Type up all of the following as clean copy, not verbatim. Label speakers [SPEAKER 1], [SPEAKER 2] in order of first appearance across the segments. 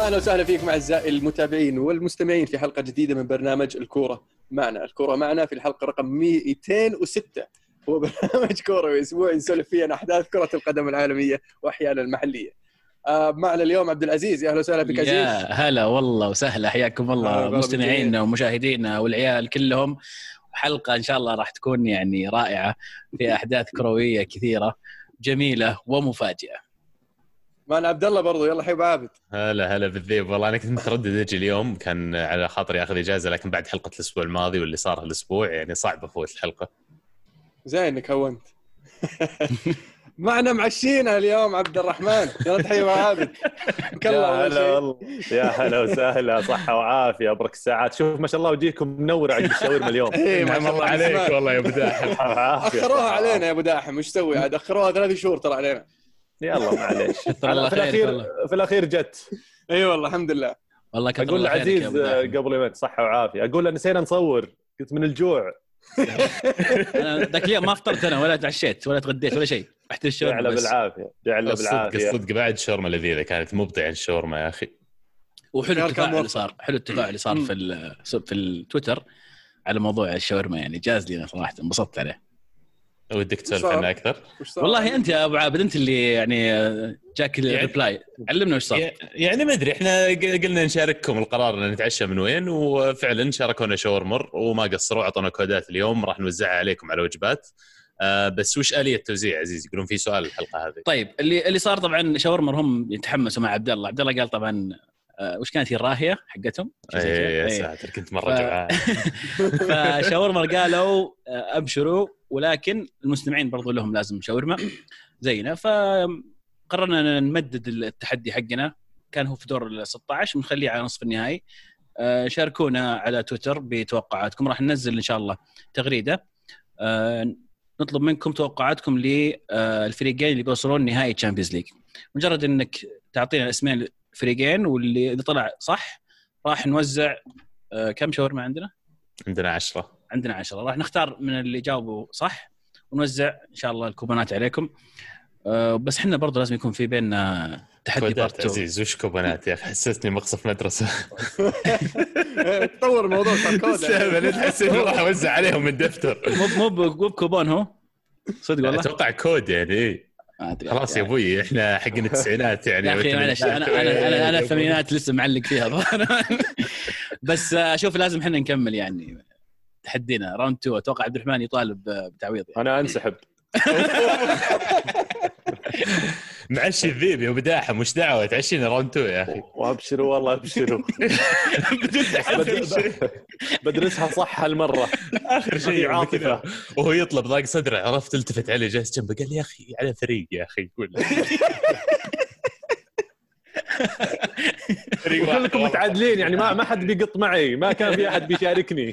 [SPEAKER 1] أهلا وسهلا فيكم أعزائي المتابعين والمستمعين في حلقة جديدة من برنامج الكورة معنا. الكورة معنا في الحلقة رقم 206. هو برنامج كورة أسبوعي نسولف فيه عن أحداث كرة القدم العالمية وأحيانا المحلية. معنا اليوم عبد العزيز. أهلا وسهلا بك عزيز.
[SPEAKER 2] يا هلا والله وسهلا، حياكم الله مستمعينا ومشاهدينا والعيال كلهم. حلقة إن شاء الله راح تكون يعني رائعة في أحداث كروية كثيرة جميلة ومفاجئة.
[SPEAKER 1] معنا عبد الله برضو. يلا حبيب عابد.
[SPEAKER 3] هلا بالذيب. والله أنا كنت متردد أجي اليوم، كان على خاطري أخذ إجازة، لكن بعد حلقة الأسبوع الماضي واللي صار الأسبوع يعني صعب أفوت الحلقة.
[SPEAKER 1] زين إنك هونت. معنا معشينا اليوم عبد الرحمن. يلا تحية عابد.
[SPEAKER 4] يا هلا والله، يا هلا وسهلا، صحة وعافية، أبرك الساعات. شوف ما شاء الله وجيكم منور عند الشاورما اليوم.
[SPEAKER 3] نعم الله عليك والله يا أبو داحم.
[SPEAKER 1] أخروها علينا يا أبو داحم، وش سوي عاد؟ أخروها 3 شهور ترى علينا.
[SPEAKER 4] يلا معليش. في الأخير جت.
[SPEAKER 1] أي والله الحمد لله.
[SPEAKER 2] والله
[SPEAKER 4] أقول لعزيز قبل يومين صحة وعافية، أقول نسينا نصور، قلت من الجوع.
[SPEAKER 2] أنا ذاك اليوم ما فطرت أنا ولا تعشيت ولا تغديت ولا شيء، رحت الشاورما بس.
[SPEAKER 4] جعله بالعافية.
[SPEAKER 3] صدق بعد الشاورما لذيذة كانت مبدعة الشاورما يا أخي.
[SPEAKER 2] وحلو التفاعل اللي صار، حلو التفاعل اللي صار في التويتر على موضوع الشاورما، يعني جاز لي صراحة، انبسطت عليه.
[SPEAKER 3] ودك تسولف عنه أكثر؟
[SPEAKER 2] والله أنت يا أبو عابد، أنت اللي يعني جاك الريبلاي، علمنا وش صار.
[SPEAKER 3] يعني ما أدري، إحنا قلنا نشارككم القرار أن نتعشى من وين، وفعلا شاركونا شاورمر وما قصروا، عطونا كودات اليوم راح نوزعها عليكم على وجبات. بس وش آلية التوزيع عزيز؟ يقولون في سؤال الحلقة هذه.
[SPEAKER 2] طيب اللي صار طبعا شاورمر هم يتحمسوا مع عبد الله قال طبعا وش كانت هي الراهية حقتهم؟
[SPEAKER 3] يا ساتر كنت مرة جوعان.
[SPEAKER 2] فشاورمر قالوا أبشروا، ولكن المستمعين برضو لهم لازم شاورما زينا، فقررنا نمدد التحدي حقنا. كان هو في دور 16 ونخليه على نصف النهائي. شاركونا على تويتر بتوقعاتكم، راح ننزل إن شاء الله تغريدة نطلب منكم توقعاتكم للفريقين اللي بيوصلون نهائي تشامبيونز ليج. مجرد انك تعطينا اسمين الفريقين، واللي اذا طلع صح راح نوزع كم شاورما عندنا 10 راح نختار من اللي جاوبوا صح ونوزع ان شاء الله الكوبونات عليكم. بس احنا برضو لازم يكون في بيننا تحدي بارت
[SPEAKER 3] عزيز. وش كوبونات يا اخي؟ حسستني مقصف مدرسه.
[SPEAKER 1] تطور الموضوع صار كود.
[SPEAKER 3] حسيت راح اوزع عليهم الدفتر.
[SPEAKER 2] مو بكوبون، هو صدق والله
[SPEAKER 3] اتوقع كود يعني. خلاص يا ابوي احنا حقنا التسعينات يعني.
[SPEAKER 2] يا اخي معلش، انا الثمانينات لسه معلق فيها. بس اشوف لازم احنا نكمل يعني تحدينا راوند 2. اتوقع عبد الرحمن يطالب بتعويض يعني.
[SPEAKER 4] انا انسحب.
[SPEAKER 3] معشي الذيب يا بداحم، وش دعوه تعشينا راوند 2 يا اخي؟
[SPEAKER 4] وابشروا والله ابشروا. بدرسها صح هالمره.
[SPEAKER 3] اخر شيء عاطفه وهو يطلب ضاق صدره، عرفت؟ التفت عليه جالس جنبه قال لي يا اخي على فريق يا اخي. يقول
[SPEAKER 4] كلكم متعادلين يعني، ما حد بيقط معي، ما كان في احد بيشاركني.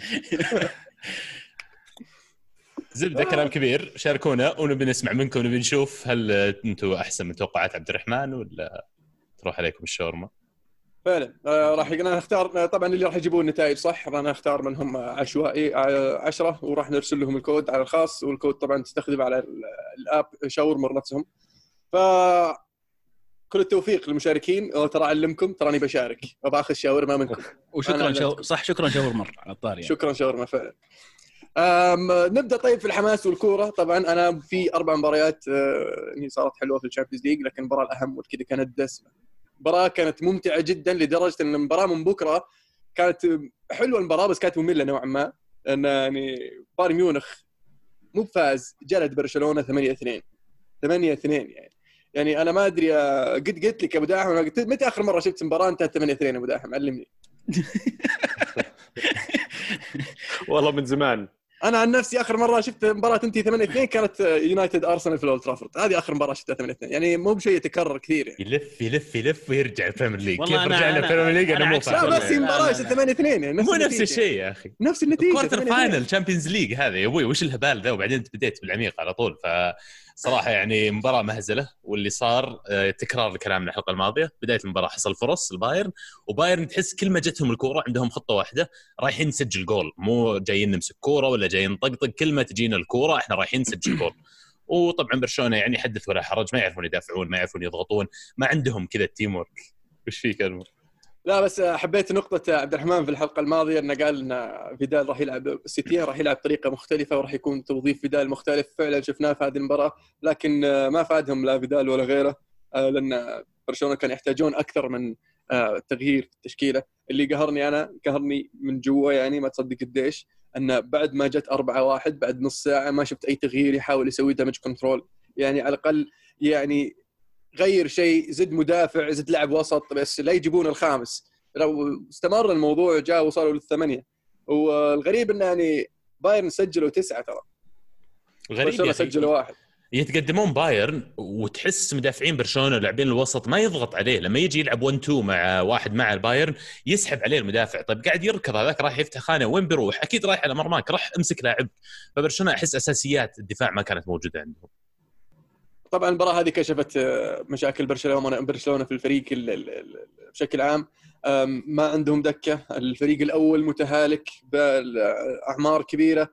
[SPEAKER 3] زبده كلام كبير. شاركونا ونبي نسمع منكم، ونبي نشوف هل انتم احسن من توقعات عبد الرحمن ولا تروح عليكم الشاورما.
[SPEAKER 1] فعلا راح نختار طبعا اللي راح يجيبون النتائج صح. راح نختار منهم عشوائي 10 وراح نرسل لهم الكود على الخاص، والكود طبعا تستخدم على الاب شاورمر نفسهم. ف كل التوفيق للمشاركين. ترى علمكم، تراني بشارك وباخذ شاورما منكم.
[SPEAKER 2] وشكرا صح، شكرا شاورمر على الطاري.
[SPEAKER 1] شكرا شاورما فعلا. نبدأ طيب في الحماس والكورة. طبعا أنا في 4 مباريات هي صارت حلوة في الشامبيونز ليج، لكن المباراة الأهم والكذا كانت دسمة. مباراة كانت ممتعة جدا لدرجة أن المباراة من بكرة كانت حلوة المباراة، بس كانت مملة نوعا ما. أن يعني بايرن ميونخ مو فاز، جلد برشلونة 8-2 يعني أنا ما أدري. قد قلت لك يا أبو داحم، متى آخر مرة شفت مباراة انتهت 8-2 يا أبو داحم؟ علمني.
[SPEAKER 4] والله من زمان.
[SPEAKER 1] انا عن نفسي اخر مره شفت مباراه تنتهي 8-2 كانت يونايتد ارسنال في الاولد ترافورد. هذه اخر مباراه شفتها 8-2 يعني، مو بشيء يتكرر كثير يعني.
[SPEAKER 3] يلف ويرجع البريمير ليج. كيف رجعنا البريمير ليج؟ انا مو فاهم.
[SPEAKER 1] لا بس المباراه 8-2 يعني
[SPEAKER 3] مو نفس الشيء يا اخي.
[SPEAKER 1] نفس النتيجه.
[SPEAKER 3] كوارتر فاينل تشامبيونز ليج هذا يا ابوي، وش الهبال ذا؟ وبعدين انت بديت بالعميق على طول. صراحة يعني مباراة مهزلة. واللي صار تكرار الكلام من الحلقة الماضية. بداية المباراة حصل فرص البايرن، وبايرن تحس كل ما جتهم الكورة عندهم خطة واحدة، رايحين نسجل جول، مو جايين نمسك كورة ولا جايين نطقطق. كل ما تجينا الكورة احنا رايحين نسجل جول. وطبعا برشلونة يعني حدث ولا حرج، ما يعرفون يدافعون، ما يعرفون يضغطون، ما عندهم كذا التيم ورك. وش فيك أنور؟
[SPEAKER 1] لا بس حبيت نقطة عبد الرحمن في الحلقة الماضية أنه قال أن فيدال راح يلعب السيتي راح يلعب بطريقة مختلفة وراح يكون توظيف فيدال مختلف. فعلا شفناه في هذه المباراة، لكن ما فادهم لا فيدال ولا غيره، لأن برشلونة كان يحتاجون أكثر من تغيير التشكيلة. اللي قهرني من جوا يعني ما تصدق قديش أن بعد ما جت 4-1 بعد نص ساعة ما شفت أي تغيير يحاول يسوي دامج كنترول. يعني على الأقل يعني غير شيء، زد مدافع، زد لاعب وسط، بس لا يجيبون الخامس. لو استمر الموضوع جاء وصلوا لل8. والغريب انه يعني بايرن سجلوا 9 ترى،
[SPEAKER 3] غريب
[SPEAKER 1] سجلوا 1.
[SPEAKER 3] يتقدمون بايرن وتحس مدافعين برشلونة لاعبين الوسط ما يضغط عليه لما يجي يلعب 1-2 مع واحد مع البايرن يسحب عليه المدافع. طيب قاعد يركض هذاك راح يفتح خانه، وين بيروح؟ اكيد رايح على مرماك، راح امسك لاعب. فبرشلونة احس اساسيات الدفاع ما كانت موجوده عندهم.
[SPEAKER 1] طبعا المباراه هذه كشفت مشاكل برشلونه في الفريق بشكل عام. ما عندهم دكه، الفريق الاول متهالك بالاعمار كبيره،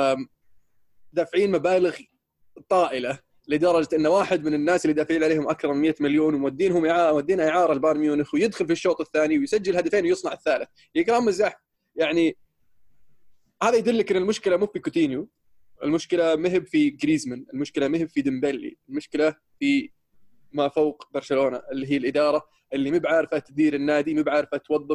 [SPEAKER 1] دافعين مبالغ طائله لدرجه ان واحد من الناس اللي دافعين عليهم اكثر من 100 مليون ومودينها اعاره لبايرن ميونخ، ويدخل في الشوط الثاني ويسجل هدفين ويصنع الثالث. يا كلام مزاح يعني. هذا يدلك ان المشكله مو في كوتينيو، المشكله مهب في جريزمان، المشكله مهب في ديمبلي، المشكله في ما فوق برشلونه اللي هي الاداره اللي مو بعارفه تدير النادي، مو بعارفه توظف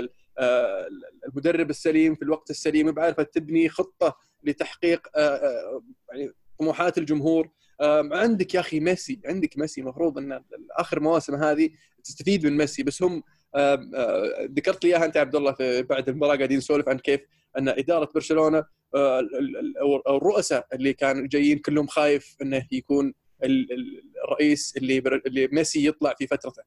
[SPEAKER 1] المدرب السليم في الوقت السليم، مو بعارفه تبني خطه لتحقيق يعني طموحات الجمهور. عندك يا اخي ميسي، عندك ميسي، مفروض ان اخر مواسم هذه تستفيد من ميسي، بس هم ذكرت لي اياها انت عبد الله في بعد المباراه قاعدين نسولف عن كيف ان اداره برشلونه او الرؤساء اللي كانوا جايين كلهم خايف انه يكون الرئيس اللي ميسي يطلع في فترته.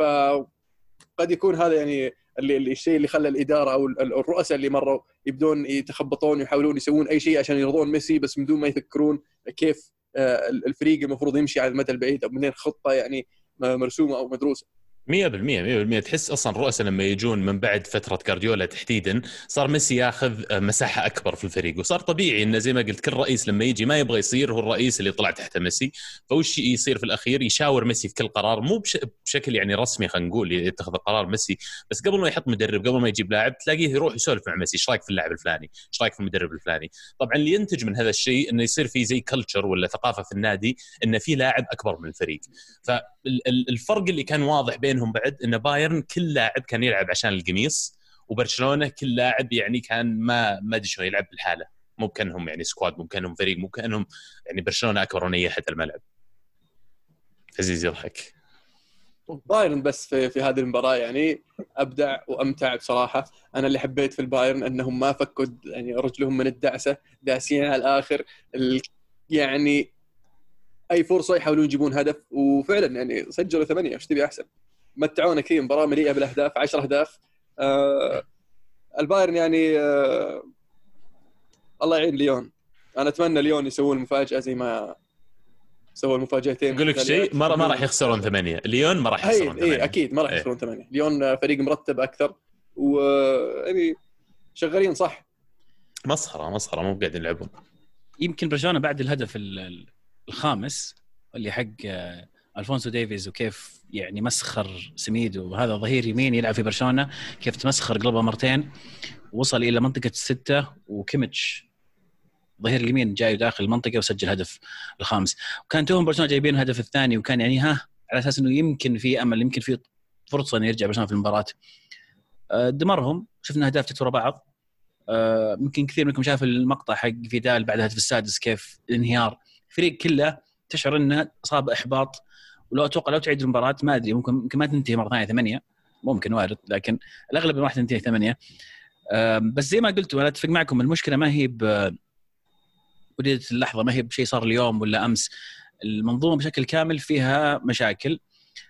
[SPEAKER 1] فقد يكون هذا يعني الشيء اللي خلى الاداره او الرؤساء اللي مروا يبدون يتخبطون ويحاولون يسوون اي شيء عشان يرضون ميسي، بس من دون ما يفكرون كيف الفريق المفروض يمشي على المدى البعيد او من خطه يعني مرسومه او مدروسه.
[SPEAKER 3] 100% تحس اصلا الرؤساء لما يجون من بعد فتره جارديولا تحديدا صار ميسي ياخذ مساحه اكبر في الفريق، وصار طبيعي انه زي ما قلت كل رئيس لما يجي ما يبغى يصير هو الرئيس اللي طلع تحت ميسي، فوش يصير في الاخير يشاور ميسي في كل قرار، مو بشكل يعني رسمي خلينا نقول يتخذ قرار ميسي، بس قبل ما يحط مدرب قبل ما يجيب لاعب تلاقيه يروح يسولف مع ميسي، ايش رايك في اللاعب الفلاني، ايش رايك في المدرب الفلاني. طبعا اللي ينتج من هذا الشيء انه يصير في زي كلتشر ولا ثقافه في النادي انه في لاعب اكبر من الفريق. فالفرق اللي كان واضح بينهم بعد ان بايرن كل لاعب كان يلعب عشان القميص، وبرشلونه كل لاعب يعني كان ما ادري شو يلعب بالحاله، مو كانهم يعني سكواد، مو كانهم فريق، مو كانهم يعني برشلونه اكبر نيحه الملعب. عزيز يضحك.
[SPEAKER 1] بايرن بس في هذه المباراه يعني ابدع وامتع بصراحه. انا اللي حبيت في البايرن انهم ما فكوا يعني رجلهم من الدعسه، داسين على الاخر، يعني اي فرصه يحاولون يجيبون هدف، وفعلا يعني سجلوا 8. ايش تبي احسن؟ متعونا كثير، مباراه مليئه بالاهداف، 10 اهداف. البايرن يعني الله يعين ليون. انا اتمنى ليون يسوون مفاجاه زي ما سووا المفاجاتين.
[SPEAKER 3] اقول لك شيء، ما راح يخسرون 8. ليون ما راح يخسرون 8.
[SPEAKER 1] اكيد ما راح يخسرون 8. ليون فريق مرتب اكثر، ويعني شغالين صح.
[SPEAKER 3] مسخره مو قاعدين يلعبون.
[SPEAKER 2] يمكن برشلونه بعد الهدف الخامس اللي حق الفونسو ديفيز، وكيف يعني مسخر سميدو، وهذا ظهير يمين يلعب في برشلونه، كيف تمسخر قلبه مرتين، وصل الى منطقه 6 وكيميتش ظهير اليمين جاي داخل المنطقه وسجل هدف الخامس. وكان توهم برشلونه جايبين الهدف الثاني، وكان يعني على اساس انه يمكن في امل، يمكن في فرصه انه يرجع برشلونه في المباراه. دمرهم. شفنا اهداف تتورى بعض. ممكن كثير منكم شاف المقطع حق فيدال بعد الهدف السادس، كيف الانهيار الفريق كله، تشعر انه اصاب احباط. ولو اتوقع لو تعيد المباراه ما ادري ممكن ما تنتهي مره ثانيه 8، ممكن وارد، لكن الاغلب راح تنتهي 8. بس زي ما قلت وانا اتفق معكم، المشكله ما هي وليدة اللحظه، ما هي بشيء صار اليوم ولا امس. المنظومه بشكل كامل فيها مشاكل.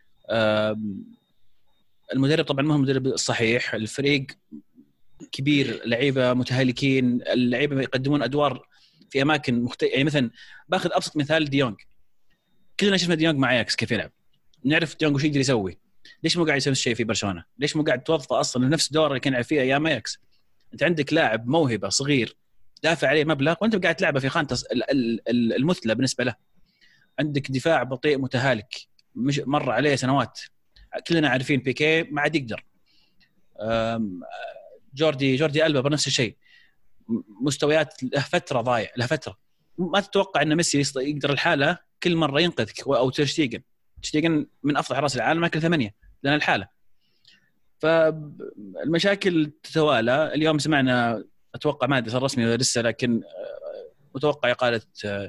[SPEAKER 2] المدرب طبعا ما هو المدرب الصحيح، الفريق كبير، لعيبه متهالكين، اللعيبه يقدمون ادوار في اماكن يعني مثلا باخذ ابسط مثال ديونغ. كلنا شفنا ديونغ مع اياكس كيف يلعب، نعرف ديونغ وش يقدر يسوي. ليش مو قاعد يسوي الشيء في برشلونه؟ ليش مو قاعد توظفه اصلا نفس الدور اللي كان يلعب فيه ايام اياكس؟ انت عندك لاعب موهبه صغير دافع عليه مبلغ، وانت قاعد تلعبه في خانه المثلى بالنسبه له. عندك دفاع بطيء متهالك، مش مر عليه سنوات، كلنا عارفين بيكي ما عاد يقدر. جوردي ألبا بنفس الشيء، مستويات له فتره ضايع، له فتره ما تتوقع ان ميسي يقدر الحاله كل مره ينقذك، او تشتيجن من افضل حراس العالم لكن 8 لان الحاله. فالمشاكل تتوالى. اليوم سمعنا اتوقع ما ادري صار رسمي ولا لسه، لكن متوقع اقاله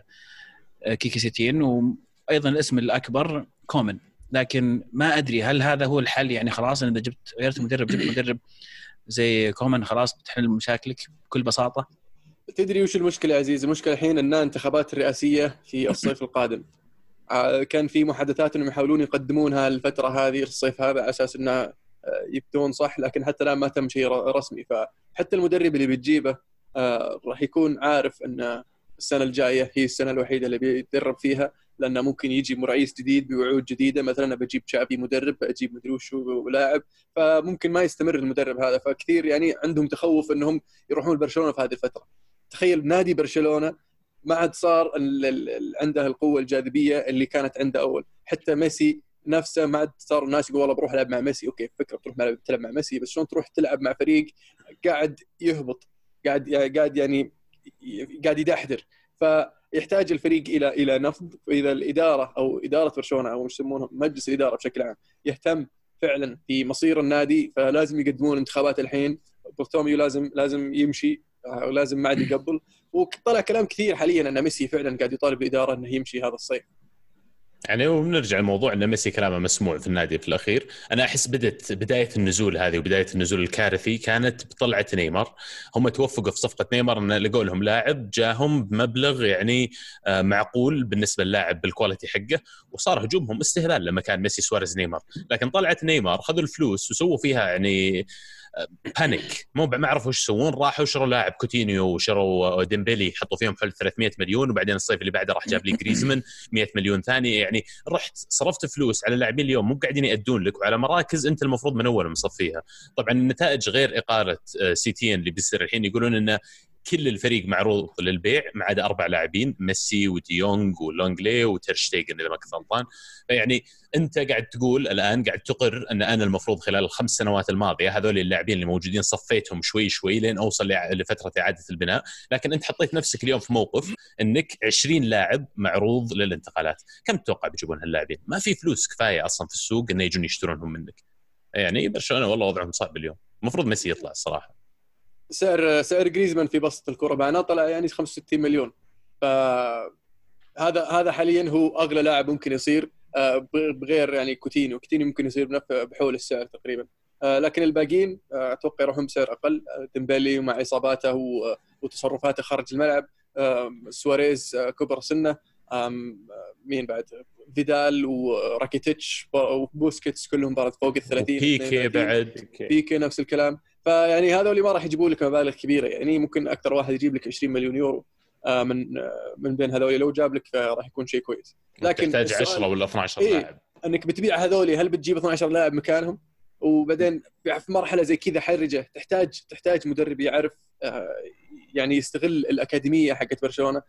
[SPEAKER 2] كيكي سيتين، وايضا الاسم الاكبر كومن. لكن ما ادري هل هذا هو الحل، يعني خلاص اذا غيرت مدرب جبت مدرب زي كومن خلاص بتحل مشاكلك بكل بساطه.
[SPEAKER 1] تدري وش المشكله يا عزيز؟ المشكله الحين ان انتخابات الرئاسيه في الصيف القادم، كان في محادثات انهم يحاولون يقدمونها الفتره هذه الصيف هذا على اساس انها يبدون صح، لكن حتى الان ما تم شيء رسمي. فحتى المدرب اللي بتجيبه راح يكون عارف ان السنه الجايه هي السنه الوحيده اللي بيتدرب فيها، لانه ممكن يجي رئيس جديد بوعود جديده، مثلا انا بجيب تشافي مدرب، بجيب مدري وشو لاعب، فممكن ما يستمر المدرب هذا. فكثير يعني عندهم تخوف انهم يروحون لبرشلونه في هذه الفتره. تخيل نادي برشلونه ما عاد صار عنده القوه الجاذبيه اللي كانت عنده اول. حتى ميسي نفسه ما عاد صار الناس يقول والله بروح العب مع ميسي. اوكي فكره تروح تلعب مع ميسي، بس شلون تروح تلعب مع فريق قاعد يهبط، قاعد يعني قاعد يدحدر؟ فيحتاج الفريق الى نفض. واذا الاداره او اداره برشلونه او يسمونها مجلس الاداره بشكل عام يهتم فعلا في مصير النادي، فلازم يقدمون انتخابات الحين. بورتوميو لازم يمشي، ولازم ما عاد يقبل. وطلع كلام كثير حاليا ان ميسي فعلا قاعد يطالب الاداره انه يمشي هذا الصيف.
[SPEAKER 3] يعني وبنرجع الموضوع ان ميسي كلامه مسموع في النادي في الاخير. انا احس بدايه النزول هذه وبدايه النزول الكارثي كانت بطلعه نيمار. هم توفقوا في صفقه نيمار ان لقوا لهم لاعب جاهم بمبلغ يعني معقول بالنسبه للاعب بالكواليتي حقه، وصار هجومهم استهبال لما كان ميسي سواريز نيمار. لكن طلعت نيمار خذوا الفلوس وسووا فيها يعني بانيك، ما عرفوا ايش يسوون. راحوا شروا لاعب كوتينيو وشروا ديمبلي، حطوا فيهم حول 300 مليون، وبعدين الصيف اللي بعده راح جاب لي جريزمان 100 مليون ثاني. يعني رحت صرفت فلوس على لاعبين اليوم مو قاعدين يأدون لك، وعلى مراكز انت المفروض من اول مصفيها. طبعا النتائج غير اقاله سيتين اللي بيصير الحين. يقولون انه كل الفريق معروض للبيع ما عدا 4 لاعبين، ميسي وديونغ ولونغلي وتيرشتيجن اذا ما كنت غلطان. فيعني انت قاعد تقول الان، قاعد تقر ان انا المفروض خلال ال5 سنوات الماضيه هذول اللاعبين اللي موجودين صفيتهم شوي شوي لين اوصل لفتره اعاده البناء. لكن انت حطيت نفسك اليوم في موقف انك 20 لاعب معروض للانتقالات. كم تتوقع بيجيبون هاللاعبين؟ ما في فلوس كفايه اصلا في السوق انه يجون يشترونهم منك. يعني برشلونه والله وضعهم صعب اليوم. المفروض ميسي يطلع الصراحه.
[SPEAKER 1] سعر جريزمان في بسط الكره معنا طلع يعني 65 مليون. فهذا حاليا هو اغلى لاعب ممكن يصير، بغير يعني كوتينيو ممكن يصير بحول السعر تقريبا. لكن الباقيين اتوقع يروحون بسعر اقل. ديمبلي ومع اصاباته وتصرفاته خارج الملعب، سواريز كبر سنه، مين بعد، فيدال وراكيتيتش وبوسكيتس كلهم بعد فوق ال 30. بيكي نفس الكلام. فيعني هذول ما راح يجيبوا لك مبالغ كبيره، يعني ممكن اكثر واحد يجيب لك 20 مليون يورو من بين هذول. لو جاب لك فراح يكون شيء كويس.
[SPEAKER 3] لكن تحتاج 10 ولا 12 لاعب.
[SPEAKER 1] انك بتبيع هذول، هل بتجيب 12 لاعب مكانهم؟ وبعدين في مرحله زي كذا حرجه تحتاج مدرب يعرف يعني يستغل الاكاديميه حقت برشلونه.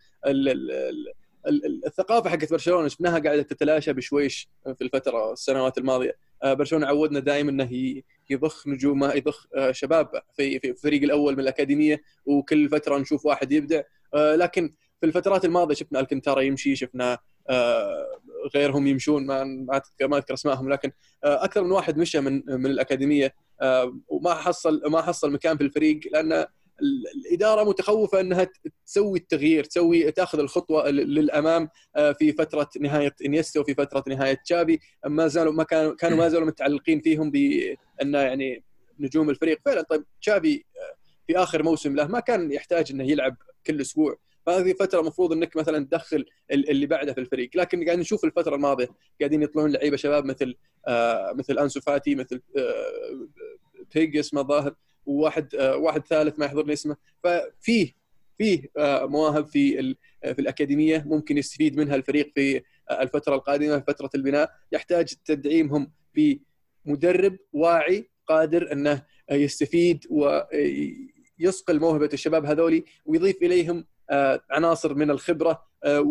[SPEAKER 1] الثقافه حقت برشلونه شفناها قاعده تتلاشى بشويش في السنوات الماضيه. برشلونه عودنا دائما انه يضخ نجومه، يضخ شباب في الفريق الاول من الاكاديميه، وكل فتره نشوف واحد يبدع. لكن في الفترات الماضيه شفنا الكنتارا يمشي، شفنا غيرهم يمشون، ما اذكر اسمائهم، لكن اكثر من واحد مشى من الاكاديميه وما حصل مكان في الفريق، لان الاداره متخوفه انها تسوي التغيير، تاخذ الخطوه للامام في فتره نهايه انيستا وفي فتره نهايه تشافي. ما زالوا متعلقين فيهم بان يعني نجوم الفريق فعلا. طيب تشافي في اخر موسم له ما كان يحتاج انه يلعب كل اسبوع، فهذه فتره المفروض انك مثلا تدخل اللي بعده في الفريق. لكن قاعدين نشوف الفتره الماضيه قاعدين يطلعون لعيبه شباب مثل انسو فاتي، مثل بيج اسمه ظاهر، واحد ثالث ما يحضرني اسمه. ففيه مواهب في الأكاديمية ممكن يستفيد منها الفريق في الفترة القادمة، في فترة البناء. يحتاج تدعيمهم بمدرب واعي قادر أنه يستفيد ويصقل موهبة الشباب هذولي، ويضيف إليهم عناصر من الخبرة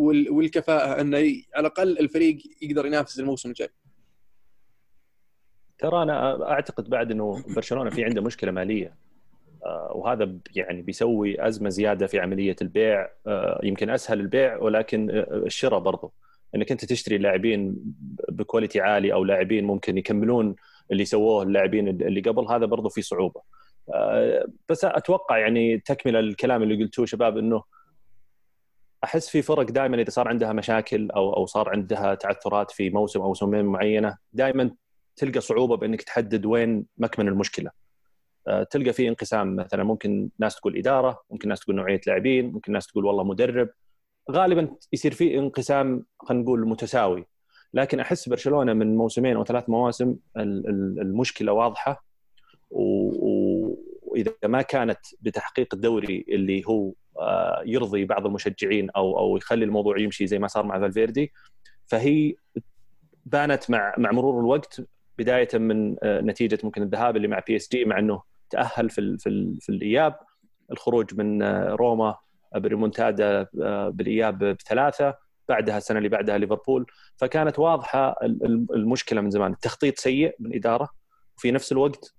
[SPEAKER 1] والكفاءة، أن على الأقل الفريق يقدر ينافس الموسم الجاي.
[SPEAKER 4] ترى انا اعتقد بعد انه برشلونه في عنده مشكله ماليه، وهذا يعني بيسوي ازمه زياده في عمليه البيع. يمكن اسهل البيع ولكن الشراء برضه، انك انت تشتري لاعبين بكواليتي عالي او لاعبين ممكن يكملون اللي سووه اللاعبين اللي قبل، هذا برضه في صعوبه. بس اتوقع يعني تكمل الكلام اللي قلتوه شباب، انه احس في فرق دائما اذا صار عندها مشاكل او صار عندها تعثرات في موسم او موسمين معينه، دائما تلقى صعوبه بانك تحدد وين مكمن المشكله. تلقى في انقسام، مثلا ممكن ناس تقول اداره، ممكن ناس تقول نوعيه لاعبين، ممكن ناس تقول والله مدرب. غالبا يصير في انقسام خلينا نقول متساوي. لكن احس برشلونه من موسمين او 3 مواسم المشكله واضحه، واذا ما كانت بتحقيق الدوري اللي هو يرضي بعض المشجعين او يخلي الموضوع يمشي زي ما صار مع فالفيردي، فهي بانت مع مرور الوقت، بدايه من نتيجه ممكن الذهاب اللي مع PSG، مع انه تاهل في الاياب، الخروج من روما بريمونتادا بالاياب ب3، بعدها السنه اللي بعدها ليفربول. فكانت واضحه المشكله من زمان، التخطيط سيء من الاداره، وفي نفس الوقت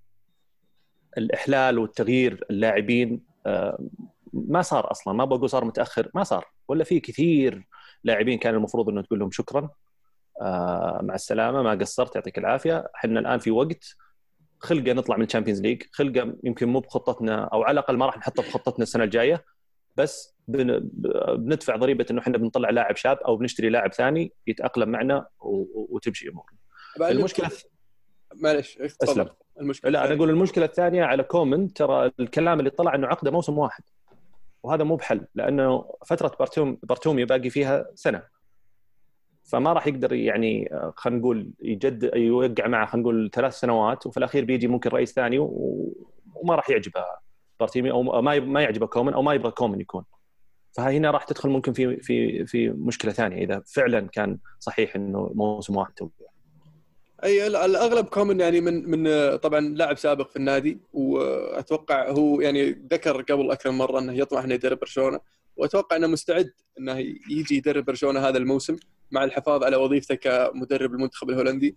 [SPEAKER 4] الاحلال والتغيير اللاعبين ما صار اصلا. ما بقول صار متاخر، ما صار، ولا في كثير لاعبين كان المفروض انه تقول لهم شكرا مع السلامه، ما قصرت، يعطيك العافيه. احنا الان في وقت خلقه نطلع من الشامبيونز ليج، خلقه يمكن مو بخطتنا او على الاقل ما راح نحطها بخطتنا السنه الجايه، بس بندفع ضريبه انه احنا بنطلع لاعب شاب او بنشتري لاعب ثاني يتاقلم معنا وتمشي امورنا. المشكله
[SPEAKER 1] معلش تفضل. المشكله
[SPEAKER 4] لا، انا اقول المشكله الثانيه على كومن. ترى الكلام اللي طلع انه عقده موسم واحد، وهذا مو بحل، لانه فتره بارتوميو باقي فيها سنه، فما راح يقدر يعني خلينا نقول يوقع معه خلينا نقول 3 سنوات، وفي الاخير بيجي ممكن رئيس ثاني وما راح يعجبه بارتيميو او ما يعجبه كومن او ما يبغى كومن يكون. فهنا راح تدخل ممكن في مشكله ثانيه اذا فعلا كان صحيح انه موسم واحد توقع.
[SPEAKER 1] اي الاغلب كومن يعني من طبعا لاعب سابق في النادي، واتوقع هو يعني ذكر قبل اكثر مره انه يطمح انه يدرب برشلونه، واتوقع انه مستعد انه يجي يدرب برشلونه هذا الموسم مع الحفاظ على وظيفته كمدرب المنتخب الهولندي.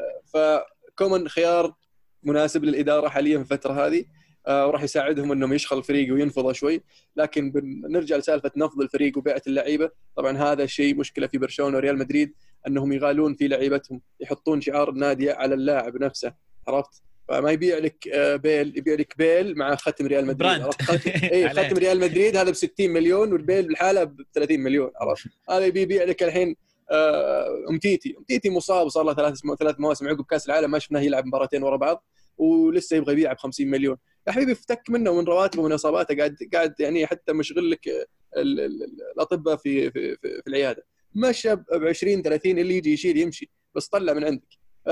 [SPEAKER 1] فكومن خيار مناسب للاداره حاليا في الفتره هذه، وراح يساعدهم انهم يشغل الفريق وينفضه شوي. لكن نرجع لسالفه نفض الفريق وبيعه اللعيبه، طبعا هذا الشيء مشكله في برشلونه وريال مدريد، انهم يغالون في لعيبتهم، يحطون شعار النادي على اللاعب نفسه، عرفت؟ فما يبيع لك بيل، يبيع لك بيل مع ختم ريال مدريد، ختم ريال مدريد هذا ب60 مليون والبيل بالحاله ب30 مليون، عرفت؟ هذا يبيع لك الحين امتيتي مصاب وصار له 3 مواسم عقب كاس العالم ما شفناه يلعب مباراتين ورا بعض، ولسه يبغى يبيعه ب50 مليون. يا حبيبي افتك منه ومن رواتبه ومن اصاباته، قاعد يعني حتى مشغل لك الاطباء في العياده، مشى ب20 30 اللي يجي يشيل يمشي، بس طلع من عندك.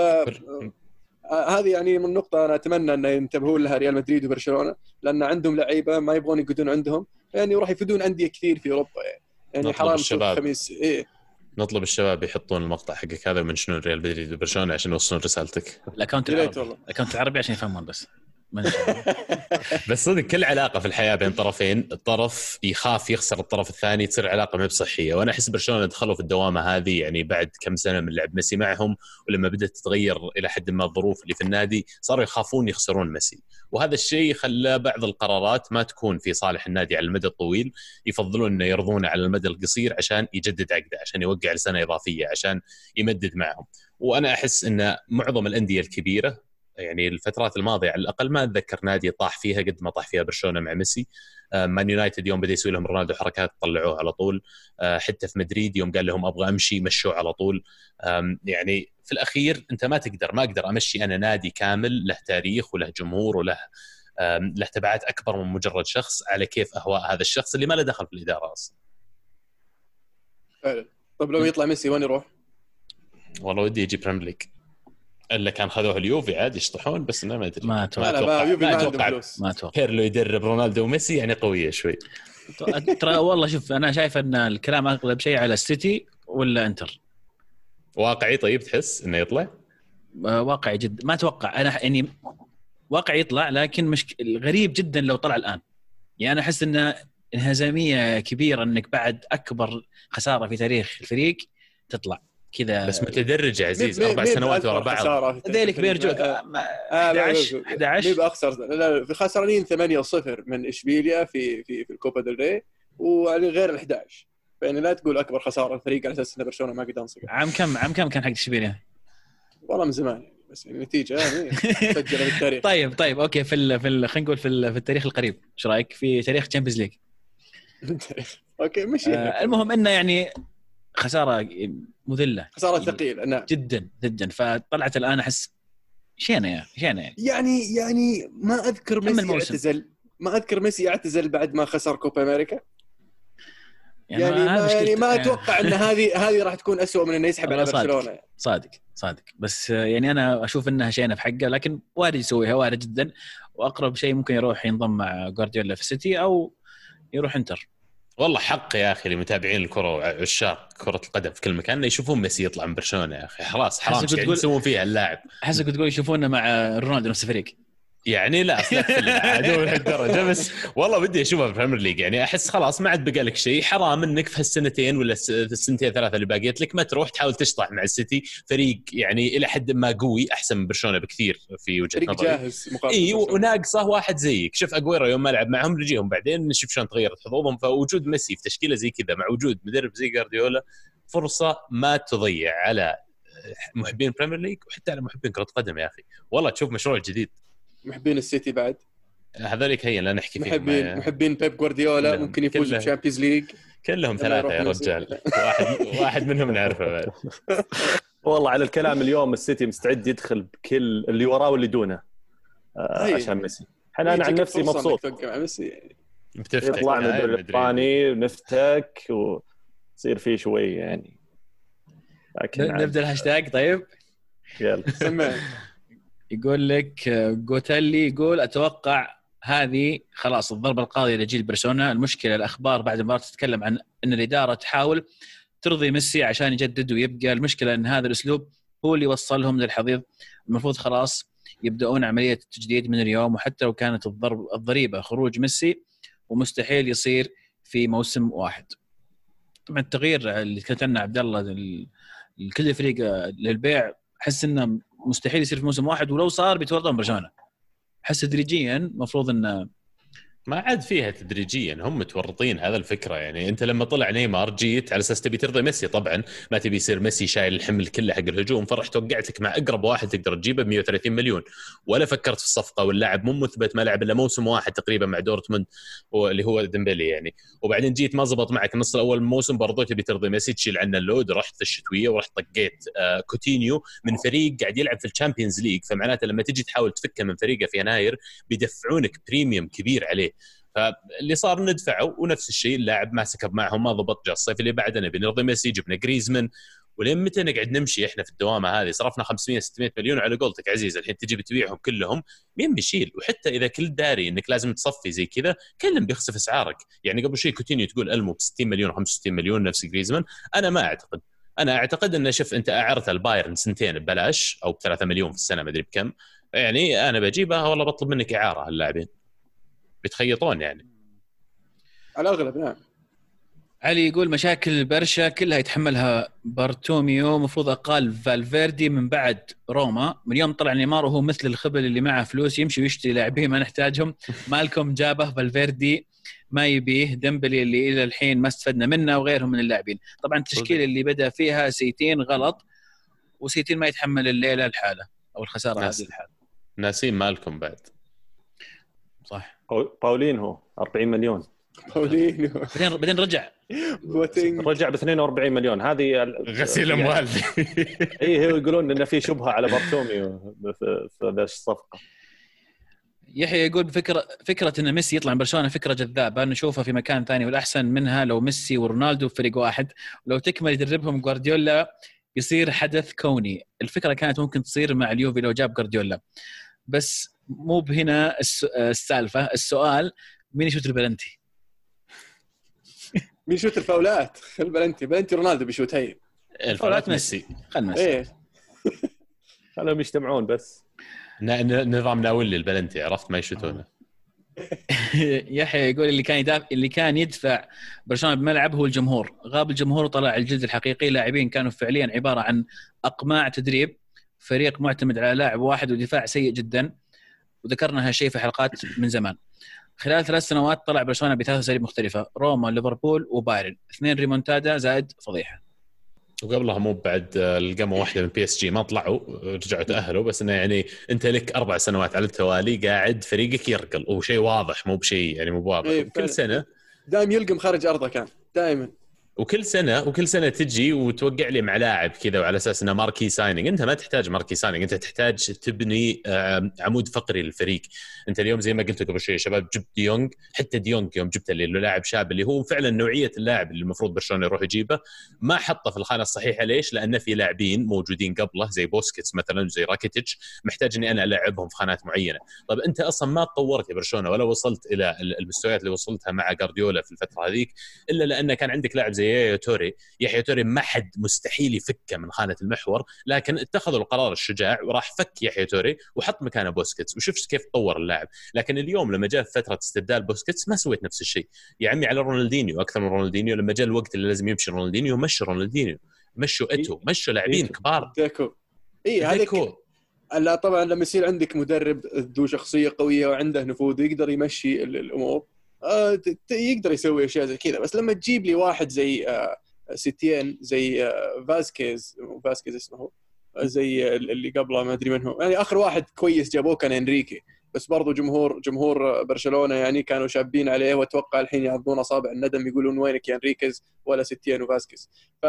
[SPEAKER 1] هذه يعني من نقطه انا اتمنى ان ينتبهون لها ريال مدريد وبرشلونه، لان عندهم لعيبه ما يبغون يقعدون عندهم، يعني وراح يفيدون انديه كثير في اوروبا. يعني حرام
[SPEAKER 3] الشباب
[SPEAKER 1] خميس
[SPEAKER 3] نطلب الشباب يحطون المقطع حقك هذا ومنشنون ريال مدريد وبرشلونه عشان يوصلون رسالتك.
[SPEAKER 2] الاكونت العربي عشان يفهمون بس.
[SPEAKER 3] بس صدق كل علاقه في الحياه بين طرفين، الطرف يخاف يخسر الطرف الثاني تصير علاقه ما بصحيه. وانا احس برشلونه دخلوا في الدوامه هذه يعني بعد كم سنه من لعب ميسي معهم، ولما بدات تتغير الى حد ما الظروف اللي في النادي صاروا يخافون يخسرون ميسي، وهذا الشيء خلى بعض القرارات ما تكون في صالح النادي على المدى الطويل، يفضلون انه يرضونه على المدى القصير عشان يجدد عقده، عشان يوقع لسنه اضافيه، عشان يمدد معهم. وانا احس ان معظم الانديه الكبيره يعني الفترات الماضيه على الاقل ما اتذكر نادي طاح فيها قد ما طاح فيها برشلونه مع ميسي. مان يونايتد يوم بدا يسوي لهم رونالدو حركات طلعوه على طول، حتى في مدريد يوم قال لهم ابغى امشي مشوه على طول. يعني في الاخير انت ما اقدر امشي انا نادي كامل له تاريخ وله جمهور وله له تبعات اكبر من مجرد شخص على كيف اهواء هذا الشخص اللي ما له دخل في الاداره اصلا.
[SPEAKER 1] طب لو يطلع ميسي وين يروح؟
[SPEAKER 3] والله ودي يجي بريمير ليج، الا كان خذوه اليوفي عاد يشطحون، بس انا ما ادري.
[SPEAKER 2] ما اتوقع
[SPEAKER 3] بيرلو يدرب رونالدو وميسي يعني قويه شوي.
[SPEAKER 2] ترى والله شوف انا شايف ان الكلام اغلب شيء على السيتي ولا انتر.
[SPEAKER 3] واقعي طيب تحس انه يطلع؟
[SPEAKER 2] واقعي جدا، ما اتوقع انا يعني واقعي يطلع، لكن مش غريب جدا لو طلع الان. يعني انا احس ان انهزاميه كبيره انك بعد اكبر خساره في تاريخ الفريق تطلع كذا.
[SPEAKER 3] بس متدرج يا عزيز 4 سنوات ورا بعض
[SPEAKER 2] ذلك بيرجوك 11
[SPEAKER 1] مي باخسر. لا في خسرانين 8-0 من اشبيليا في الكوبا ديل ري وغير ال 11. فيعني لا تقول اكبر خساره الفريق على اساس ان برشلونه ما قدر ينصقع.
[SPEAKER 2] عام كم كان حق اشبيليا؟
[SPEAKER 1] والله من زمان يعني. بس النتيجه سجلها بالتاريخ.
[SPEAKER 2] طيب اوكي في خلينا نقول في التاريخ القريب ايش رايك في تاريخ تشامبيونز ليج؟
[SPEAKER 1] اوكي مشي.
[SPEAKER 2] المهم انه يعني خساره مذله،
[SPEAKER 1] خساره ثقيله نعم
[SPEAKER 2] جدا. فطلعت الان احس شينا
[SPEAKER 1] يعني ما اذكر ميسي يعتزل بعد ما خسر كوبا امريكا. يعني ما اتوقع ان هذه راح تكون أسوأ من انه يسحب على برشلونه.
[SPEAKER 2] صادق بس يعني انا اشوف انها شينه في حقه، لكن وارد يسويها، وارد جدا. واقرب شيء ممكن يروح ينضم مع جوارديولا في السيتي او يروح انتر.
[SPEAKER 3] والله حق يا اخي لمتابعين الكره وعشاق كره القدم في كل مكان يشوفون ميسي يطلع من برشلونه. يا اخي خلاص حرام ايش قاعدين يسوون فيها اللاعب.
[SPEAKER 2] حسك تقول يشوفونه مع رونالدو نفس الفريق
[SPEAKER 3] يعني. لا اصلا عدو لهالدرجه. بس والله بدي اشوفها في البريمير ليج. يعني احس خلاص ما عاد بقى لك شيء. حرام انك في هالسنتين ولا السنتين 3 اللي باقيت لك ما تروح تحاول تشطح مع السيتي، فريق يعني الى حد ما قوي احسن من برشلونه بكثير في وجهه نظري.
[SPEAKER 1] جاهز
[SPEAKER 3] اي وناقصه واحد زيك. شوف اجويرو يوم ما لعب معهم رجيهم بعدين نشوف شلون تغيرت حظوظهم. فوجود ميسي في تشكيله زي كذا مع وجود مدرب زي جوارديولا فرصه ما تضيع على محبين البريمير ليج وحتى على محبين كره القدم. يا اخي والله تشوف مشروع جديد.
[SPEAKER 1] محبين السيتي بعد
[SPEAKER 3] هذوليك هي لا نحكي فيهم.
[SPEAKER 1] محبين بيب جوارديولا ممكن يفوز بالشامبيونز ليج
[SPEAKER 3] كلهم 3 يا رجال. واحد منهم نعرفه بعد.
[SPEAKER 4] والله على الكلام اليوم السيتي مستعد يدخل بكل اللي وراه واللي دونه عشان ميسي. انا عن نفسي مبسوط يطلع من الدوري الاسباني ونفتك ويصير فيه شوي يعني.
[SPEAKER 2] نبدا الهاشتاج. طيب
[SPEAKER 4] يلا
[SPEAKER 1] سمع.
[SPEAKER 2] يقول لك جوتيلي يقول اتوقع هذه خلاص الضربه القاضيه لجيل برشلونه. المشكله الاخبار بعد المباراه تتكلم عن ان الاداره تحاول ترضي ميسي عشان يجدد ويبقى. المشكله ان هذا الاسلوب هو اللي وصلهم للحضيض. المفروض خلاص يبداون عمليه التجديد من اليوم. وحتى لو كانت الضريبه خروج ميسي ومستحيل يصير في موسم واحد. طبعا التغيير اللي تكلمت عنه عبد الله لكل فريق للبيع احس انه مستحيل يصير في موسم واحد. ولو صار بيتورطون برشلونه. حس تدريجيا مفروض انه
[SPEAKER 3] ما عاد فيها تدريجيا. هم متورطين هذا الفكره. يعني انت لما طلع نيمار جيت على اساس تبي ترضي ميسي. طبعا ما تبي يصير ميسي شايل الحمل كله حق الهجوم. فرحت وقعت لك مع اقرب واحد تقدر تجيبه ب 130 مليون ولا فكرت في الصفقه. واللاعب مو مثبت ما لعب الا موسم واحد تقريبا مع دورتموند اللي هو ديمبلي يعني. وبعدين جيت ما زبط معك النص الاول من الموسم برضو تبي ترضي ميسي تشيل عنه اللود. رحت في الشتويه ورحت طقيت كوتينيو من فريق قاعد يلعب في الشامبيونز ليج. فمعناته لما تجي تحاول تفكه من فريقه في يناير بيدفعونك بريميوم كبير عليه. فاللي صار ندفعه. ونفس الشيء اللاعب ما سكب معهم ما ضبط. جاء الصيف اللي بعدنا بنرضي ميسي جبنا جريزمان. ولين متى نقعد نمشي احنا في الدوامه هذه؟ صرفنا 500-600 مليون على قولتك عزيز. الحين تجي بتبيعهم كلهم مين بيشيل؟ وحتى اذا كل داري انك لازم تصفي زي كذا كلهم بيخسف اسعارك. يعني قبل شيء كوتينيو تقول المو ب 60 مليون 65 مليون نفس جريزمان. انا اعتقد ان شوف انت اعرت البايرن سنتين ببلاش او ب3 مليون في السنه ما ادري بكم. يعني انا بجيبها والله بطلب منك اعاره. اللاعبين بتخيطون يعني
[SPEAKER 1] على الاغلب. نعم.
[SPEAKER 2] علي يقول مشاكل برشا كلها يتحملها بارتوميو. مفروض اقال فالفيردي من بعد روما. من يوم طلع نيمار وهو مثل الخبل اللي معه فلوس يمشي ويشتري لاعبين ما نحتاجهم. مالكم جابه فالفيردي ما يبيه. ديمبلي اللي الى الحين ما استفدنا منه وغيرهم من اللاعبين. طبعا التشكيله اللي بدا فيها سيتين غلط. وسيتين ما يتحمل الليله الحاله او الخساره هذه الحاله.
[SPEAKER 3] ناسين مالكم بعد.
[SPEAKER 2] صح.
[SPEAKER 4] باولينهو 40 مليون.
[SPEAKER 1] باولينو
[SPEAKER 2] بعدين رجع
[SPEAKER 4] ب 42 مليون. هذه
[SPEAKER 3] غسيل اموال.
[SPEAKER 4] اي هو يقولون انه في شبهه على بارتوميو في هذه الصفقه.
[SPEAKER 2] يحيى يقول فكره ان ميسي يطلع من برشلونه فكره جذابه. نشوفها في مكان ثاني والاحسن منها لو ميسي ورونالدو في فريق واحد. ولو تكمل يدربهم جوارديولا يصير حدث كوني. الفكره كانت ممكن تصير مع اليوفي لو جاب جوارديولا. بس مو بهنا السالفه. السؤال مين يشوت البلنتي؟
[SPEAKER 1] مين يشوت الفاولات؟ خل بلنتي رونالدو بيشوت. هي
[SPEAKER 3] الفاولات ميسي.
[SPEAKER 2] خلنا ميسي
[SPEAKER 4] خلهم يجتمعون بس.
[SPEAKER 3] نظام ناولي البلنتي عرفت ما يشوتونه.
[SPEAKER 2] يحيى يقول اللي كان يدفع برشلونة بملعب هو الجمهور. غاب الجمهور وطلع الجلد الحقيقي. لاعبين كانوا فعليا عبارة عن أقماع تدريب، فريق معتمد على لاعب واحد ودفاع سيء جدا. وذكرنا هالشيء في حلقات من زمان. خلال 3 سنوات طلع برشلونة ب3 أساليب مختلفة: روما، ليفربول، وبايرن. 2 ريمونتادا زائد فضيحة.
[SPEAKER 3] وقبلها مو بعد القمة واحدة من PSG ما طلعوا، رجعوا تأهلوا، بس إنه يعني أنت لك 4 سنوات على التوالي قاعد فريقك يرقل، وشيء واضح مو بشيء يعني مو واضح. كل سنة
[SPEAKER 1] دائما يلقم خارج أرضه كان دائما.
[SPEAKER 3] وكل سنة تجي وتوقع لي مع لاعب كذا وعلى أساس إنه ماركي ساينينج. أنت ما تحتاج ماركي ساينينج، أنت تحتاج تبني عمود فقري للفريق. أنت اليوم زي ما قلت قبل شوي شباب، جبت ديونج، حتى ديونج يوم جبته اللي لاعب شاب اللي هو فعلا نوعية اللاعب اللي المفروض برشلونة يروح يجيبه، ما حطه في الخانة الصحيحة. ليش؟ لأن في لاعبين موجودين قبله زي بوسكيتس مثلا زي راكيتيتش، محتاج إني أنا ألعبهم في خانات معينة. طب أنت أصلا ما تطورت يا برشلونة ولا وصلت إلى المستويات اللي وصلتها مع غارديولا في الفترة هذيك، إلا لأن كان عندك لاعب زي يحيى توري ما حد مستحيل يفكه من خانة المحور، لكن اتخذوا القرار الشجاع وراح فك يحيى توري وحط مكانه بوسكيتس، وشفت كيف تطور اللاعب. لكن اليوم لما جاء فترة استبدال بوسكيتس ما سويت نفس الشيء يا عمي. على رونالدينيو أكثر من رونالدينيو، لما جاء الوقت اللي لازم يمشي رونالدينيو مشوا رونالدينيو، مشوا إيتو، مشوا لاعبين كبار.
[SPEAKER 1] ديكو هذيك. لا طبعا لما يصير عندك مدرب ذو شخصية قوية وعنده نفوذ يقدر يمشي الأمور، يقدر يسوي أشياء زي كذا. بس لما تجيب لي واحد زي سيتيان، زي فاسكيز اسمه، زي اللي قبله ما أدري من هو، يعني آخر واحد كويس جابوه كان إنريكي، بس برضو جمهور برشلونة يعني كانوا شابين عليه، وأتوقع الحين يعضون أصابع الندم يقولون وينك يا إنريكيز ولا سيتيان وفاسكيز. ف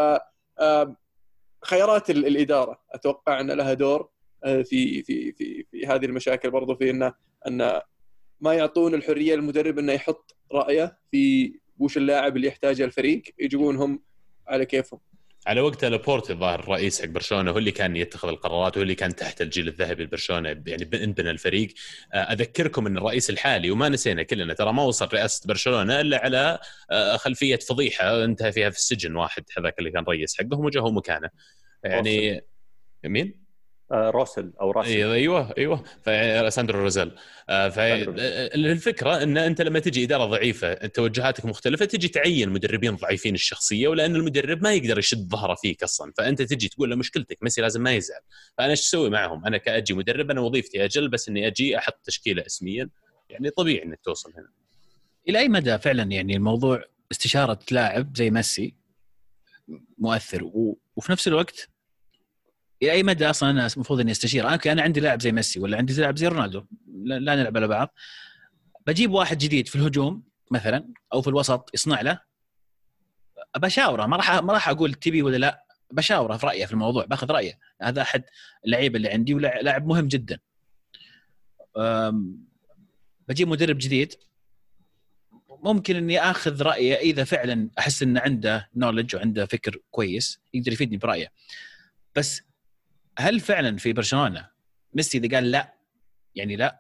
[SPEAKER 1] خيارات الإدارة أتوقع أن لها دور في في في في هذه المشاكل، برضو في أن ما يعطون الحرية للمدرب أنه يحط رأيه في وش اللاعب اللي يحتاجه الفريق، يجيبونهم على كيفهم.
[SPEAKER 3] على وقت لابورت الظاهر الرئيس حق برشلونة هو اللي كان يتخذ القرارات، هو اللي كان تحت الجيل الذهبي لبرشلونة يعني بنى الفريق. أذكركم أن الرئيس الحالي، وما نسينا كلنا ترى، ما وصل رئاسة برشلونة إلا على خلفية فضيحة انتهى فيها في السجن واحد هذاك اللي كان رئيس حقهم وجاءه مكانه يعني مين؟
[SPEAKER 4] روسل او راسل.
[SPEAKER 3] ايوه ساندرو روزيل. فالفكره ان انت لما تجي اداره ضعيفه توجهاتك مختلفه تجي تعين مدربين ضعيفين الشخصيه، ولان المدرب ما يقدر يشد ظهره فيك اصلا، فانت تجي تقول له مشكلتك ميسي لازم ما يزعل. فانا ايش اسوي معهم؟ انا كاجي مدرب انا وظيفتي اجل بس اني اجي احط تشكيله اسميا، يعني طبيعي انك توصل هنا.
[SPEAKER 2] الى اي مدى فعلا يعني الموضوع استشاره لاعب زي ميسي مؤثر، وفي نفس الوقت الى اي مدى اصلا انا المفروض اني استشير؟ انا عندي لاعب زي ميسي ولا عندي لاعب زي رونالدو، لا نلعب على بعض، بجيب واحد جديد في الهجوم مثلا او في الوسط يصنع له، بشاوره، ما راح اقول تبي ولا لا، بشاوره في رايه في الموضوع، باخذ رايه. هذا احد اللعيبه اللي عندي ولاعب مهم جدا. بجيب مدرب جديد ممكن اني اخذ رايه اذا فعلا احس ان عنده نولج وعنده فكر كويس يقدر يفيدني برايه. بس هل فعلا في برشلونه ميسي اذا قال لا يعني لا؟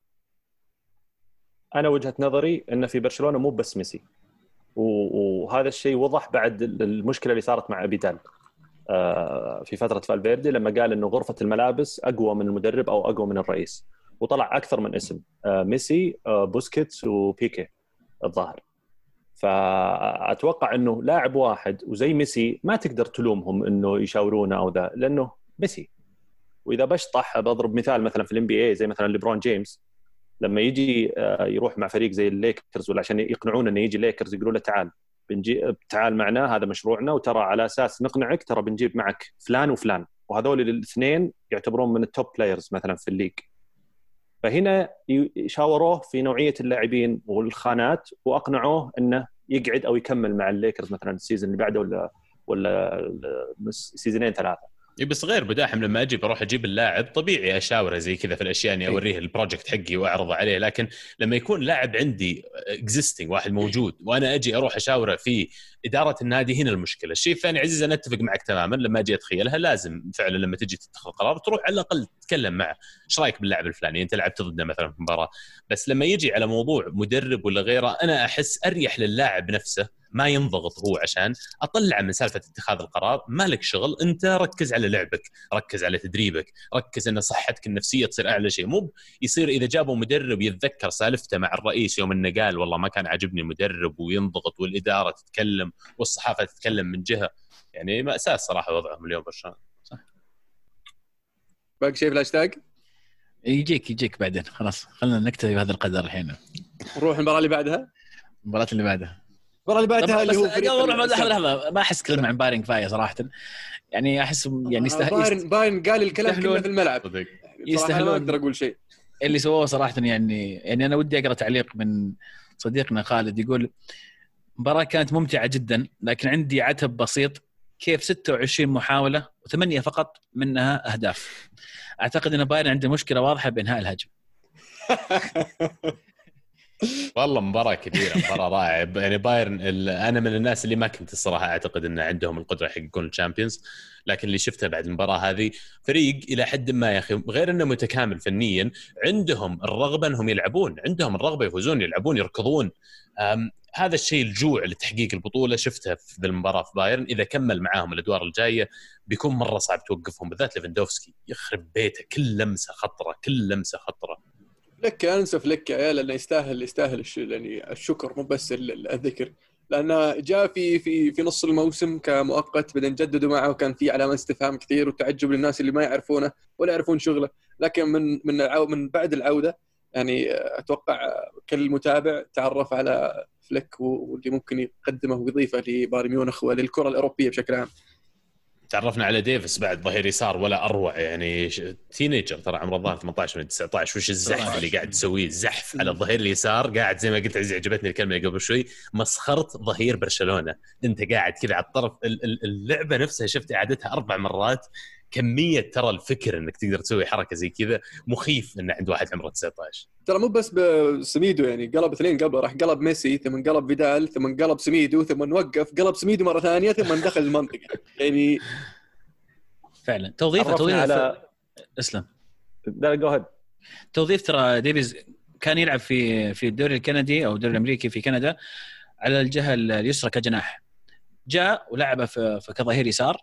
[SPEAKER 4] انا وجهه نظري ان في برشلونه مو بس ميسي، وهذا الشيء وضح بعد المشكله اللي صارت مع ابيدال في فتره فالفيردي، لما قال انه غرفه الملابس اقوى من المدرب او اقوى من الرئيس، وطلع اكثر من اسم: ميسي، بوسكيتس، وبيكي الظاهر. فاتوقع انه لاعب واحد وزي ميسي ما تقدر تلومهم انه يشاورونه او ذا، لانه ميسي. واذا بشطح بضرب مثال مثلا في الام بي اي زي مثلا ليبرون جيمس، لما يجي يروح مع فريق زي الليكرز ولا عشان يقنعونه انه يجي الليكرز، يقولوا له تعال معنا، هذا مشروعنا، وترى على اساس نقنعك ترى بنجيب معك فلان وفلان، وهذول الاثنين يعتبرون من التوب بلايرز مثلا في الليج. فهنا شاوروه في نوعيه اللاعبين والخانات واقنعوه انه يقعد او يكمل مع الليكرز مثلا السيزون اللي بعده ولا سيزونين 3.
[SPEAKER 3] بس غير بداحم لما اجي بروح اجيب اللاعب طبيعي اشاوره زي كذا في الاشياء اني اوريه البروجكت حقي واعرضه عليه، لكن لما يكون لاعب عندي اكزيستنج واحد موجود وانا اجي اروح اشاوره في اداره النادي هنا المشكله. الشيء الثاني عزيز انا اتفق معك تماما، لما اجي اتخيلها لازم فعلا لما تجي تتخذ قرار تروح على الاقل تتكلم معه، ايش رايك باللاعب الفلاني، انت لعبت ضده مثلا في مباراه. بس لما يجي على موضوع مدرب ولا غيره انا احس اريح للاعب نفسه، ما ينضغط هو عشان اطلع من سالفه اتخاذ القرار. مالك شغل، انت ركز على لعبك، ركز على تدريبك، ركز ان صحتك النفسيه تصير اعلى شيء. مو يصير اذا جابوا مدرب يتذكر سالفته مع الرئيس يوم انه قال والله ما كان عاجبني المدرب وينضغط والاداره تتكلم والصحافه تتكلم من جهه، يعني مأساة صراحه وضعهم اليوم برشلونه.
[SPEAKER 2] صح.
[SPEAKER 1] باقي شيء في الهاشتاج
[SPEAKER 2] يجيك بعدين، خلاص خلينا نكتفي بهذا القدر الحين.
[SPEAKER 1] نروح المباراه اللي بعدها.
[SPEAKER 2] المباراة اللي بعدها
[SPEAKER 1] اللي هو
[SPEAKER 2] لحظة ما احس كلام عن بايرن كفايه صراحه، يعني احس يعني
[SPEAKER 1] بايرن قال الكلام كله في الملعب، يستاهلون. ما اقدر اقول شيء
[SPEAKER 2] اللي سووه صراحه. يعني انا ودي اقرا تعليق من صديقنا خالد يقول المباراة كانت ممتعة جدا لكن عندي عتب بسيط، كيف 26 محاولة و8 فقط منها أهداف. أعتقد أن بايرن عنده مشكلة واضحة بإنهاء الهجم.
[SPEAKER 3] والله مباراة كبيرة، مباراة رائعة. يعني بايرن أنا من الناس اللي ما كنت الصراحة أعتقد أن عندهم القدرة يحققون الشامبيونز، لكن اللي شفته بعد المباراة هذه فريق إلى حد ما يا أخي غير أنه متكامل فنيا، عندهم الرغبة أنهم يلعبون، عندهم الرغبة يفوزون، يلعبون، يركضون. هذا الشيء الجوع لتحقيق البطولة شفته في المباراة في بايرن. إذا كمل معاهم الأدوار الجاية بيكون مرة صعب توقفهم، بالذات ليفاندوفسكي يخرب بيته، كل لمسة خطرة، كل لمسة خطرة.
[SPEAKER 1] لك انسف لك يا عيال، لانه يستاهل يعني الشكر مو بس الذكر، لانه جاء في نص الموسم كمؤقت، بدنا نجدد معه وكان في علامات استفهام كثير وتعجب للناس اللي ما يعرفونه ولا يعرفون شغله. لكن من بعد العوده يعني اتوقع كل متابع تعرف على فليك واللي ممكن يقدمه ويضيفه لبايرن ميونخ وللكره الاوروبيه بشكل عام.
[SPEAKER 3] تعرفنا على ديفيس بعد ظهير يسار ولا اروع، يعني تينيجر ترى عمره الظاهر 18 من 19، وش الزحف اللي قاعد تسويه، زحف على الظهير اليسار، قاعد زي ما قلت عزيز عجبتني الكلمه قبل شوي، مسخرت ظهير برشلونه. انت قاعد كذا على الطرف، اللعبه نفسها شفت اعادتها 4 مرات، كميه ترى الفكر انك تقدر تسوي حركه زي كذا مخيف انه عند واحد عمره 19.
[SPEAKER 1] ترى مو بس بسميدو، يعني قلب 2 قبله، راح قلب ميسي ثم قلب فيدال ثم قلب سميدو ثم وقف قلب سميدو مره ثانيه ثم دخل المنطقه يعني
[SPEAKER 2] فعلا توظيف
[SPEAKER 4] على
[SPEAKER 2] اسلم.
[SPEAKER 4] لا جو
[SPEAKER 2] توظيف ترى ديفيز كان يلعب في الدوري الكندي او الدوري الامريكي في كندا على الجهه اليسرى كجناح، جاء ولعب في كظهير يسار،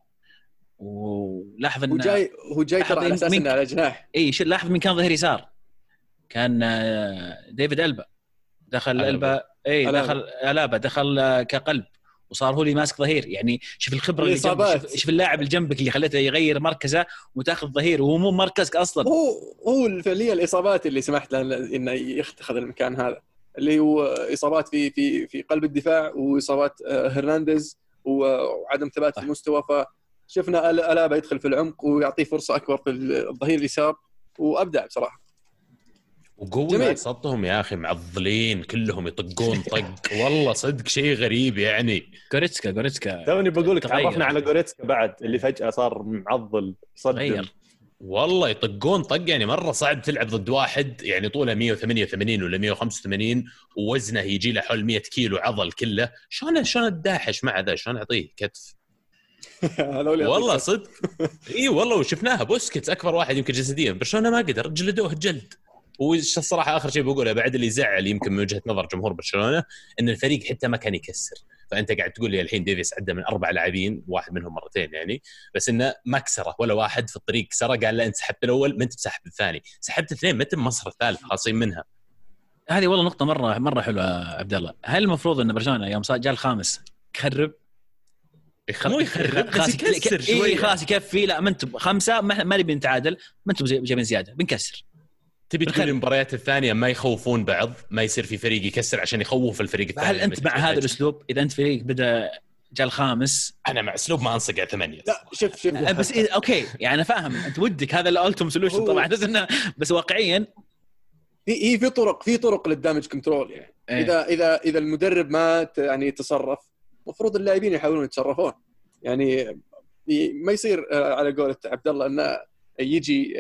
[SPEAKER 2] ولاحظ انه
[SPEAKER 1] هو جاي ترى على اساس انه على جناح.
[SPEAKER 2] اي لاحظ من كان ظهير يسار كان ديفيد ألبا، دخل ألبا دخل ألابا دخل كقلب وصار هو اللي ماسك ظهير. يعني شوف الخبره اللي جنبك، شوف اللاعب اللي جنبك اللي خلته يغير مركزه وتاخذ ظهير وهو مو مركزك اصلا.
[SPEAKER 1] هو فعليا الاصابات اللي سمحت له انه يتخذ المكان هذا، اللي هو اصابات في قلب الدفاع واصابات هرنانديز وعدم ثبات المستوى، فشفنا ألابا يدخل في العمق ويعطيه فرصه اكبر في الظهير اليسار وابدع بصراحه.
[SPEAKER 3] وقوة صدهم يا أخي، معضلين كلهم يطقون طق والله صدق شيء غريب. يعني
[SPEAKER 2] غوريتسكا
[SPEAKER 4] توني بقول لك تعرفنا على غوريتسكا بعد اللي فجأة صار معضل صدق
[SPEAKER 3] والله يطقون طق، يعني مرة صعب تلعب ضد واحد يعني طوله 188 ولا 185 ووزنه يجي له حول 100 كيلو عضل كله، شلون الداحش مع ذا، شلون أعطيه كتف والله صدق. إيه والله وشفناها بوسكيتس أكبر واحد يمكن جسديا، برشلونة ما قدر، جلدوه جلد. والصراحه اخر شيء بقوله بعد اللي زعل يمكن من وجهه نظر جمهور برشلونه ان الفريق حتى ما كان يكسر. فانت قاعد تقول لي الحين ديفيس عدى من 4 لاعبين، واحد منهم مرتين يعني، بس انه ما كسره ولا واحد في الطريق كسره. قال لا انت سحبت الاول ما انت بسحب الثاني، سحبت 2 ما انت مصر الثالث خاصين منها.
[SPEAKER 2] هذه والله نقطه مره حلوه عبد الله. هل المفروض ان برشلونه يوم جاء الخامس يخرب
[SPEAKER 3] مو يخرب بس يكسر شوي
[SPEAKER 2] خلاص يكفي؟ لا ما انتم 5 ما نبي نتعادل، ما انتم جايبين زياده بنكسر.
[SPEAKER 3] تبي تقول المباريات الثانية ما يخوفون بعض، ما يصير في فريق يكسر عشان يخوف الفريق الثاني؟
[SPEAKER 2] هل أنت مع هذا الأسلوب؟ إذا أنت فريق بدأ جاء الخامس،
[SPEAKER 3] أنا مع أسلوب ما أنصق على 8.
[SPEAKER 1] لا شوف
[SPEAKER 2] بس أوكي يعني أنا فاهم أنت ودك هذا الألتيم سولوشن طبعا، بس واقعيا
[SPEAKER 1] في طرق للدامج كنترول يعني. إذا المدرب ما يعني يتصرف، مفروض اللاعبين يحاولون يتصرفون. يعني ما يصير على قولة عبد الله أنه يجي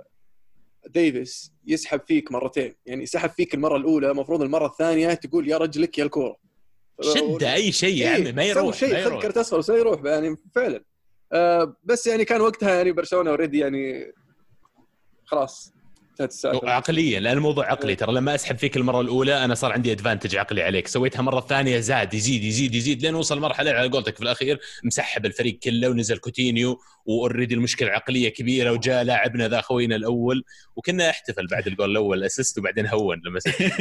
[SPEAKER 1] ديفيس يسحب فيك مرتين، يعني سحب فيك المرة الأولى، مفروض المرة الثانية تقول يا رجلك يا الكورة.
[SPEAKER 3] شد اي شيء يا عمي ما يروح
[SPEAKER 1] شيء خذ كرت اصفر وسيروح يعني فعلا. بس يعني كان وقتها يعني برشلونه اوريدي يعني خلاص
[SPEAKER 3] عقليا، لان الموضوع عقلي. ترى لما اسحب فيك المره الاولى انا صار عندي ادفانتج عقلي عليك، سويتها مره ثانيه زاد يزيد لين وصل مرحله على قولتك في الاخير مسحب الفريق كله ونزل كوتينيو، واوريدي المشكله عقليه كبيره، وجاء لاعبنا ذا خوينا الاول وكنا احتفل بعد الجول الاول اسيست وبعدين هون لما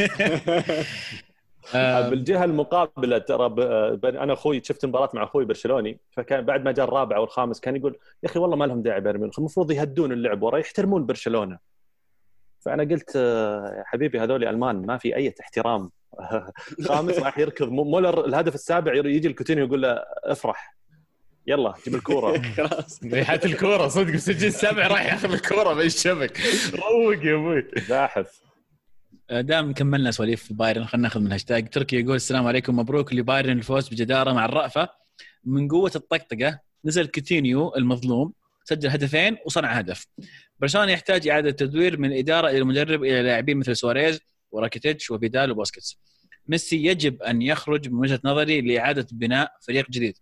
[SPEAKER 4] بالجهه المقابله ترى انا اخوي شفت مباراه مع اخوي برشلوني، فكان بعد ما جاء الرابع والخامس كان يقول يا اخي والله ما لهم داعي بايرن ميونخ، المفروض يهدون اللعب ورا يحترمون برشلونه. فانا قلت يا حبيبي هذول الالمان ما في اي احترام. خامس راح يركض مولر الهدف السابع يجي الكوتينيو يقول له افرح يلا جيب الكوره.
[SPEAKER 3] خلاص ريحات الكوره صدق، سجل السابع راح ياخذ الكوره بالشبك. روق يا ابوي
[SPEAKER 4] زاحف.
[SPEAKER 2] دام كملنا سواليف بايرن خلينا ناخذ من هاشتاج تركي يقول السلام عليكم، مبروك لبايرن الفوز بجداره مع الرأفه. من قوه الطقطقه نزل كوتينيو المظلوم سجل هدفين وصنع هدف. برشلونة يحتاج إعادة تدوير من الإدارة إلى المدرب إلى لاعبين مثل سواريز وراكيتيتش وفيدال وبوسكيتس. ميسي يجب أن يخرج من وجهة نظري لإعادة بناء فريق جديد.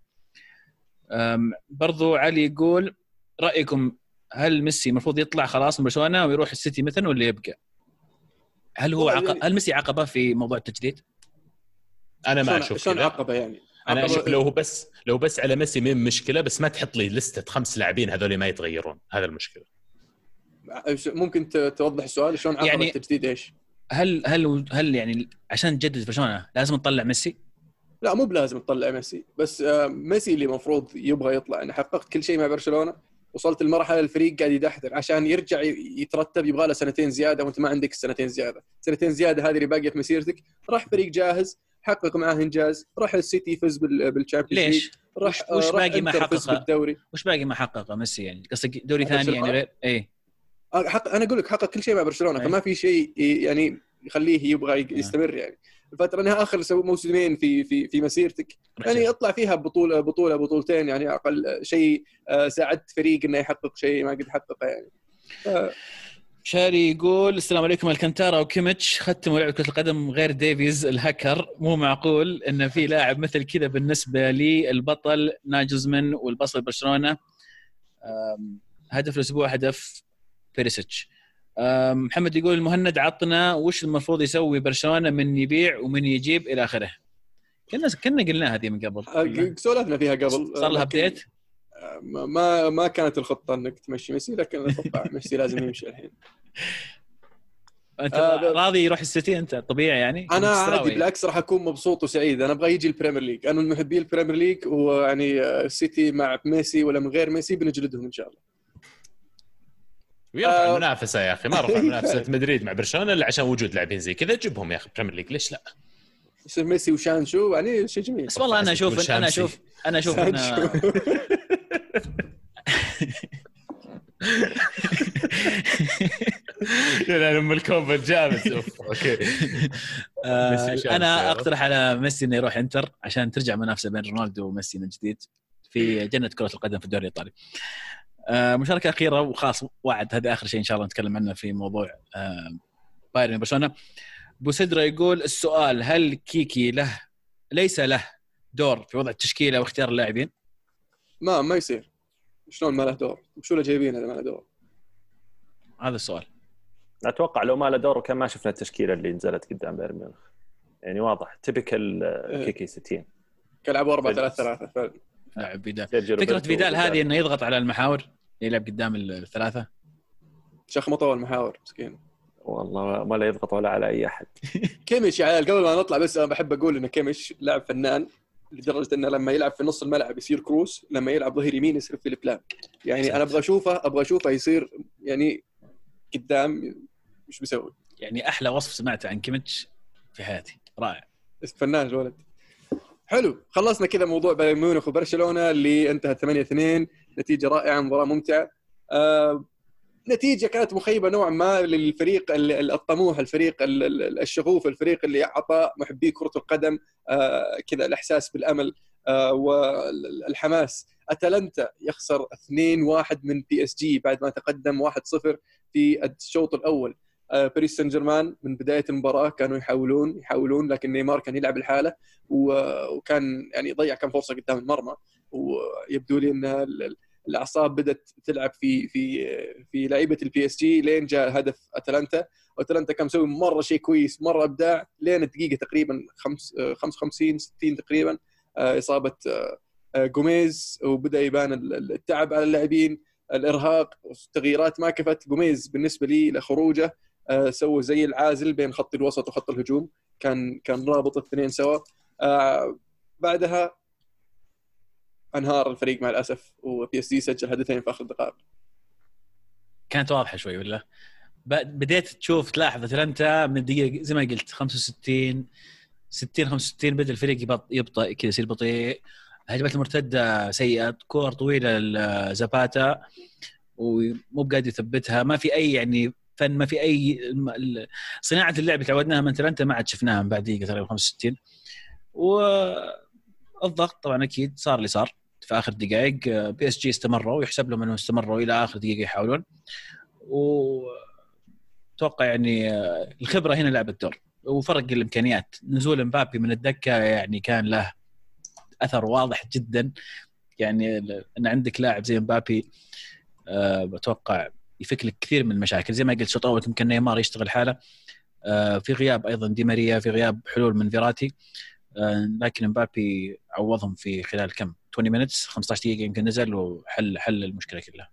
[SPEAKER 2] برضو علي يقول رأيكم هل ميسي المفروض يطلع خلاص من برشلونة ويروح السيتي مثلا ولا يبقى؟ هل هو هل ميسي عقبة في موضوع التجديد؟
[SPEAKER 3] أنا ما أشوف
[SPEAKER 1] كذا عقبة يعني.
[SPEAKER 3] أنا أشوف لو بس على ميسي من مشكلة، بس ما تحط لي لستة 5 لاعبين هذول ما يتغيرون، هذا المشكلة.
[SPEAKER 1] ممكن توضح السؤال شلون عقبة يعني التجديد ايش؟
[SPEAKER 2] هل يعني عشان تجدد برشلونة لازم نطلع ميسي؟
[SPEAKER 1] لا مو بلازم تطلع ميسي، بس ميسي اللي المفروض يبغى يطلع. انا حققت كل شيء مع برشلونة، وصلت المرحلة الفريق قاعد يدحدر، عشان يرجع يترتب يبغى له 2 زيادة، وانت ما عندك 2 زيادة. 2 زيادة هذه اللي باقية في مسيرتك. راح فريق جاهز حقق معاه انجاز، راح السيتي يفوز بالشامبيونز ليج.
[SPEAKER 2] وش باقي ما حقق
[SPEAKER 1] بالدوري؟
[SPEAKER 2] وش باقي ما حققه ميسي يعني؟ قصدك دوري ثاني يعني غير اي
[SPEAKER 1] انا اقول لك حقق كل شيء مع برشلونه، فما في شيء يعني يخليه يبغى يستمر. يعني الفتره انها اخر موسمين في مسيرتك، يعني اطلع فيها بطولتين يعني اقل شيء، ساعدت فريق انه يحقق شيء ما قد حققه يعني.
[SPEAKER 2] شاري يقول السلام عليكم، الكانتارا وكيميتش ختموا لعبة كرة القدم غير ديفيز الهاكر. مو معقول ان في لاعب مثل كذا. بالنسبة لي البطل ناجزمن والبصل برشلونة. هدف الاسبوع هدف بيريسيتش. محمد يقول المهند عطنا وش المفروض يسوي برشلونة من يبيع ومن يجيب الى اخره. كنا قلنا هذه من قبل،
[SPEAKER 1] سولفنا فيها قبل،
[SPEAKER 2] صار لها ابديت.
[SPEAKER 1] ما كانت الخطة انك تمشي ميسي، لكن اتوقع ميسي لازم يمشي الحين.
[SPEAKER 2] انت راضي يروح السيتي انت طبيعي يعني؟
[SPEAKER 1] انا عادي بالعكس راح اكون مبسوط وسعيد. انا ابغى يجي البريمير ليج، انا من محبي البريمير ليج، ويعني السيتي مع ميسي ولا من غير ميسي بنجلدهم ان شاء الله.
[SPEAKER 3] ويرفع المنافسه يا اخي، ما رفع منافسه مدريد مع برشلونه الا عشان وجود لاعبين زي كذا، جيبهم يا اخي بريمير ليج ليش لا؟
[SPEAKER 1] يصير ميسي وشانشو يعني شيء جميل.
[SPEAKER 2] بس والله انا اشوف
[SPEAKER 3] يعني ام الكومبا جامد. اوكي
[SPEAKER 2] انا اقترح على ميسي انه يروح انتر عشان ترجع منافسه بين رونالدو وميسي من جديد في جنه كره القدم في الدوري الايطالي. مشاركه اخيره وخاص وعد، هذا اخر شيء ان شاء الله نتكلم عنه في موضوع بايرن برشلونه. بوسدرا يقول السؤال هل كيكي ليس له دور في وضع التشكيله واختيار اللاعبين؟
[SPEAKER 1] ما يصير. شلون ما له دور؟ شو اللي جايبين هذا ما له دور؟
[SPEAKER 2] هذا السؤال.
[SPEAKER 4] اتوقع لو ما له دور كان ما شفنا التشكيله اللي نزلت قدام بايرن ميونخ. يعني واضح تيبيكال كيكي 60
[SPEAKER 1] كلعبوا 4-3-3 فعلا.
[SPEAKER 2] لاعب فيدال. فكره فيدال هذه انه يضغط على المحاور يلعب قدام الثلاثه.
[SPEAKER 1] شخمطوا المحاور مسكين
[SPEAKER 4] والله، ما لا يضغط ولا على اي احد.
[SPEAKER 1] كيميش يا عيال قبل ما نطلع بس انا بحب اقول ان كيميش لاعب فنان لدرجه انه لما يلعب في نص الملعب يصير كروس، لما يلعب ظهير يمين يصير في البلان. يعني انا ابغى اشوفه يصير يعني قدام مش بيسوي.
[SPEAKER 2] يعني احلى وصف سمعته عن كيميتش في حياتي، رائع
[SPEAKER 1] فنان الولد. حلو، خلصنا كذا موضوع بايرن ميونخ وبرشلونه اللي انتهت 8-2. نتيجه رائعه، مباراه ممتعه. نتيجه كانت مخيبه نوعا ما للفريق الطموح، الفريق الشغوف، الفريق اللي اعطى محبي كره القدم كذا الاحساس بالامل والحماس. اتلانتا يخسر 2-1 من PSG بعد ما تقدم 1-0 في الشوط الاول. باريس سان جيرمان من بدايه المباراه كانوا يحاولون لكن نيمار كان يلعب الحاله وكان يعني ضيع كم فرصه قدام المرمى. ويبدو لي ان الاعصاب بدات تلعب في لعيبه البي اس جي لين جاء هدف اتلانتا. واتلانتا كان مسوي مره شيء كويس، مره ابداع لين الدقيقه تقريبا 55 60 تقريبا اصابه غوميز، وبدا يبان التعب على اللاعبين، الارهاق والتغييرات ما كفت. غوميز بالنسبه لي لخروجه سوى زي العازل بين خط الوسط وخط الهجوم، كان رابط الاثنين سوا. بعدها انهار الفريق مع الاسف، وبي اس جي سجل هدفين في اخر الدقائق.
[SPEAKER 2] كانت واضحه شوي ولا بديت تشوف تلاحظ اتلانتا من الدقيقه زي ما قلت 65 بدا الفريق يبطئ كذا، يصير بطيء. هجمات المرتده سيئه، كور طويله لزاباتا ومو بقادر يثبتها، ما في اي يعني فن، ما في اي صناعه اللعب اللي تعودناها من اتلانتا ما عاد شفناها من بعد دقيقه تقريبا 65. والضغط طبعا اكيد صار اللي صار في اخر دقائق. بي اس جي استمروا ويحسب لهم انهم استمروا الى اخر دقيقه يحاولون، وتوقع يعني الخبره هنا لعبت دور وفرق الامكانيات. نزول مبابي من الدكه يعني كان له اثر واضح جدا، يعني ان عندك لاعب زي مبابي بتوقع يفك لك كثير من المشاكل. زي ما قلت شوط اول يمكن نيمار يشتغل حاله في غياب ايضا دي ماريا، في غياب حلول من فيراتي، لكن مبابي عوضهم في خلال كم 20 minutes 15 دقيقه يمكن نزل وحل المشكله كلها.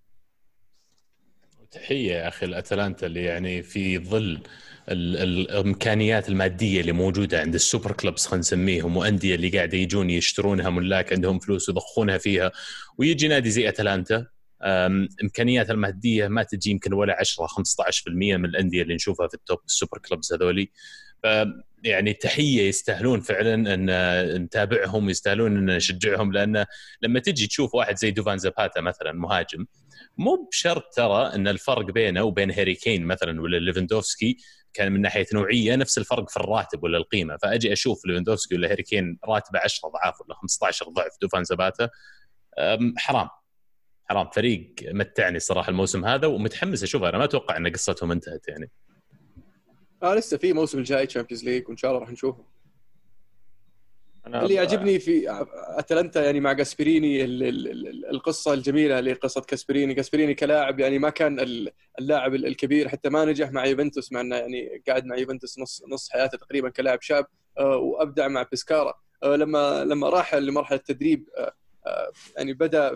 [SPEAKER 3] تحيه يا اخي الاتلانتا اللي يعني في ظل الامكانيات الماديه اللي موجوده عند السوبر كلوبس خلينا نسميهم، وانديه اللي قاعده يجون يشترونها ملاك عندهم فلوس ويضخونها فيها، ويجي نادي زي اتلانتا امكانيات الماديه ما تجي يمكن ولا 10-15% من الانديه اللي نشوفها في التوب السوبر كلوبس هذولي. يعني تحيه، يستاهلون فعلا ان نتابعهم، يستاهلون ان نشجعهم، لان لما تجي تشوف واحد زي دوفان زاباتا مثلا مهاجم، مو بشرط ترى ان الفرق بينه وبين هاري كين مثلا ولا ليفاندوفسكي كان من ناحيه نوعيه نفس الفرق في الراتب ولا القيمه. فاجي اشوف ليفاندوفسكي ولا هاري كين راتبه 10 اضعاف ولا 15 ضعف دوفان زاباتا، حرام فريق متعني صراحه الموسم هذا، ومتحمس اشوفه. انا ما اتوقع ان قصتهم انتهت يعني.
[SPEAKER 1] لسه في موسم الجاي تشامبيونز ليج وان شاء الله راح نشوفه. اللي يعجبني في اتلانتا يعني مع غاسبريني القصه الجميله اللي قصه غاسبريني كلاعب، يعني ما كان اللاعب الكبير، حتى ما نجح مع يوفنتوس، مع انه يعني قاعد مع يوفنتوس نص حياته تقريبا كلاعب شاب، وابدع مع بيسكارا. لما راح لمرحله التدريب يعني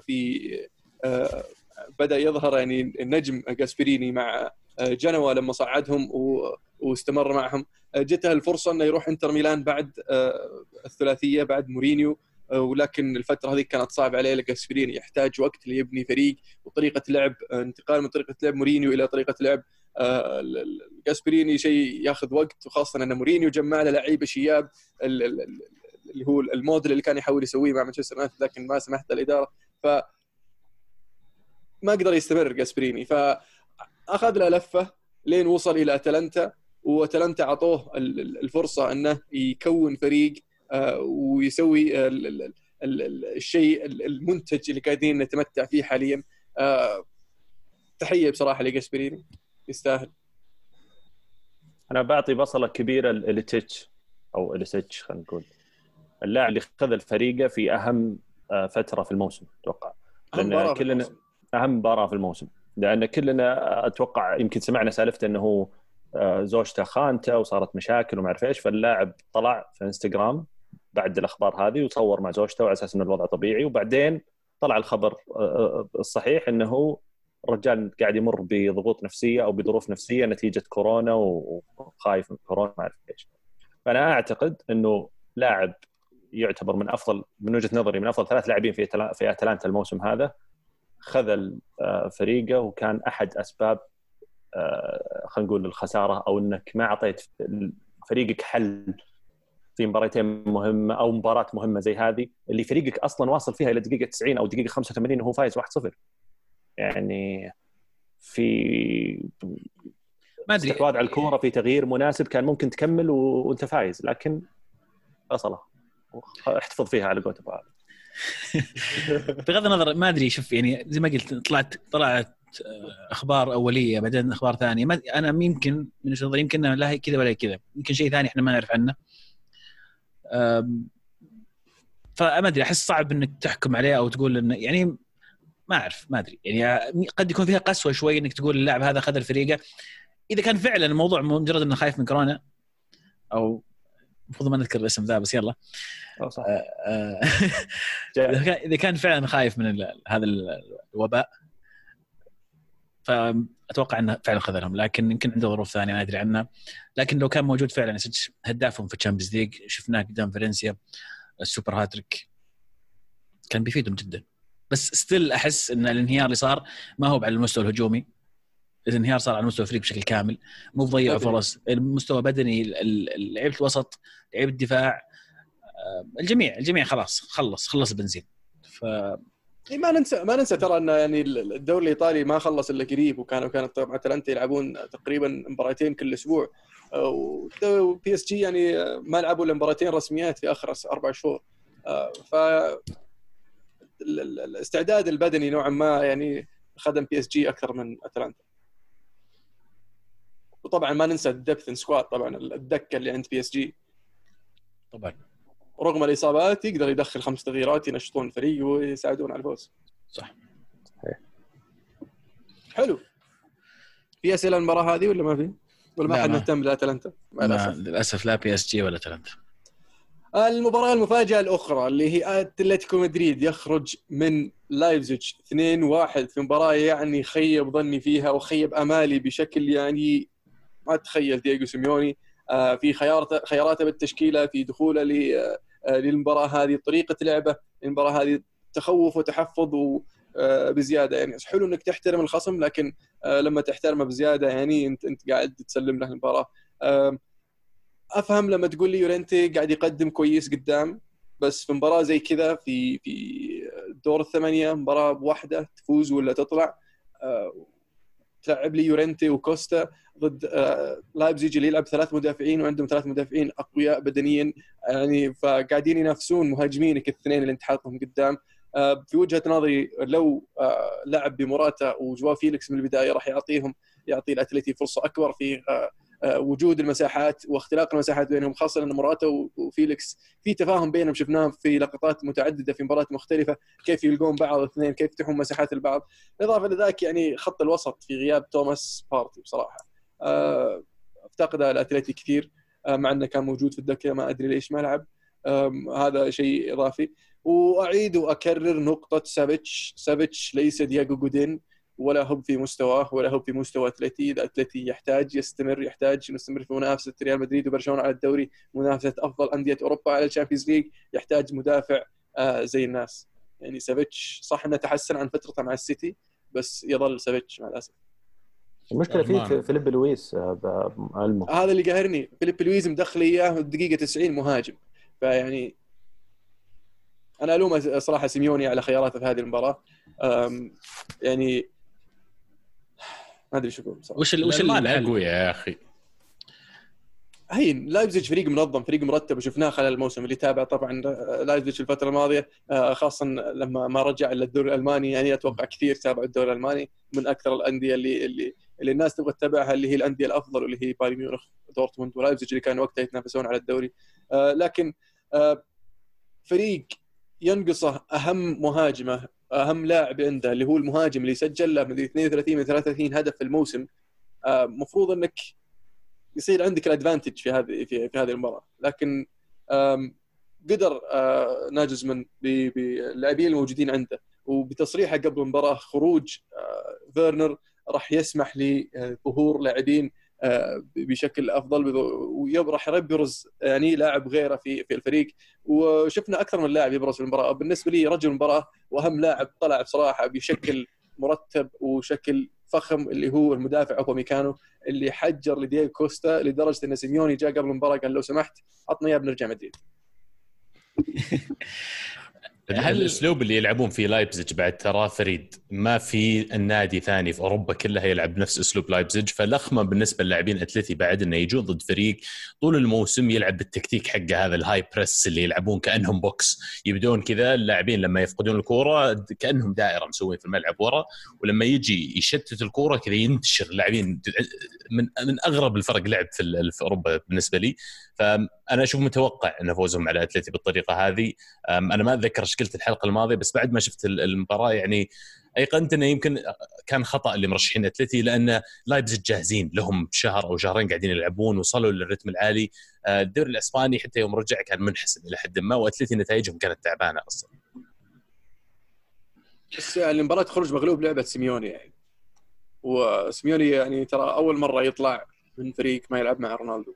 [SPEAKER 1] بدا يظهر يعني النجم غاسبريني مع جنوا لما صعدهم واستمر معهم. جته الفرصه انه يروح انتر ميلان بعد الثلاثيه بعد مورينيو، ولكن الفتره هذه كانت صعبه عليه. غاسبريني يحتاج وقت ليبني فريق وطريقه لعب، انتقال من طريقه لعب مورينيو الى طريقه لعب غاسبريني شيء ياخذ وقت، وخاصه ان مورينيو جمع له لعيبه شياب اللي هو الموديل اللي كان يحاول يسويه مع مانشستر يونايتد، لكن ما سمحت الاداره، فما قدر يستمر غاسبريني. فاخذ له لفه لين وصل الى اتلانتا، واتلانتا عطوه الفرصه انه يكون فريق ويسوي الشيء المنتج اللي قاعدين نتمتع فيه حاليا. تحيه بصراحه لغاسبريني، يستاهل.
[SPEAKER 4] انا بعطي بصله كبيره لإليتش او إليسيتش، خلينا نقول اللاعب اللي خذ الفريق في اهم فتره في الموسم اتوقع، لان كلنا اهم مباراه في الموسم، لان كلنا اتوقع يمكن سمعنا سالفته انه زوجته خانته وصارت مشاكل وما اعرف ايش، فاللاعب طلع في انستغرام بعد الاخبار هذه وصور مع زوجته وعلى اساس انه الوضع طبيعي، وبعدين طلع الخبر الصحيح انه الرجال قاعد يمر بضغوط نفسيه او بظروف نفسيه نتيجه كورونا وخايف من كورونا ما اعرف ايش. فانا اعتقد انه لاعب يعتبر من افضل، من وجهه نظري من افضل 3 لاعبين في اتلانتا الموسم هذا، خذل فريقه وكان احد اسباب خلينا نقول الخساره، او انك ما اعطيت فريقك حل في مباراتين مهمه او مباراه مهمه زي هذه اللي فريقك اصلا واصل فيها الى دقيقه 90 او دقيقه 85 وهو فايز 1-0. يعني في
[SPEAKER 2] ما ادري
[SPEAKER 4] استحواذ على الكوره في تغيير مناسب كان ممكن تكمل وانت فايز، لكن فصله احتفظ فيها على قولته.
[SPEAKER 2] بغض النظر ما ادري، شوف يعني زي ما قلت طلعت اخبار اوليه بعدين اخبار ثانيه. انا يمكن من وجهه نظري يمكن لا هي كذا ولا كذا، يمكن شيء ثاني احنا ما نعرف عنه. فما ادري، احس صعب انك تحكم عليه او تقول انه يعني ما ادري يعني قد يكون فيها قسوه شوي انك تقول اللاعب هذا خذ الفريقه اذا كان فعلا الموضوع مجرد انه خايف من كورونا، او المفروض ما نذكر الاسم ذا بس يلا
[SPEAKER 4] صح.
[SPEAKER 2] اذا كان فعلا خايف من هذا الوباء فاتوقع انه فعلا خذلهم، لكن يمكن عنده ظروف ثانيه ما ادري عنها. لكن لو كان موجود فعلا يسجل هدافهم في الشامبيونز ليج، شفناه قدام فالنسيا السوبر هاتريك، كان بيفيدهم جدا. بس ستيل احس ان الانهيار اللي صار ما هو على المستوى الهجومي، الانهيار صار على مستوى الفريق بشكل كامل، مو ضيع فرص، المستوى بدني، لعيبه الوسط، لعيبه الدفاع، الجميع خلص البنزين.
[SPEAKER 1] ما ننسى ترى ان يعني الدوري الايطالي ما خلص الا قريب، وكانت طبعا اتلانتا يلعبون تقريبا مباراتين كل اسبوع، وبي اس جي يعني ما لعبوا الا مباراتين رسميات في اخر 4 شهور. ف الاستعداد البدني نوعا ما يعني خدم بي اس جي اكثر من اتلانتا. وطبعا ما ننسى الدبث سكواد، طبعا الدكه اللي عند بي اس جي
[SPEAKER 2] طبعا
[SPEAKER 1] رغم الاصابات يقدر يدخل 5 تغييرات ينشطون الفريق ويساعدون على الفوز.
[SPEAKER 2] صح.
[SPEAKER 1] حلو. في اسئله المباراه هذه ولا ما في؟ ولا ما حد مهتم لاتلانتا؟
[SPEAKER 2] للاسف لا بي اس جي ولا اتلانتا.
[SPEAKER 1] المباراه المفاجاه الاخرى اللي هي اتلتيكو مدريد يخرج من لايبزيج 2-1 في مباراه يعني خيب ظني فيها وخيب امالي بشكل يعني ما تخيل دييغو سيميوني في خياراته بالتشكيله، في دخوله للمباراه هذه، طريقه لعبه المباراه هذه تخوف وتحفظ بزياده. يعني حلو انك تحترم الخصم، لكن لما تحترمه بزياده يعني انت قاعد تسلم له المباراه. افهم لما تقول لي يورنتي قاعد يقدم كويس قدام، بس في مباراه زي كذا في دور الثمانيه مباراه بواحده تفوز ولا تطلع، تلعب لي يورنتي وكوستا ضد لايبزيج اللي يلعب 3 مدافعين وعندهم 3 مدافعين اقوياء بدنيا يعني، فقاعدين ينافسون مهاجمينك الاثنين اللي انت حاطهم قدام. في وجهه نظري لو لعب بموراتا وجواو فيليكس من البدايه راح يعطي الاتلتي فرصه اكبر في وجود المساحات واختلاق المساحات بينهم، خاصه ان موراتا وفيليكس في تفاهم بينهم، شفناه في لقطات متعدده في مباريات مختلفه كيف يلقون بعض الاثنين، كيف يفتحون مساحات البعض. بالاضافه لذلك يعني خط الوسط في غياب توماس بارتي بصراحه افتقد الاتلتي كثير، مع انه كان موجود في الدكه ما ادري ليش ما لعب. هذا شيء اضافي. واعيد واكرر نقطه سافيتش ليس دياغو جودين، ولا هو في مستواه ولا هو في مستوى اتلتي. الاتلتي يحتاج نستمر في منافسه ريال مدريد وبرشلونه على الدوري، منافسه افضل انديه اوروبا على الشامبيونز ليج، يحتاج مدافع زي الناس. يعني سافيتش صح انه تحسن عن فترته مع السيتي، بس يظل سافيتش مع الاسف.
[SPEAKER 4] المشكله في فيليب لويس
[SPEAKER 1] هذا اللي قاهرني. فيليب لويس مدخل اياه الدقيقه 90 مهاجم، فيعني انا الوم صراحه سيميوني على خياراته في هذه المباراه. يعني ما ادري شو اقول صراحه.
[SPEAKER 3] وش المانع قوي يا اخي؟
[SPEAKER 1] هين لايبزيج فريق منظم، فريق مرتب، وشفناه خلال الموسم اللي تابع طبعا لايبزيج الفتره الماضيه، خاصه لما ما رجع الى الدوري الالماني. يعني اتوقع كثير تابعوا الدوري الالماني، من اكثر الانديه اللي الناس تبغى تتابعها، اللي هي الانديه الافضل، واللي هي بايرن ميونخ، دورتموند، ولايبزيج اللي كانوا وقتها يتنافسون على الدوري. لكن فريق ينقصه اهم مهاجمه، اهم لاعب عنده اللي هو المهاجم اللي سجل له من 32 من 33 هدف في الموسم، مفروض انك يصير عندك الادفانتج في هذه المباراه. لكن قدر ناجزمان باللاعبين الموجودين عنده، وبتصريحه قبل المباراه خروج فيرنر راح يسمح لظهور لاعبين بشكل افضل، وراح يبرز يعني لاعب غيره في الفريق. وشفنا اكثر من لاعب يبرز في المباراه. بالنسبه لي رجل المباراه واهم لاعب طلع بصراحه بشكل مرتب وشكل فخم اللي هو المدافع اوباميكانو، اللي حجر لدييغو كوستا لدرجه ان سيميوني جاء قبل المباراه قال لو سمحت عطنا اياه بنرجع مدريد.
[SPEAKER 3] هل الاسلوب اللي يلعبون فيه لايبزيج بعد ترى فريد ما في النادي ثاني في اوروبا كلها يلعب نفس اسلوب لايبزيج، فلخمه بالنسبه للاعبين اتلتي بعد انه يجون ضد فريق طول الموسم يلعب بالتكتيك حقه هذا الهاي بريس اللي يلعبون كانهم بوكس، يبدون كذا اللاعبين لما يفقدون الكوره كانهم دائره مسوين في الملعب ورا، ولما يجي يشتت الكوره كذا ينتشر اللاعبين. من اغرب الفرق لعب في اوروبا بالنسبه لي، فانا اشوف متوقع ان فوزهم على اتلتي بالطريقه هذه. انا ما اتذكر ايش قلت الحلقه الماضيه، بس بعد ما شفت المباراه يعني ايقنت انه يمكن كان خطا اللي مرشحين اتلتي، لان لايبزيج جاهزين لهم شهر او شهرين قاعدين يلعبون وصلوا للرتم العالي. الدوري الاسباني حتى يوم رجع كان منحسم الى حد ما، واتلتي نتائجهم كانت تعبانه اصلا.
[SPEAKER 1] بس المباراه خروج مغلوب لعبه سيميوني يعني، وسيميوني يعني ترى اول مره يطلع من فريق ما يلعب مع رونالدو.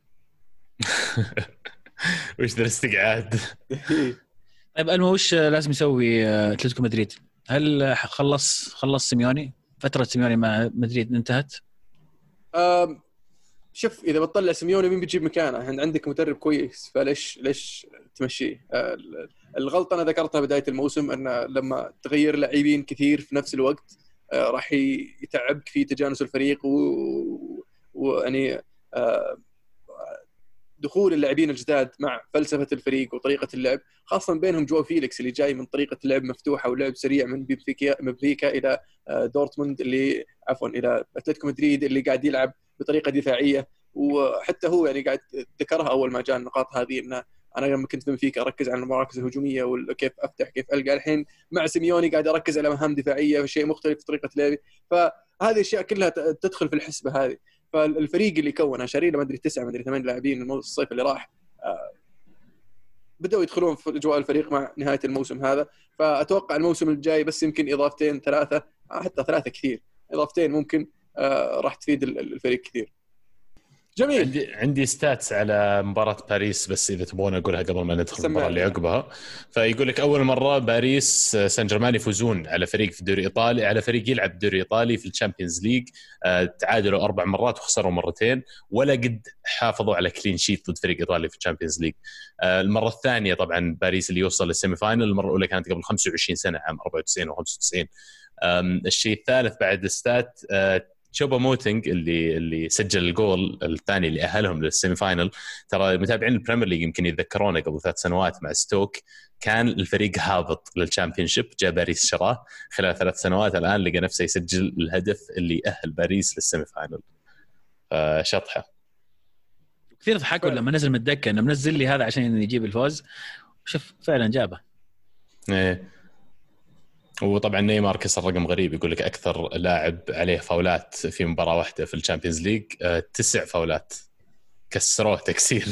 [SPEAKER 3] وش ذا الاستقعاد؟
[SPEAKER 2] طيب المهم وش لازم يسوي اتلتيكو مدريد؟ هل خلص سيميوني؟ فترة سيميوني مع مدريد انتهت؟
[SPEAKER 1] شوف إذا بتطلع سيميوني مين بيجيب مكانه؟ عندك مدرب كويس، فليش تمشيه؟ الغلطة أنا ذكرتها بداية الموسم، أن لما تغير لاعبين كثير في نفس الوقت راح يتعبك في تجانس الفريق، ويعني دخول اللاعبين الجداد مع فلسفة الفريق وطريقة اللعب، خاصة بينهم جو فيليكس اللي جاي من طريقة لعب مفتوحة ولعب سريع من بنفيكا إلى دورتموند، اللي عفوا إلى أتلتيكو مدريد اللي قاعد يلعب بطريقة دفاعية. وحتى هو يعني قاعد ذكرها أول ما جاء النقاط هذه، إن أنا لما كنت بنفيكا أركز على المراكز الهجومية وكيف أفتح كيف ألقى، الحين مع سيميوني قاعد أركز على مهام دفاعية، شيء مختلف في طريقة لعبي. فهذه الأشياء كلها تدخل في الحسبة هذه. فالفريق اللي كونه شاري له ما ادري 9 ما ادري 8 لاعبين الصيف اللي راح، بدأوا يدخلون في اجواء الفريق مع نهايه الموسم هذا. فاتوقع الموسم الجاي بس يمكن اضافتين ثلاثه، حتى ثلاثه كثير، اضافتين ممكن راح تفيد الفريق كثير. جميل.
[SPEAKER 3] عندي ستاتس على مباراة باريس، بس إذا تبغون أقولها قبل ما ندخل المباراة اللي عقبها. فيقول لك أول مرة باريس سان جيرمان يفوزون على فريق في الدوري الإيطالي، على فريق يلعب الدوري الإيطالي في الشامبيونز ليج. تعادلوا 4 مرات وخسروا مرتين، ولا قد حافظوا على كلين شيت ضد فريق إيطالي في الشامبيونز ليج. المرة الثانية طبعا باريس اللي يوصل للسيمي فاينل، المرة الأولى كانت قبل 25 سنة عام 94 و95. الشيء الثالث بعد الستات، تشوبا موتينغ اللي سجل الجول الثاني اللي أهلهم للسيمي فاينل. ترى متابعين البريمير ليج يمكن يتذكرونه قبل 3 سنوات مع ستوك كان الفريق هابط للشامبيونشيب، جاء باريس شراه خلال 3 سنوات، الآن لقى نفسه يسجل الهدف اللي أهل باريس للسيمي فاينل. شطحة
[SPEAKER 2] كثير ضحكوا لما نزل من الدكة إنه منزل لي هذا عشان يجيب الفوز، وشوف فعلا جابه.
[SPEAKER 3] إيه. وطبعا نيمار كسر رقم غريب، يقول لك اكثر لاعب عليه فاولات في مباراه واحده في الشامبيونز ليج، 9 فاولات، كسروه تكسير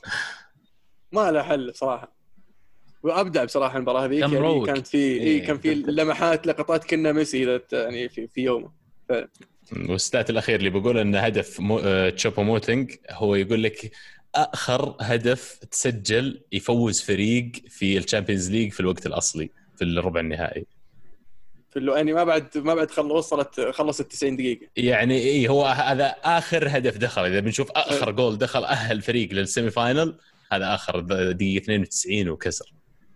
[SPEAKER 3] ما
[SPEAKER 1] له حل صراحه. وابدع بصراحه المباراه هذيك، يعني كانت في كان في لمحات لقطات كنا ميسي يعني في يومه.
[SPEAKER 3] والستات الاخير اللي بقول ان هدف تشوبو موتينغ، هو يقول لك اخر هدف تسجل يفوز فريق في الشامبيونز ليج في الوقت الاصلي في الربع النهائي،
[SPEAKER 1] يعني ما بعد خلصت 90 دقيقة
[SPEAKER 3] يعني. ايه هو هذا اخر هدف دخل، اذا بنشوف اخر جول دخل اهل فريق للسيمي فاينل، هذا اخر دقيقة 92 وكسر.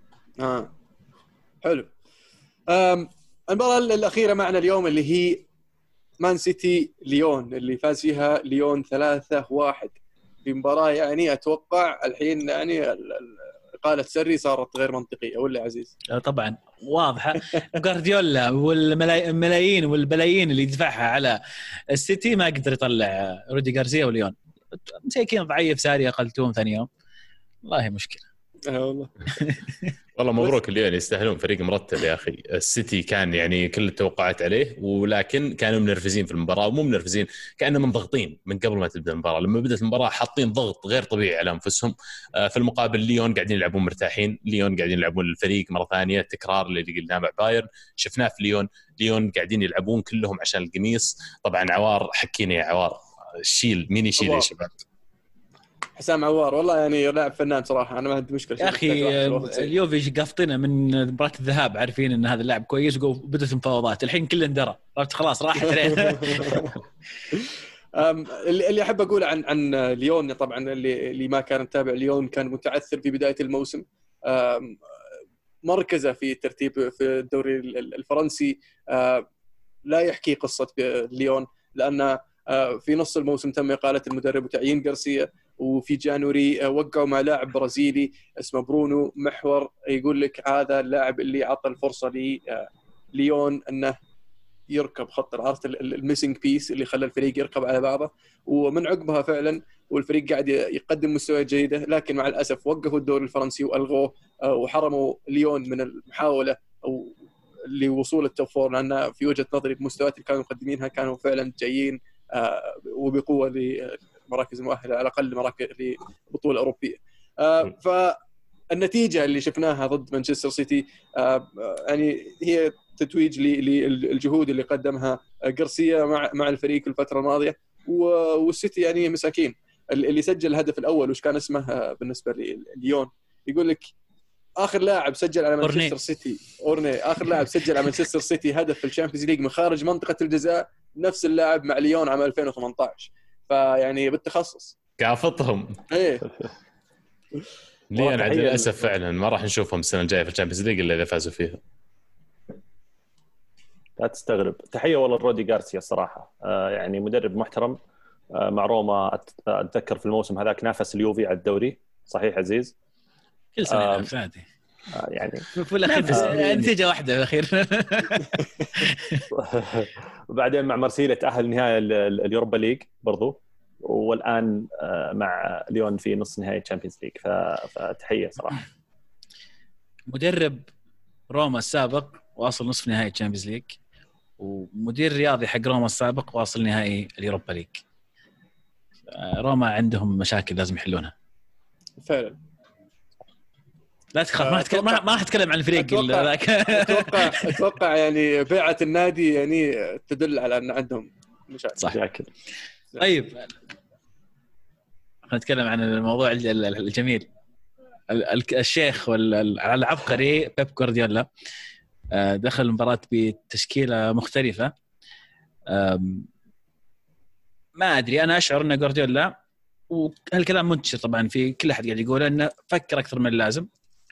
[SPEAKER 1] حلو. المباراة الأخيرة معنا اليوم اللي هي مان سيتي ليون، اللي فاز فيها ليون 3-1 في مباراة يعني أتوقع الحين يعني قالة سري صارت غير منطقية، ولا عزيز؟
[SPEAKER 2] طبعا واضحة. غارديولا والملايين والبلايين اللي يدفعها على السيتي ما قدر يطلع رودي غارسيا وليون، مساكين ضعيف ساري أقلتهم ثاني يوم، والله مشكلة.
[SPEAKER 1] والله
[SPEAKER 3] والله مبروك ليون، يستاهلون، فريق مرتب يا أخي. السيتي كان يعني كل التوقعات عليه، ولكن كانوا منرفزين في المباراة، ومو منرفزين، كأنهم منضغطين من قبل ما تبدأ المباراة. لما بدأت المباراة حاطين ضغط غير طبيعي على أنفسهم. في المقابل ليون قاعدين يلعبون مرتاحين، ليون قاعدين يلعبون الفريق مرة ثانية، تكرار اللي قلناه مع بايرن شفناه في ليون قاعدين يلعبون كلهم عشان القميص. طبعا عوار، حكينا يا عوار، مين يشيل يا شباب؟
[SPEAKER 1] حسام عوار والله يعني لاعب فنان صراحه، انا ما عندي مشكله
[SPEAKER 2] يا اخي. اليوفي قافطنا من مباراه الذهاب، عارفين ان هذا اللاعب كويس، وبدت المفاوضات، الحين كله اندرى، خلاص راحت عليه.
[SPEAKER 1] اللي احب اقول عن ليون طبعا، اللي ما كان متابع ليون، كان متعثر في بدايه الموسم، مركزه في الترتيب في الدوري الفرنسي لا يحكي قصة ليون، لأن في نص الموسم تم إقالة المدرب وتعيين غارسيا، وفي جانوري وقعوا مع لاعب برازيلي اسمه برونو محور. يقول لك هذا اللاعب اللي عطى الفرصة لليون أنه يركب خط العرض، الميسنج بيس اللي خلى الفريق يركب على بعضه. ومن عقبها فعلا والفريق قاعد يقدم مستويات جيدة، لكن مع الأسف وقفوا الدوري الفرنسي وألغوه وحرموا ليون من المحاولة أو لوصول التوب فور، لأن في وجهة نظري المستويات اللي كانوا مقدمينها كانوا فعلا جايين وبقوة لمراكز المؤهلة، على الأقل مراكز لبطولة أوروبية. فالنتيجة اللي شفناها ضد مانشستر سيتي يعني هي تتويج للجهود اللي قدمها غارسيا مع الفريق الفترة الماضية. والسيتي يعني مساكين، اللي سجل الهدف الأول وش كان اسمه بالنسبة لليون، يقول لك آخر لاعب سجل على مانشستر سيتي أورني، آخر لاعب سجل على مانشستر سيتي هدف في الشامبيونز ليج من خارج منطقة الجزاء نفس اللاعب مع ليون عام 2018. فيعني بالتخصص
[SPEAKER 3] كافتهم.
[SPEAKER 1] ايه
[SPEAKER 3] ليون عاد للأسف فعلا ما راح نشوفهم السنة الجاية في الشامبيونز ليج إلا إذا فازوا فيها.
[SPEAKER 4] لا تستغرب. تحية والله رودي غارسيا الصراحة، يعني مدرب محترم مع روما. أتذكر في الموسم هذاك نافس اليوفي على الدوري، صحيح عزيز؟
[SPEAKER 2] كل سنة عادي
[SPEAKER 4] يعني
[SPEAKER 2] في الأخير نتيجة واحدة في الأخير.
[SPEAKER 4] وبعدين مع مرسيليا تأهل نهاية اليوروبا ليج برضو، والآن مع ليون في نص نهاية تشامبيونز ليج. فتحية صراحة.
[SPEAKER 2] مدرب روما السابق واصل نصف نهائي تشامبيونز ليج، ومدير رياضي حق روما السابق واصل نهائي اليوروبا ليج. روما عندهم مشاكل لازم يحلونها
[SPEAKER 1] فعلا.
[SPEAKER 2] لا تخاف، ما راح اتكلم عن الفريق ذاك.
[SPEAKER 1] اتوقع يعني بيعة النادي يعني تدل على ان عندهم مشاكل.
[SPEAKER 2] صح. طيب خلينا نتكلم عن الموضوع الجميل، الشيخ والعبقري بيب جوارديولا. دخل المباراة بتشكيلة مختلفة. ما أدري، أنا أشعر أن جوارديولا، وهالكلام منتشر طبعا في كل أحد قاعد يقول أنه فكر أكثر من اللازم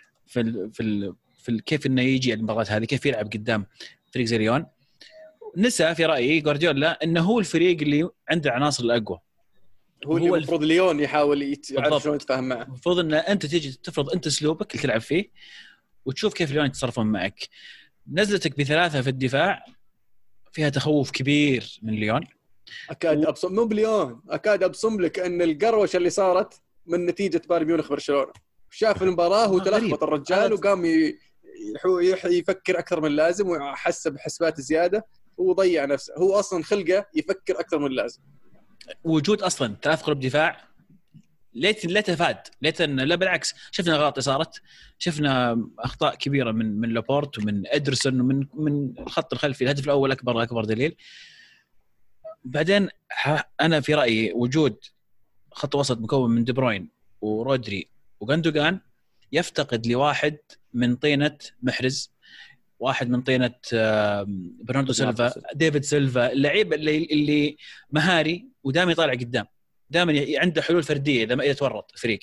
[SPEAKER 2] في كيف إنه يجي المباراة هذه، كيف يلعب قدام فريق زي ليون. نسى في رأيي جوارديولا أنه هو الفريق اللي عنده عناصر الأقوى، هو
[SPEAKER 1] المفروض ليون يحاول يعرف شلون يتفاهم معه.
[SPEAKER 2] المفروض أن أنت تيجي تفرض أنت أسلوبك اللي تلعب فيه وتشوف كيف ليون يتصرفون معك. نزلتك بثلاثة في الدفاع فيها تخوف كبير من ليون.
[SPEAKER 1] أكاد أبصم، مو بليون، أكاد أبصم لك أن القروشة اللي صارت من نتيجة بايرن ميونخ برشلونة. شاف المباراة وتلخبط الرجال وقام يفكر أكثر من اللازم وحسب حسبات زيادة وضيع نفسه. هو أصلا خلقه يفكر أكثر من اللازم.
[SPEAKER 2] وجود أصلا ثلاث قلوب دفاع لا تفاد، لا بالعكس، شفنا غلط صارت، شفنا أخطاء كبيرة من لابورت ومن إدرسون ومن الخط الخلفي. الهدف الأول أكبر دليل. بعدين أنا في رأيي وجود خط وسط مكون من دي بروين ورودري وغاندوغان يفتقد لواحد من طينة محرز، واحد من طينة برناردو سيلفا، ديفيد سيلفا، اللعيب اللي مهاري ودائما يطالع قدام، دائما عنده حلول فردية إذا يتورط الفريق.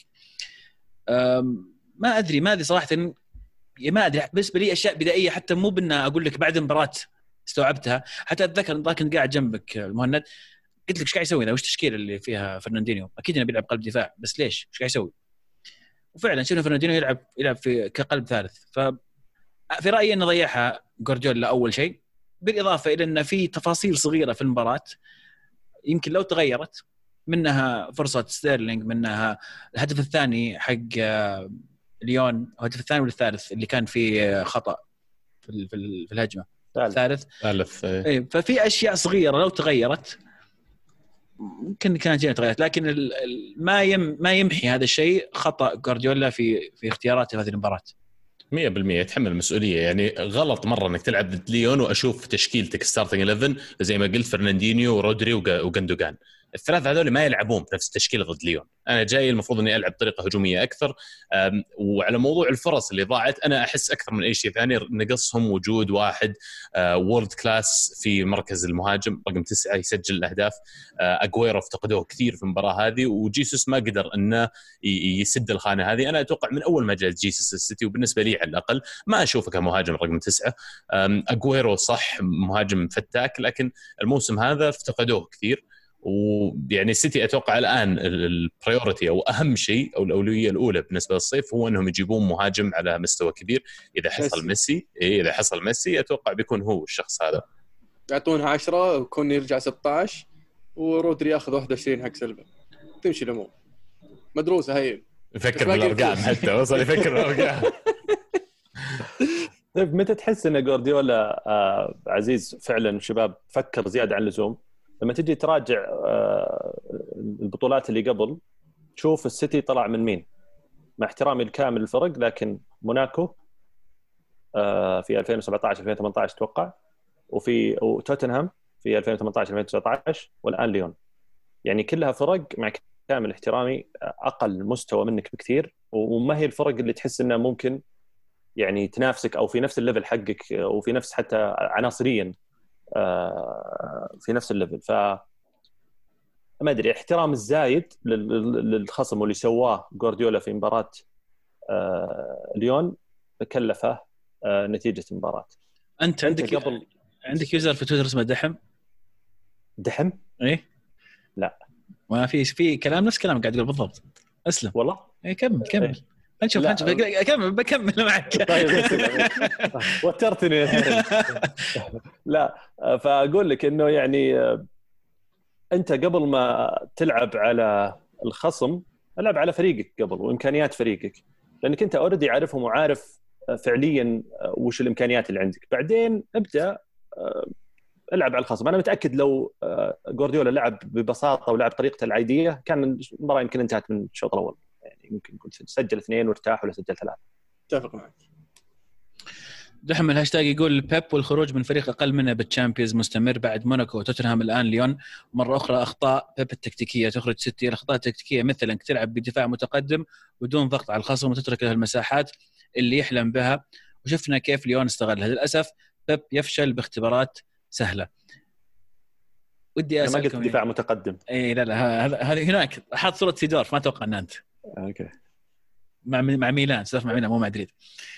[SPEAKER 2] ما أدري، ما أدري صراحة، ما أدري. بالنسبة لي أشياء بدائية، حتى مو بأنها أقول لك بعد المباراة استوعبتها. حتى أتذكر أن كنت قاعد جنبك المهند، قلت لك إيش قاعد يسوي ذا، وش التشكيلة اللي فيها فرناندينيو؟ أكيد إنه بيلعب قلب دفاع، بس ليش؟ إيش قاعد يسوي؟ وفعلا شفنا فرناندينيو يلعب في كقلب ثالث. ففي رأيي أنه ضيعها جوارديولا أول شيء، بالإضافة إلى أن في تفاصيل صغيرة في المباراة يمكن لو تغيرت، منها فرصة ستيرلينج، منها الهدف الثاني حق ليون، الهدف الثاني والثالث اللي كان فيه خطأ في الهجمة ثالث. ففي أشياء صغيرة لو تغيرت ممكن كانت تغيرت، لكن ما يمحي هذا الشيء خطأ جوارديولا في اختياراته في هذه المباراة.
[SPEAKER 3] 100% يتحمل المسؤولية. يعني غلط مرة انك تلعب ضد ليون واشوف تشكيلتك ستارتنج 11 زي ما قلت فرناندينيو ورودري وغاندوغان. الثلاثه هذول ما يلعبون بنفس التشكيله ضد ليون. انا جاي المفروض اني العب بطريقه هجوميه اكثر. وعلى موضوع الفرص اللي ضاعت، انا احس اكثر من اي شيء ثاني نقصهم وجود واحد وورد كلاس في مركز المهاجم رقم 9 يسجل الاهداف. اغويرو افتقدوه كثير في المباراه هذه، وجيسوس ما قدر انه يسد الخانه هذه. انا اتوقع من اول ما جاء جيسوس السيتي، وبالنسبه لي على الاقل ما اشوفه كمهاجم رقم 9. اغويرو صح مهاجم فتاك، لكن الموسم هذا افتقدوه كثير. ويعني السيتي اتوقع الان البريوريتي او اهم شيء او الاولويه الاولى بالنسبه للصيف هو انهم يجيبون مهاجم على مستوى كبير. اذا حصل ميسي اذا حصل ميسي اتوقع بيكون هو الشخص هذا. يعطونها
[SPEAKER 1] 10 وكون يرجع 16 ورودري ياخذ 21 حق سيلفا، تمشي الامور مدروسه. هي
[SPEAKER 3] يفكر بالارقام حتى وصل يفكر بالارقام.
[SPEAKER 4] طيب متى تحس ان جوارديولا عزيز فعلا شباب فكر زياده عن اللزوم؟ لما تجي تراجع البطولات اللي قبل تشوف السيتي طلع من مين، مع احترامي الكامل للفرق، لكن موناكو في 2017 2018 اتوقع، وتوتنهام في 2018 2019، والان ليون. يعني كلها فرق مع كامل احترامي اقل مستوى منك بكثير، وما هي الفرق اللي تحس انها ممكن يعني تنافسك او في نفس الليفل حقك، وفي نفس حتى عناصريا في نفس الليفل. ف ما ادري، احترام الزايد للخصم واللي سواه جوارديولا في مباراه ليون كلفه نتيجه المباراه.
[SPEAKER 2] انت عندك يوزر في تويتر اسمه دحم ايه؟
[SPEAKER 4] لا
[SPEAKER 2] ما في كلام نفس كلام قاعد يقول بالضبط. اسلم
[SPEAKER 4] والله.
[SPEAKER 2] ايه كمل
[SPEAKER 4] إيه؟
[SPEAKER 2] نشوف بكمل معك.
[SPEAKER 4] طيب وترتني لا، فاقول لك انه يعني انت قبل ما تلعب على الخصم العب على فريقك قبل وامكانيات فريقك، لانك انت اوريدي عارفهم وعارف فعليا وش الامكانيات اللي عندك. بعدين ابدا العب على الخصم. انا متاكد لو جوارديولا لعب ببساطه ولعب طريقته العاديه كان المباراه يمكن انتهت من الشوط الاول. يعني ممكن كنت سجل 2 وارتاح، ولا سجل 3.
[SPEAKER 1] اتفق معك.
[SPEAKER 2] دحم الهاشتاج يقول بيب والخروج من فريق اقل منه بالتشامبيونز مستمر بعد موناكو وتوتنهام الان ليون. مره اخرى اخطاء بيب التكتيكيه تخرج سيتي. الاخطاء التكتيكيه مثل انك تلعب بدفاع متقدم بدون ضغط على الخصم وتترك له المساحات اللي يحلم بها، وشفنا كيف ليون استغلها. للاسف بيب يفشل باختبارات سهله. ودي
[SPEAKER 4] اسالكم ما قلت دفاع متقدم.
[SPEAKER 2] اي لا هذا هناك حاط صوره سيدورف، ما اتوقع ان انت
[SPEAKER 4] اوكي
[SPEAKER 2] مع ميلان سولف مع ميلان مو مدريد.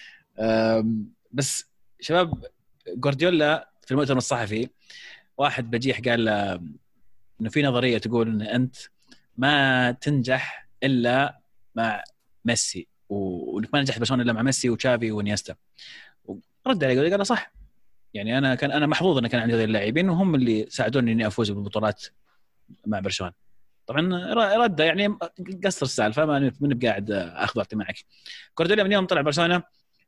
[SPEAKER 2] بس شباب جوارديولا في المؤتمر الصحفي واحد بجيح قال انه في نظريه تقول ان انت ما تنجح الا مع ميسي، وانك ما نجحت برشلونه الا مع ميسي وتشافي وانيستا. ورد عليه قال صح، يعني انا محظوظ ان كان عندي هذول اللاعبين وهم اللي ساعدوني اني افوز بالبطولات مع برشلونه. طبعا رد يعني قصر السالفه، ما نبقى قاعد اخذ واعطي معك. جوارديولا من يوم طلع برشلونه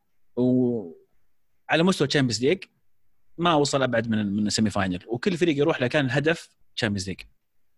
[SPEAKER 2] وعلى مستوى تشامبيونز ليج ما وصل ابعد من السيمي فاينل، وكل فريق يروح له كان الهدف تشامبيونز ليج.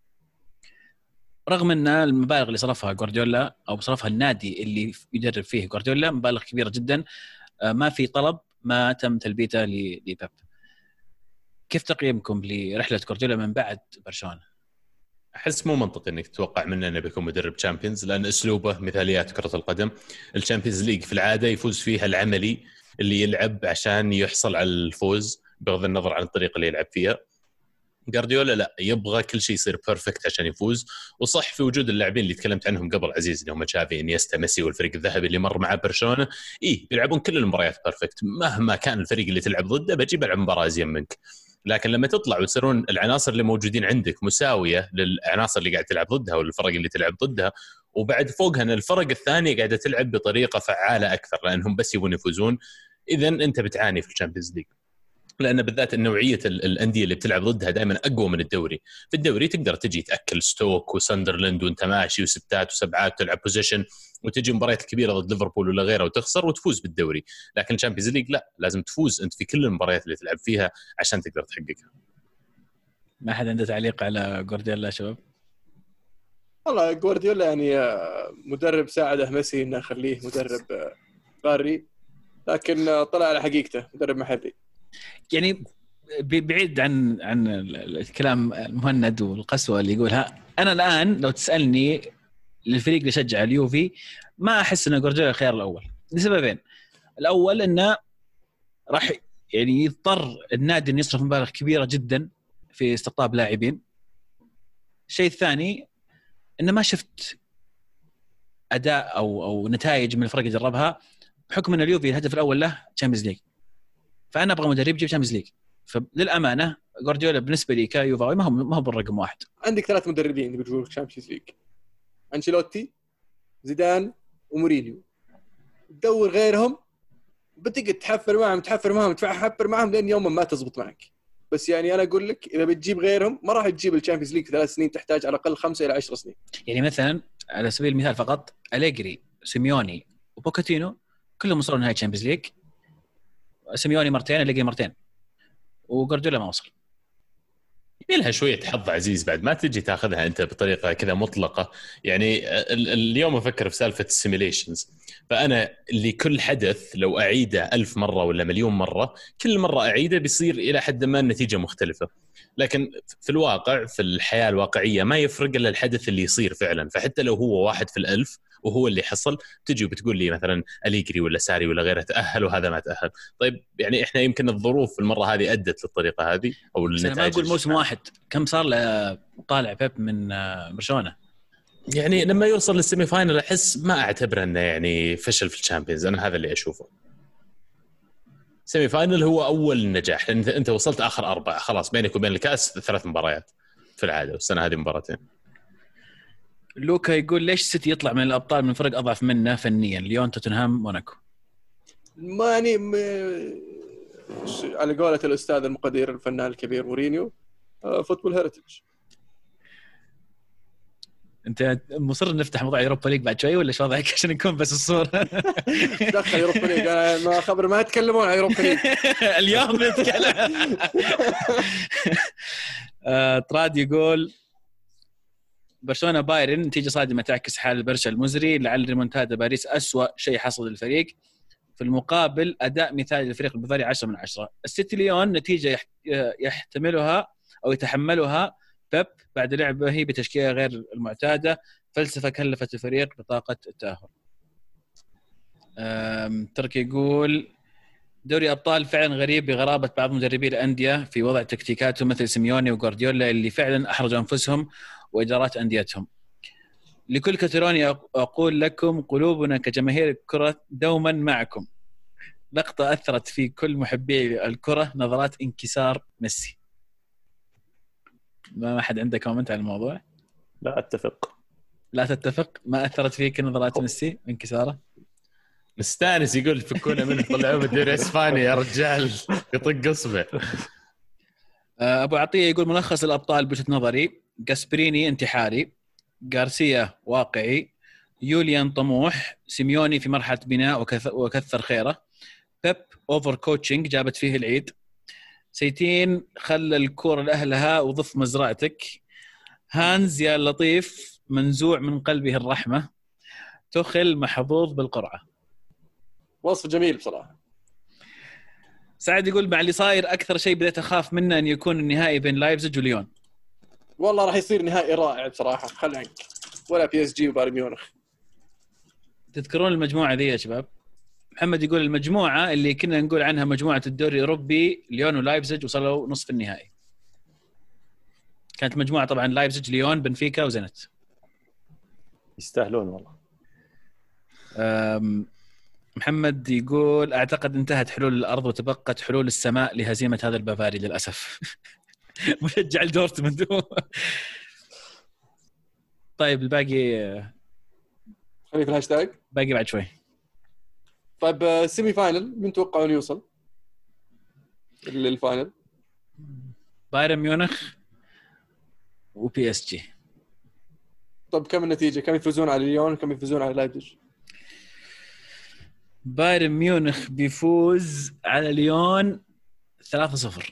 [SPEAKER 2] رغم ان المبالغ اللي صرفها جوارديولا او صرفها النادي اللي يدرب فيه جوارديولا مبالغ كبيره جدا، ما في طلب ما تم تلبيته لبيب. كيف تقييمكم لرحله جوارديولا من بعد برشلونه؟
[SPEAKER 3] احس مو منطقي انك تتوقع منه انه بيكون مدرب تشامبيونز، لان اسلوبه مثاليات كره القدم. الشامبيونز ليج في العاده يفوز فيها العملي اللي يلعب عشان يحصل على الفوز بغض النظر عن الطريقه اللي يلعب فيها. جوارديولا لا، يبغى كل شيء يصير بيرفكت عشان يفوز. وصح في وجود اللاعبين اللي تكلمت عنهم قبل عزيز اللي هم تشافي انيستا ميسي والفريق الذهبي اللي مر مع برشلونه، بيلعبون كل المباريات بيرفكت. مهما كان الفريق اللي تلعب ضده بجيب العب مباراه زين منك. لكن لما تطلع وتصيرون العناصر اللي موجودين عندك مساويه للعناصر اللي قاعد تلعب ضدها والفرق اللي تلعب ضدها، وبعد فوقها ان الفرق الثانيه قاعده تلعب بطريقه فعاله اكثر لانهم بس يبون يفوزون، اذا انت بتعاني في الشامبيونز ليج. لأن بالذات النوعية الأندية اللي بتلعب ضدها دائما أقوى من الدوري. في الدوري تقدر تجي تأكل ستوك وساندرلاند وانت ماشي وستات وسبعات تلعب بوزيشن، وتجي مباريات كبيرة ضد ليفربول ولا غيره وتخسر وتفوز بالدوري. لكن الشامبيونز ليج لا، لازم تفوز أنت في كل المباريات اللي تلعب فيها عشان تقدر تحققها.
[SPEAKER 2] ما حد عنده تعليق على جوارديولا شباب؟
[SPEAKER 1] والله جوارديولا يعني مدرب ساعده ميسي إنه خليه مدرب قاري، لكن طلع على حقيقته مدرب محلي.
[SPEAKER 2] يعني بعيد عن الكلام المهند والقسوه اللي يقولها، انا الان لو تسالني للفريق اللي يشجع اليوفي ما احس ان جوارديولا الخيار الاول لسببين. الاول انه راح يعني يضطر النادي انه يصرف مبالغ كبيره جدا في استقطاب لاعبين. الشيء الثاني انه ما شفت اداء او نتائج من الفرق اللي جربها، بحكم ان اليوفي الهدف الاول له تشامبيونز ليج، فانا ابغى مدرب يجيب تشامبيونز ليج. فللامانه جوارديولا بالنسبه لي كيوفاوي ما هو بالرقم واحد.
[SPEAKER 1] عندك 3 مدربين بيجيبوا لك تشامبيونز ليج، أنشيلوتي، زيدان، ومورينيو. تدور غيرهم بتقعد تحفر معهم لين يوم ما تزبط معك. بس يعني انا اقول لك اذا بتجيب غيرهم ما راح تجيب الشامبيونز ليج في 3 سنين، تحتاج على الاقل 5 إلى 10 سنين.
[SPEAKER 2] يعني مثلا على سبيل المثال فقط أليجري، سيميوني وبوكاتينو كلهم وصلوا نهائي الشامبيونز ليج. سيميوني مرتين، أليجري مرتين، وجوارديولا ما وصل.
[SPEAKER 3] لها شوية حظ عزيز بعد، ما تجي تاخذها أنت بطريقة كذا مطلقة. يعني اليوم أفكر في سالفة السيميليشنز، فأنا اللي كل حدث لو أعيده 1000 مرة ولا مليون مرة، كل مرة أعيده بيصير إلى حد ما النتيجة مختلفة. لكن في الواقع في الحياة الواقعية ما يفرق إلا الحدث اللي يصير فعلا. فحتى لو هو 1 في 1000 وهو اللي حصل، تجي وبتقول لي مثلا أليجري ولا ساري ولا غيره تأهل وهذا ما تأهل. طيب يعني إحنا يمكن الظروف المرة هذه أدت للطريقة هذه أو النتائج.
[SPEAKER 2] أنا ما أقول موسم واحد، كم صار له طالع بيب من برشلونة؟
[SPEAKER 3] يعني لما يوصل للسيمي فاينل أحس ما أعتبره أنه يعني فشل في الشامبيونز. أنا هذا اللي أشوفه. سيمي فاينل هو أول نجاح، لأن أنت وصلت آخر 4، خلاص بينك وبين الكأس 3 مباريات في العادة، والسنة هذه مباراتين.
[SPEAKER 2] لوكا يقول ليش سيتي يطلع من الأبطال من فرق أضعف منه فنيا؟ ليون، توتنهام، موناكو.
[SPEAKER 1] ما يعني على قولة الأستاذ المقدير الفنان الكبير مورينيو، فوتبول هيريتج.
[SPEAKER 2] انت مصر نفتح موضوع يوروبا ليج بعد شوي ولا ايش وضعك عشان نكون بس الصوره؟
[SPEAKER 1] دخل يوروبا ليج، انا ما خبر ما يتكلمون عن يوروبا ليج
[SPEAKER 2] اليوم نتكلم. تراد يقول برشلونه بايرن نتيجه صادمه تعكس حال البرشا المزري، لعل ريمونتادا باريس أسوأ شيء حصل للفريق. في المقابل اداء مثالي للفريق البافاري 10 من 10. السيتي ليون نتيجه يحتملها او يتحملها بيب بعد لعبه بتشكيله غير المعتاده، فلسفه كلفت الفريق بطاقه التاهل. تركي يقول دوري ابطال فعلا غريب بغرابه بعض مدربي الانديه في وضع تكتيكاتهم مثل سيميوني وغوارديولا اللي فعلا احرجوا انفسهم وادارات انديتهم. لكل كاتالوني اقول لكم قلوبنا كجماهير الكره دوما معكم. لقطه اثرت في كل محبي الكره، نظرات انكسار ميسي. ما حد عنده كومنت على الموضوع؟
[SPEAKER 4] لا اتفق.
[SPEAKER 2] لا تتفق؟ ما اثرت فيك نظرات ميسي انكساره؟
[SPEAKER 3] مستانس يقول فكونا منه، طلعوه بالدوري الاسباني يا رجال يطق اصبع.
[SPEAKER 2] ابو عطيه يقول ملخص الابطال بوجهه نظري: جاسبريني انتحاري، غارسيا واقعي، يوليان طموح، سيميوني في مرحله بناء وكثر خيره، بيب اوفر كوتشنج جابت فيه العيد، سيتين خلى الكوره لاهلها وضف مزرعتك، هانز يا لطيف منزوع من قلبه الرحمه، تخل محظوظ بالقرعه.
[SPEAKER 1] وصف جميل بصراحه.
[SPEAKER 2] سعد يقول مع اللي صاير اكثر شيء بديت اخاف منه ان يكون النهائي بين لايبزيج وليون.
[SPEAKER 1] والله راح يصير نهائي رائع بصراحه، خل عنك ولا بي اس جي وبايرن ميونخ.
[SPEAKER 2] تذكرون المجموعه ذي يا شباب؟ محمد يقول المجموعه اللي كنا نقول عنها مجموعه الدوري الاوروبي، ليون ولايبزيج وصلوا نصف النهائي. كانت مجموعه طبعا لايبزيج، ليون، بنفيكا، وزنت.
[SPEAKER 4] يستاهلون والله.
[SPEAKER 2] محمد يقول اعتقد انتهت حلول الارض وتبقت حلول السماء لهزيمه هذا البافاري للاسف. مشجع الدورتموند. طيب الباقي
[SPEAKER 1] خلي في الهاشتاج،
[SPEAKER 2] باقي بعد شوي.
[SPEAKER 1] طيب السيمي فاينل من توقعون يوصل للفاينل؟
[SPEAKER 2] بايرن ميونخ وبي اس جي.
[SPEAKER 1] طب كم النتيجه؟ كم يفوزون على ليون وكم يفوزون على لايبزيج؟
[SPEAKER 2] بايرن ميونخ بيفوز على ليون 3-0.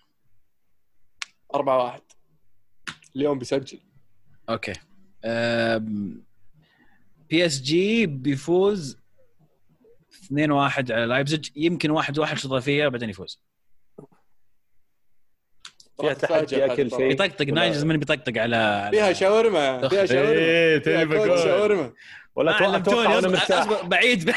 [SPEAKER 1] 4-1 ليون بيسجل.
[SPEAKER 2] اوكي. بي اس جي بيفوز 2-1 على لايبزيج، يمكن 1-1 شوط اضافيه بعدين يفوز.
[SPEAKER 4] فيها تحدي اكل شيء
[SPEAKER 2] بيطقطق نايجز من بيطقطق على
[SPEAKER 1] فيها شاورما فيها شاورما
[SPEAKER 3] ايه
[SPEAKER 1] فيها
[SPEAKER 3] تبي
[SPEAKER 1] كود
[SPEAKER 3] بقول
[SPEAKER 1] شاورما
[SPEAKER 4] ولا اتوقع انا مرتاح
[SPEAKER 2] بعيد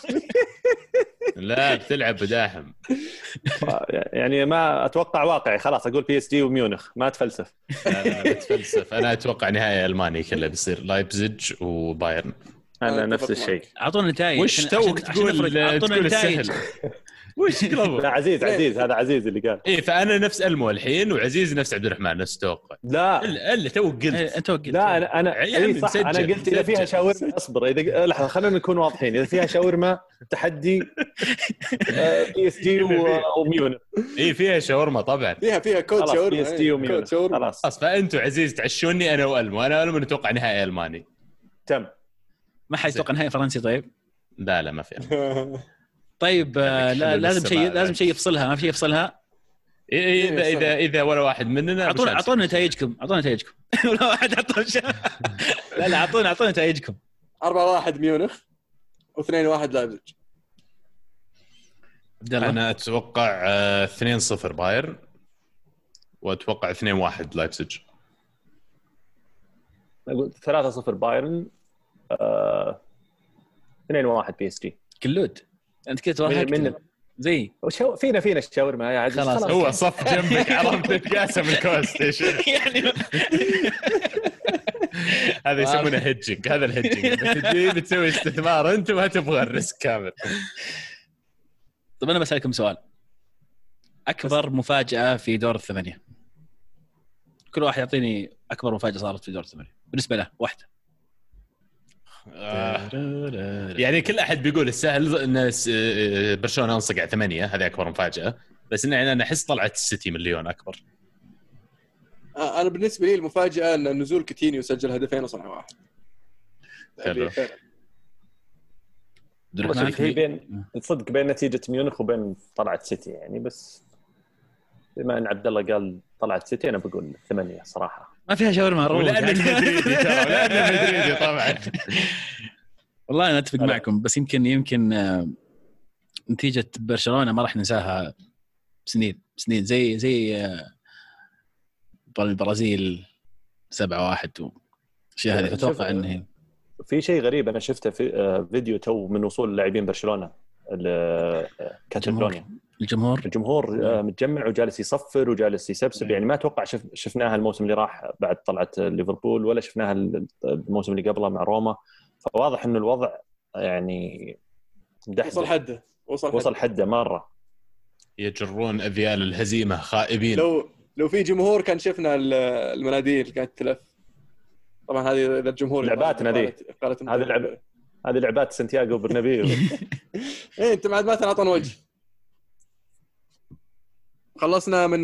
[SPEAKER 3] لا بتلعب بداحم.
[SPEAKER 4] يعني ما اتوقع واقعي خلاص اقول بي اس جي وميونخ ما اتفلسف.
[SPEAKER 3] لا بتفلسف. انا اتوقع نهائي الماني كله بيصير لايبزيج وبايرن.
[SPEAKER 4] انا نفس الشيء.
[SPEAKER 2] اعطونا نتائج
[SPEAKER 3] وش توك تقول السهل وش قلبه؟
[SPEAKER 4] لا عزيز هذا عزيز اللي قال.
[SPEAKER 3] ايه فانا نفس المو الحين وعزيز نفس عبد الرحمن نفس توقع.
[SPEAKER 4] لا
[SPEAKER 3] الا توك قلت
[SPEAKER 2] انت قلت
[SPEAKER 4] لا انا صح انا قلت اذا فيها شاورما اصبر اذا لحظه خلينا نكون واضحين اذا فيها شاورما تحدي بي اس جي وميونخ.
[SPEAKER 3] ايه فيها شاورما طبعا
[SPEAKER 1] فيها كود شاورما
[SPEAKER 4] بي اس جي وميونخ
[SPEAKER 3] خلاص. فانتوا عزيز تعشوني انا والمو نتوقع نهائي الماني.
[SPEAKER 4] تم.
[SPEAKER 2] ما حيتوقع نهائي فرنسي. طيب
[SPEAKER 3] لا ما في.
[SPEAKER 2] طيب لا لازم شيء يفصلها. ما في شيء يفصلها.
[SPEAKER 3] اذا ولا واحد مننا
[SPEAKER 2] اعطونا نتائجكم ولا واحد عطوا لا اعطونا نتائجكم.
[SPEAKER 1] 4-1 ميونخ و2-1 لايبزيج.
[SPEAKER 3] انا اتوقع 2-0 بايرن واتوقع 2-1 لايبزيج.
[SPEAKER 4] اقول 3-0 بايرن 2-1 بي اس جي.
[SPEAKER 2] كلود انت كنت واحد زي
[SPEAKER 4] فينا الشاورما يا عزيز.
[SPEAKER 2] خلاص
[SPEAKER 3] هو صف جنبك عرفت تتقاسم الكوست يعني هذا يسمونه هيدجينج. هذا الهيدجينج بتسوي استثمار انت ما تبغى الريسك كامل.
[SPEAKER 2] طب انا بسألكم سؤال. اكبر مفاجأة في دور الثمانية. كل واحد يعطيني اكبر مفاجأة صارت في دور الثمانية بالنسبة له واحدة.
[SPEAKER 3] يعني كل احد بيقول السهل ان برشلونه انصقع 8 هذه اكبر مفاجاه. بس انا احس طلعت السيتي مليون اكبر.
[SPEAKER 1] انا بالنسبه لي المفاجاه ان نزول كوتينيو سجل هدفين وصنع واحد.
[SPEAKER 4] هي بين تصدق بين نتيجه ميونخ وبين طلعت سيتي يعني. بس بما ان عبد الله قال طلعت سيتي انا بقول 8 صراحه.
[SPEAKER 2] ما فيها شاورما
[SPEAKER 3] ولأن المدريدي ترى ولأن المدريدي طبعا.
[SPEAKER 2] والله انا اتفق معكم. بس يمكن نتيجه برشلونه ما راح ننساها سنين زي البرازيل 7-1 وشيء هذه. اتوقع انه
[SPEAKER 4] في شيء غريب انا شفته في فيديو تو من وصول لاعبين برشلونه لكاتالونيا. الجمهور متجمع وجالس يصفر وجالس يسبسب. يعني ما اتوقع شفناها الموسم اللي راح بعد طلعت ليفربول ولا شفناها الموسم اللي قبله مع روما. فواضح انه الوضع يعني وصل حده مره.
[SPEAKER 3] يجرون اذيال الهزيمه خائبين.
[SPEAKER 1] لو في جمهور كان شفنا المناديل كانت تلف. طبعا هذه الجمهور
[SPEAKER 4] لعباتنا ذي. هذه لعبات سانتياغو برنابيو.
[SPEAKER 1] ايه انت ما تنعطون وجه. خلصنا من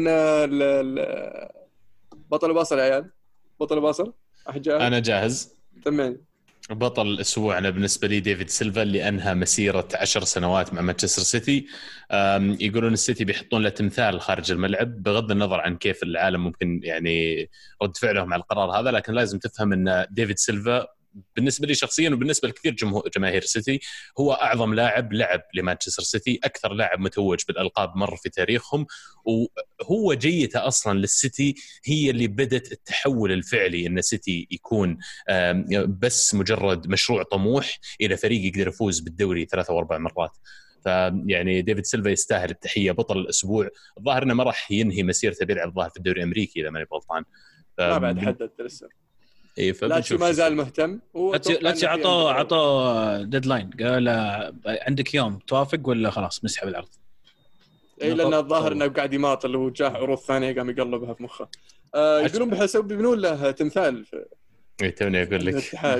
[SPEAKER 1] بطل البصل يا عيال. بطل البصل
[SPEAKER 3] انا جاهز.
[SPEAKER 1] تمام.
[SPEAKER 3] بطل الأسبوع أنا بالنسبة لي ديفيد سيلفا اللي أنهى مسيرة 10 سنوات مع مانشستر سيتي. يقولون السيتي بيحطون له تمثال خارج الملعب بغض النظر عن كيف العالم ممكن يعني رد فعلهم على القرار هذا. لكن لازم تفهم أن ديفيد سيلفا بالنسبة لي شخصيا وبالنسبة لكثير جماهير السيتي هو أعظم لاعب لعب لمانشستر سيتي. أكثر لاعب متوج بالألقاب مر في تاريخهم. وهو جيته أصلا للسيتي هي اللي بدت التحول الفعلي أن السيتي يكون بس مجرد مشروع طموح إلى فريق يقدر يفوز بالدوري 3 و4 مرات. فيعني ديفيد سيلفا يستاهل التحية. بطل الأسبوع. الظاهر أنه ما راح ينهي مسيرته بيلعب الظاهر في الدوري الأمريكي إذا ماني غلطان.
[SPEAKER 1] ما بعد حدد لسه.
[SPEAKER 3] إيه
[SPEAKER 1] لاتسيو ما زال مهتم.
[SPEAKER 2] لاتسيو عطوا ديدلاين قال عندك يوم توافق ولا خلاص نسحب العرض.
[SPEAKER 1] اي لان الظاهر انه قاعد يماطل وجاه عروض ثانيه قام يقلبها في مخه. يقولون بحسب يبنون له تمثال في
[SPEAKER 3] توني اقول لك
[SPEAKER 1] الاتحاد.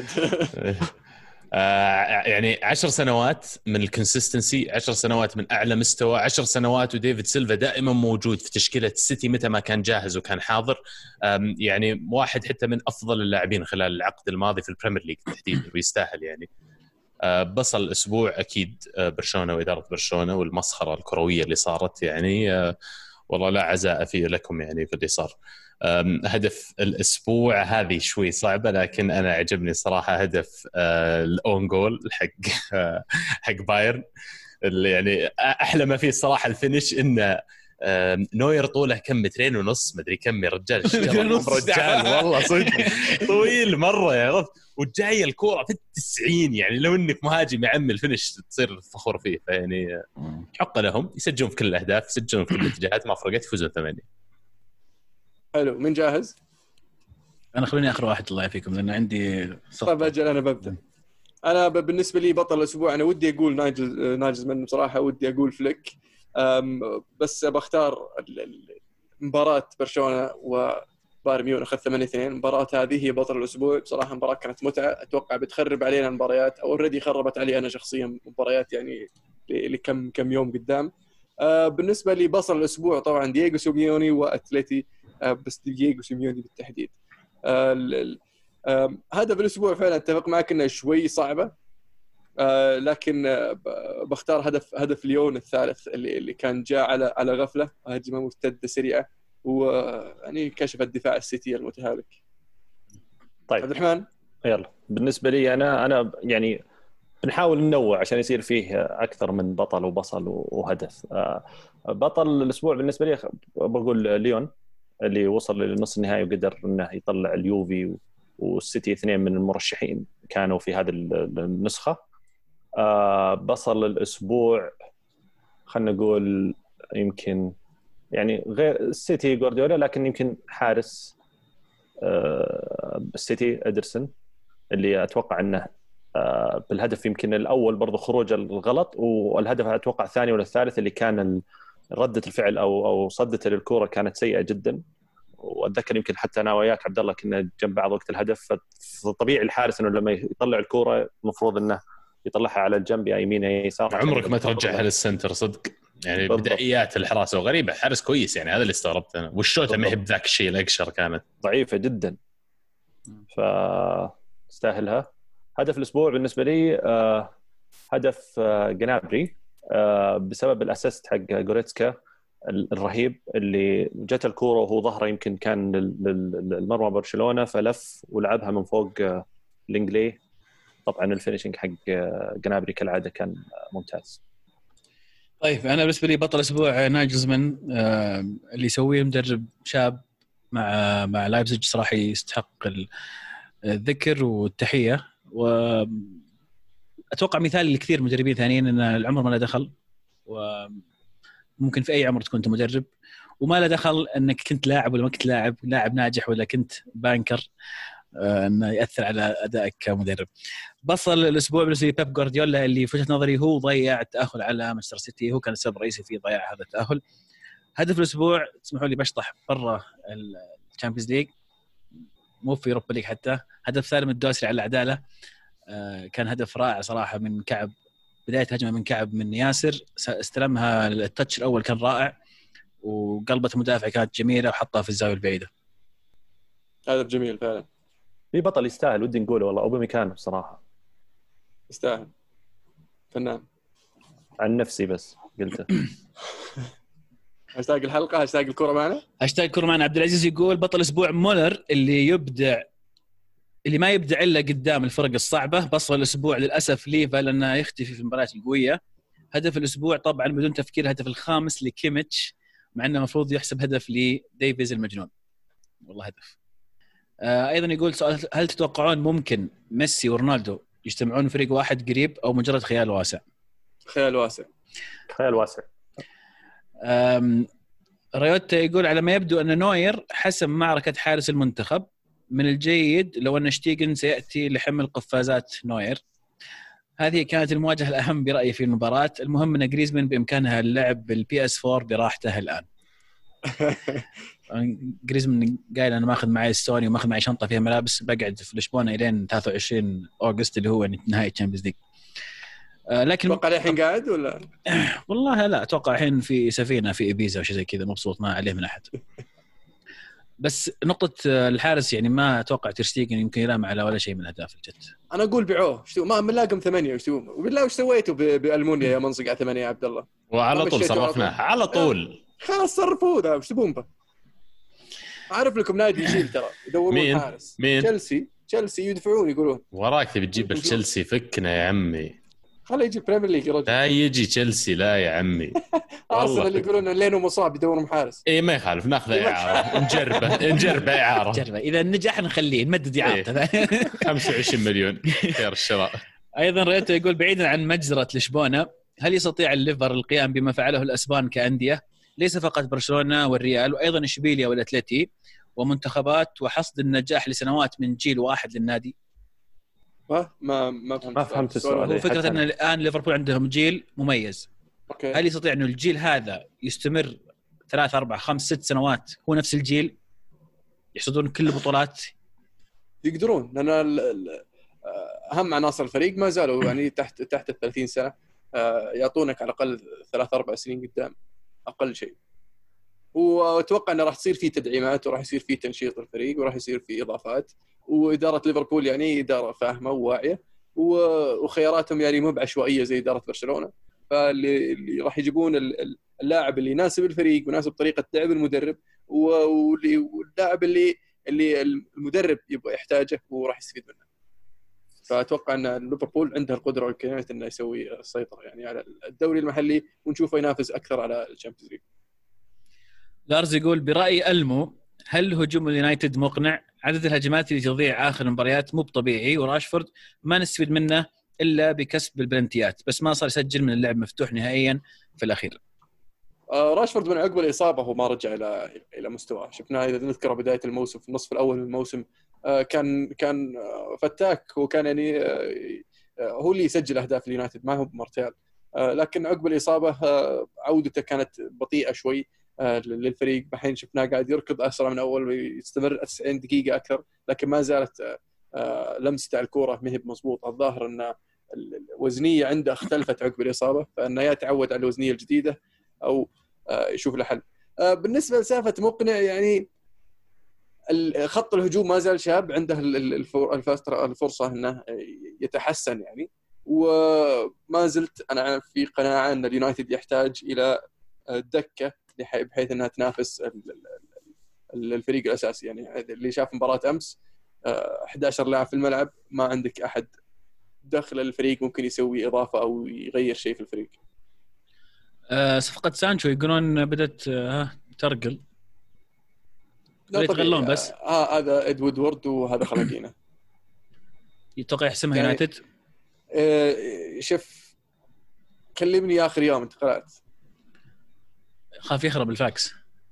[SPEAKER 3] يعني 10 سنوات من الكونسيستنسي 10 سنوات من اعلى مستوى 10 سنوات وديفيد سيلفا دائما موجود في تشكيله السيتي متى ما كان جاهز وكان حاضر. يعني واحد حتى من افضل اللاعبين خلال العقد الماضي في البريمير ليج تحديدا ويستاهل يعني. بصل الاسبوع اكيد برشلونه واداره برشلونه والمسخره الكرويه اللي صارت يعني والله لا عزاء فيه لكم يعني في اللي صار. هدف الأسبوع هذه شوي صعبة لكن أنا عجبني صراحة هدف الأون جول حق بايرن اللي يعني أحلى ما فيه الصراحة الفينش إنه نوير طوله كم 2.5 متر مدري كم يا رجال رجال والله صدق طويل مره يا رب وجاي الكوره في 90 يعني لو انك مهاجم يعمل الفينش تصير فخور فيه فيعني حق لهم يسجلون في كل الاهداف يسجلون في كل الاتجاهات ما فرقت يفوزون 8.
[SPEAKER 1] حلو من جاهز؟
[SPEAKER 2] انا خليني اخر واحد الله يعافيكم لان عندي
[SPEAKER 1] طيب اجل انا ببدا. انا بالنسبه لي بطل الاسبوع انا ودي اقول ناجلزمان بصراحه ودي اقول فليك بس بختار مباراه برشلونه وبايرن ميونخ 8-2 المباراه هذه هي بطل الاسبوع بصراحه مباراه كانت متعه اتوقع بتخرب علينا المباريات او اوريدي خربت علي انا شخصيا مباريات يعني لكم يوم قدام. بالنسبه لي بطل الاسبوع طبعا دييغو سيميوني واتلتي بس دييغو سيميوني بالتحديد. هدف الأسبوع فعلا اتفق معك انه شوي صعبة لكن بختار هدف ليون الثالث اللي كان جاء على غفلة هجمة مرتدة سريعة ويعني كشف الدفاع السيتي المتهالك.
[SPEAKER 4] طيب
[SPEAKER 1] عبد الرحمن
[SPEAKER 4] يلا بالنسبة لي أنا يعني بنحاول ننوع عشان يصير فيه أكثر من بطل وبصل وهدف. بطل الأسبوع بالنسبة لي بقول ليون اللي وصل للنص النهائي وقدر انه يطلع اليوفي والسيتي 2 من المرشحين كانوا في هذه النسخة. بصل الأسبوع خلنا نقول يمكن يعني غير السيتي جوارديولا لكن يمكن حارس السيتي إدرسون اللي أتوقع أنه بالهدف يمكن الأول برضو خروج الغلط والهدف أتوقع الثاني ولا الثالث اللي كان ردة الفعل أو صدته للكرة كانت سيئة جدا. وأتذكر يمكن حتى أنا وياك عبد الله كنا جنب بعض وقت الهدف فطبيعي الحارس إنه لما يطلع الكرة المفروض إنه يطلعها على الجنب يا يمين يا يسار
[SPEAKER 3] عمرك ما ترجعها للسنتر صدق يعني بالضبط. بدايات الحراسة وغريبة حارس كويس يعني هذا اللي استغربت أنا والشوطة ما هي بذاك الشيء الأقشر كانت
[SPEAKER 4] ضعيفة جدا فاستاهلها. هدف الأسبوع بالنسبة لي هدف جنابري بسبب الأسيست حق غوريتسكا الرهيب اللي جت الكرة وهو ظهره يمكن كان المرمى برشلونة فلف ولعبها من فوق لينجلي. طبعا الفينيشنج حق جنابري كالعادة كان ممتاز.
[SPEAKER 2] طيب أنا بالنسبة لي بطل أسبوع ناجلزمان اللي يسويه مدرب شاب مع لايبزيج صراحة يستحق الذكر والتحية وأتوقع مثال لكثير مدربين ثانيين أن العمر ما له دخل وممكن في أي عمر تكون أنت مدرب وما له دخل أنك كنت لاعب ولا ما كنت لاعب ناجح ولا كنت بانكر أنه يأثر على أدائك كمدرب. بصل الأسبوع بالنسبة لبيب جوارديولا اللي في وجهة نظري هو ضيع التأهل على مانشستر سيتي هو كان السبب الرئيسي في ضياع هذا التأهل. هدف الأسبوع تسمحوا لي بشطح برا الشامبيونز ليج مو في أوروبا ليج حتى هدف سالم الدوسري على العدالة كان هدف رائع صراحة من كعب بداية هجمة من كعب من ياسر استلمها التاتش الأول كان رائع وقلبة المدافع كانت جميلة وحطها في الزاوية البعيدة.
[SPEAKER 1] هدف جميل فعلا.
[SPEAKER 4] في بطل يستاهل ودي نقوله والله أوباميكانو بصراحة
[SPEAKER 1] يستاهل فنان
[SPEAKER 4] عن نفسي بس قلته.
[SPEAKER 1] هاشتاج الحلقة هاشتاج الكرة معنا
[SPEAKER 2] هاشتاج الكرة معنا. عبد العزيز يقول بطل أسبوع مولر اللي ما يبدع إلا قدام الفرق الصعبة. بصل الأسبوع للأسف ليفا لأنه يختفي في المباريات القوية. هدف الأسبوع طبعا بدون تفكير هدف الخامس لكيميتش مع أنه مفروض يحسب هدف لديفيز المجنون والله هدف. أيضا يقول سؤال هل تتوقعون ممكن ميسي ورونالدو يجتمعون فريق واحد قريب أو مجرد خيال واسع؟
[SPEAKER 1] خيال واسع.
[SPEAKER 4] خيال واسع.
[SPEAKER 2] ريوتا يقول على ما يبدو أن نوير حسم معركة حارس المنتخب من الجيد لو أن شتيغن سيأتي لحمل قفازات نوير. هذه كانت المواجهة الأهم برأيي في المباراة. المهم أن جريزمان بإمكانها اللعب بالPS4 براحته الآن. جريزمان قايل أنا ماخذ معي السوني وماخذ معي شنطة فيها ملابس بقعد في لشبونة إلين 23 أغسطس اللي هو نهاية تشامبيونز ليج. لكن
[SPEAKER 1] أتوقع الحين قاعد ولا؟
[SPEAKER 2] والله لا أتوقع الحين في سفينة في إبيزا وشيء زي كذا مبسوط ما عليه من أحد. بس نقطة الحارس يعني ما أتوقع تير شتيغن يمكن يلام على ولا شيء من الأهداف الجد.
[SPEAKER 1] أنا أقول بيعوه ما ملاقم 8 وبالله وش سويتوا بألمونيا يا منصق على 8 يا عبد الله
[SPEAKER 3] وعلى طول صرفناه على طول
[SPEAKER 1] خلاص صرفوه ذا وش تبون به. أعرف لكم نادي يشيل ترى يدورون حارس. تشيلسي يدفعون يقولون
[SPEAKER 3] وراك تبي تجيب تشيلسي فكنا يا عمي
[SPEAKER 1] خليه يجي بريمير ليج يا رجل.
[SPEAKER 3] لا يجي تشيلسي لا يا عمي.
[SPEAKER 1] ارسنال اللي يقولون لينو مصاب يدورون محارس.
[SPEAKER 3] اي ما يخالف ناخذ اعاره نجربه اعاره
[SPEAKER 2] جربه اذا نجح نخليه نمدد اعارته.
[SPEAKER 3] 25 مليون خيار الشراء.
[SPEAKER 2] ايضا ريتو يقول بعيدا عن مجزره لشبونه، هل يستطيع الليفر القيام بما فعله الاسبان كانديه؟ ليس فقط برشلونه والريال، وايضا اشبيليا والاتلتي ومنتخبات، وحصد النجاح لسنوات من جيل واحد للنادي.
[SPEAKER 1] ما
[SPEAKER 4] فهمت السؤال.
[SPEAKER 2] هو فكره ان الان ليفربول عندهم جيل مميز.
[SPEAKER 1] أوكي.
[SPEAKER 2] هل يستطيع انه الجيل هذا يستمر 3 4 5 6 سنوات هو نفس الجيل يحصدون كل البطولات؟
[SPEAKER 1] يقدرون، لان اهم عناصر الفريق ما زالوا يعني تحت ال 30 سنه، يعطونك على الاقل 3-4 سنين قدام اقل شيء. واتوقع انه راح تصير في تدعيمات وراح يصير في تنشيط الفريق وراح يصير في اضافات، واداره ليفربول يعني اداره فاهمه وواعيه، وخياراتهم يعني مو بعشوائيه زي اداره برشلونه. فاللي راح يجيبون اللاعب اللي يناسب الفريق ويناسب طريقه لعب المدرب، واللاعب اللي المدرب يبغى يحتاجه وراح يستفيد منه. فاتوقع ان ليفربول عنده القدره والامكانيات انه يسوي السيطره يعني على الدوري المحلي ونشوفه ينافس اكثر على الشامبيونز ليج.
[SPEAKER 2] لارز يقول برأي ألمو، هل هجوم اليونايتد مقنع؟ عدد الهجمات اللي تضيع آخر المباريات مو طبيعي، وراشفورد ما نستفيد منه إلا بكسب البلنتيات، بس ما صار يسجل من اللعب مفتوح نهائيا في الأخير.
[SPEAKER 1] راشفورد من عقب الإصابة هو ما رجع إلى مستواه. شفناه إذا نذكر بداية الموسم في النصف الأول من الموسم كان فتاك، وكان يعني هو اللي يسجل أهداف اليونايتد ما هو مارتيال. لكن عقب الإصابة عودته كانت بطيئة شوي للفريق. بحين شفناه قاعد يركض أسرع من أول ويستمر 90 دقيقة أكثر، لكن ما زالت لمسته على الكورة ما هي مضبوطة. الظاهر أن الوزنية عنده اختلفت عقب الإصابة، فإنه يتعود على الوزنية الجديدة أو يشوف له حل. بالنسبة لسالفة مقنع، يعني خط الهجوم ما زال شاب، عنده الفرصة أنه يتحسن يعني. وما زلت أنا في قناعة أن اليونايتد يحتاج إلى دكة بحيث أنها تنافس الفريق الأساسي. يعني اللي شاف مباراة أمس 11 لاعب في الملعب، ما عندك أحد داخل الفريق ممكن يسوي إضافة أو يغير شيء في الفريق.
[SPEAKER 2] صفقة سانشو يقولون بدأت ترقل، يتغلون بس.
[SPEAKER 1] هذا إدوارد وورد وهذا خلاقينه.
[SPEAKER 2] يتوقع يحسمها
[SPEAKER 1] يعني
[SPEAKER 2] يونايتد.
[SPEAKER 1] شوف كلمني آخر يوم انتقالات،
[SPEAKER 2] خاف يخرب الفاكس.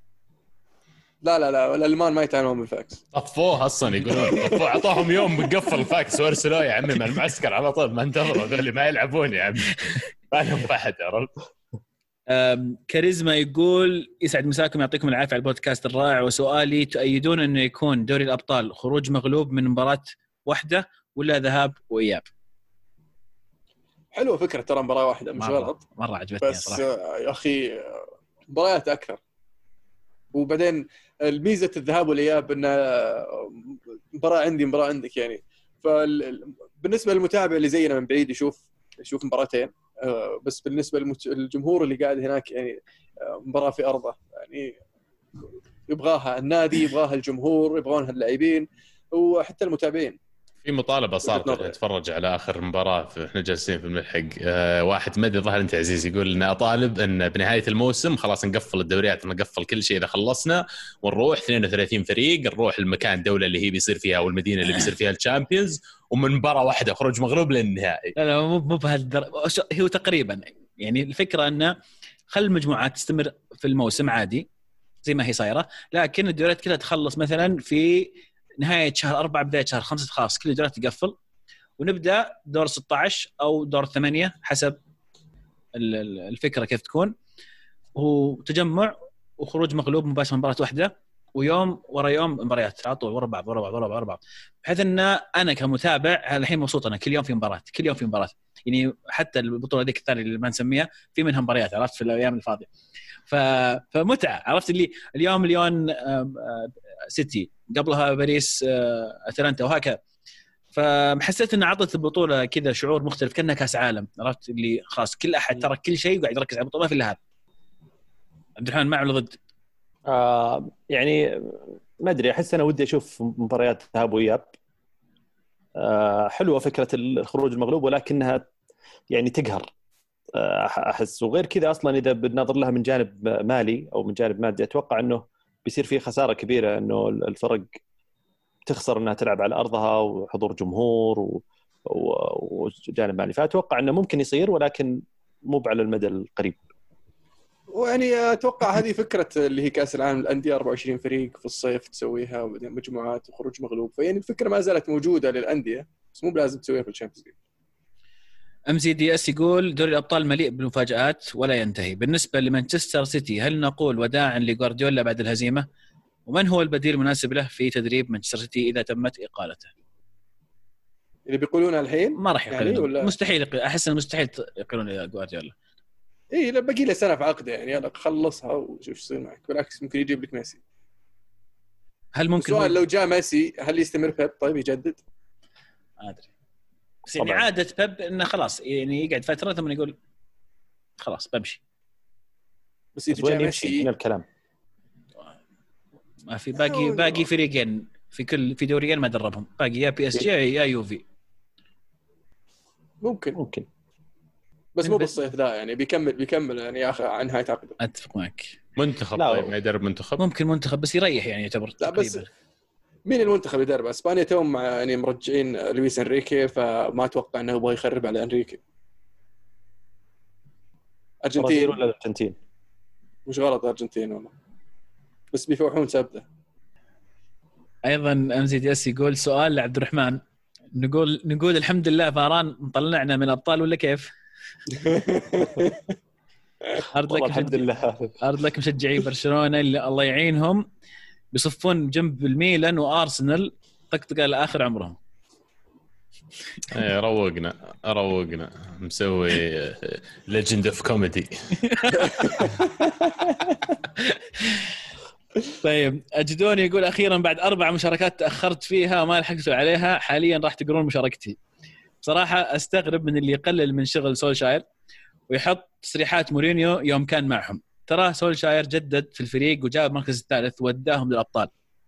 [SPEAKER 1] لا الألمان ما يتعاملون بالفاكس.
[SPEAKER 3] طفوه اصلا يقولون طفوه، اعطاهم يوم بقفل الفاكس وارسلوه يا عمي مع المعسكر على طول، ما انتظروا ذولي ما يلعبون يا عمي ما لهم فحد. عرفت؟
[SPEAKER 2] كاريزما يقول يسعد مساكم، يعطيكم العافيه على البودكاست الرائع، وسؤالي تؤيدون انه يكون دوري الابطال خروج مغلوب من مباراه واحده ولا ذهاب واياب؟
[SPEAKER 1] حلوه فكره، ترى مباراه واحده مش غلط،
[SPEAKER 2] مره عجبتني
[SPEAKER 1] بس صراحة. يا اخي مباريات اكثر. وبعدين الميزه الذهاب والاياب ان مباراه عندي مباراه عندك يعني. فبالنسبه للمتابع اللي زينا من بعيد يشوف مباراتين، بس بالنسبه للجمهور اللي قاعد هناك يعني مباراه في ارضه يعني يبغاها النادي، يبغاها الجمهور، يبغونها اللاعبين وحتى المتابعين.
[SPEAKER 3] في مطالبه صارت نتفرج على اخر مباراه احنا جالسين في الملحق، واحد ما ادري ظهر انت عزيز يقول لنا اطالب ان بنهايه الموسم خلاص نقفل الدوريات، نقفل كل شيء اذا خلصنا ونروح 32 فريق، نروح المكان الدوله اللي هي بيصير فيها او المدينه اللي بيصير فيها الشامبيونز، ومن مباراه واحده خروج مغلوب للنهائي.
[SPEAKER 2] لا مو بهالدرجه، هو تقريبا يعني الفكره انه خل المجموعات تستمر في الموسم عادي زي ما هي صايره، لكن الدوريات كلها تخلص مثلا في نهاية شهر 4 بداية شهر 5 خلاص كل الدوريات تقفل، ونبدأ دور 16 أو دور 8 حسب الفكرة كيف تكون، وتجمع وخروج مغلوب مباشرة مباراة واحدة، ويوم ورا يوم مباريات على طول ورا بعض، بحيث أن أنا كمتابع الحين مبسوط، أنا كل يوم في مباراة يعني حتى البطولة ذيك الثانية اللي ما نسميها في منها مباريات، عرفت، في الأيام الفاضية فمتعة. عرفت اللي اليوم ليون سيتي، قبلها باريس أتلانتا وهكذا، فحسيت ان عطت البطوله كذا شعور مختلف كأنها كاس عالم، عرفت اللي خلاص كل احد ترك كل شيء وقاعد يركز على البطوله، ما في الا هذا. عبد الرحمن مع ولا ضد؟
[SPEAKER 4] يعني ما ادري، احس انا ودي اشوف مباريات ذهاب واياب. حلوه فكره الخروج المغلوب، ولكنها يعني تقهر احس. وغير كذا اصلا اذا بننظر لها من جانب مالي او من جانب مادي اتوقع انه بيصير فيه خساره كبيره، انه الفرق تخسر انها تلعب على ارضها وحضور جمهور وجانب مالي. فاتوقع انه ممكن يصير ولكن مو على المدى القريب.
[SPEAKER 1] ويعني اتوقع هذه فكره اللي هي كاس العالم للانديه 24 فريق في الصيف تسويها وبعدين مجموعات وخروج مغلوب، فيعني الفكره ما زالت موجوده للانديه بس مو بلازم تسويها في الشامبيونز ليج.
[SPEAKER 2] MCDS يقول دوري الأبطال مليء بالمفاجآت ولا ينتهي. بالنسبة لمانشستر سيتي هل نقول وداعا لغوارديولا بعد الهزيمة؟ ومن هو البديل المناسب له في تدريب مانشستر سيتي إذا تمت إقالته؟
[SPEAKER 1] اللي بيقولونها الحين
[SPEAKER 2] ما راح يقلون
[SPEAKER 1] يعني ولا...
[SPEAKER 2] مستحيل أحس إنه مستحيل يقولون غوارديولا.
[SPEAKER 1] إيه لا باقي له سنة في عقده يعني يلا خلصها وشوف ايش يصير معك. بالعكس ممكن يجيب لك ميسي.
[SPEAKER 2] هل ممكن
[SPEAKER 1] السؤال لو جاء ميسي هل يستمر بيب طيب يجدد؟
[SPEAKER 2] أدري بس يعني عادة بيب إنه خلاص يعني يقعد فترة ثم يقول خلاص بمشي.
[SPEAKER 1] بس إذا جاء ميسي
[SPEAKER 4] من الكلام
[SPEAKER 2] ما في باقي فريقين في دوريين ما دربهم باقي يا PSG يا يوفي.
[SPEAKER 1] ممكن بس مو بالصيف ذا يعني بيكمل يعني يا أخي عن نهاية عقده.
[SPEAKER 2] أتفق معك.
[SPEAKER 3] منتخب طيب ما يدرب منتخب
[SPEAKER 2] ممكن منتخب بس يريح يعني يعتبر
[SPEAKER 1] لا بس مين المنتخب يدرب؟ اسبانيا توم مع يعني مرجعين لويس انريكي فما اتوقع انه يبغى يخرب على انريكي. ارجنتين
[SPEAKER 4] ولا الارجنتين
[SPEAKER 1] مش غلط ارجنتين والله بس بيفوحون سبته.
[SPEAKER 2] ايضا MCDS يقول سؤال لعبد الرحمن نقول الحمد لله فاران مطلعنا من الابطال ولا كيف؟
[SPEAKER 4] الحمد لله.
[SPEAKER 2] أرد لك مشجعي برشلونة اللي الله يعينهم بيصفون جنب الميلان وارسنال طقطقه لاخر عمرهم.
[SPEAKER 3] روقنا مسوي ليجند اوف كوميدي.
[SPEAKER 2] طيب أجدوني يقول أخيرا بعد 4 مشاركات تأخرت فيها وما لحقتوا عليها حاليا راح تقرون مشاركتي. بصراحة أستغرب من اللي يقلل من شغل سولشاير ويحط تصريحات مورينيو يوم كان معهم. ترى سولشاير جدد في الفريق وجاب المركز الثالث وداهم للأبطال.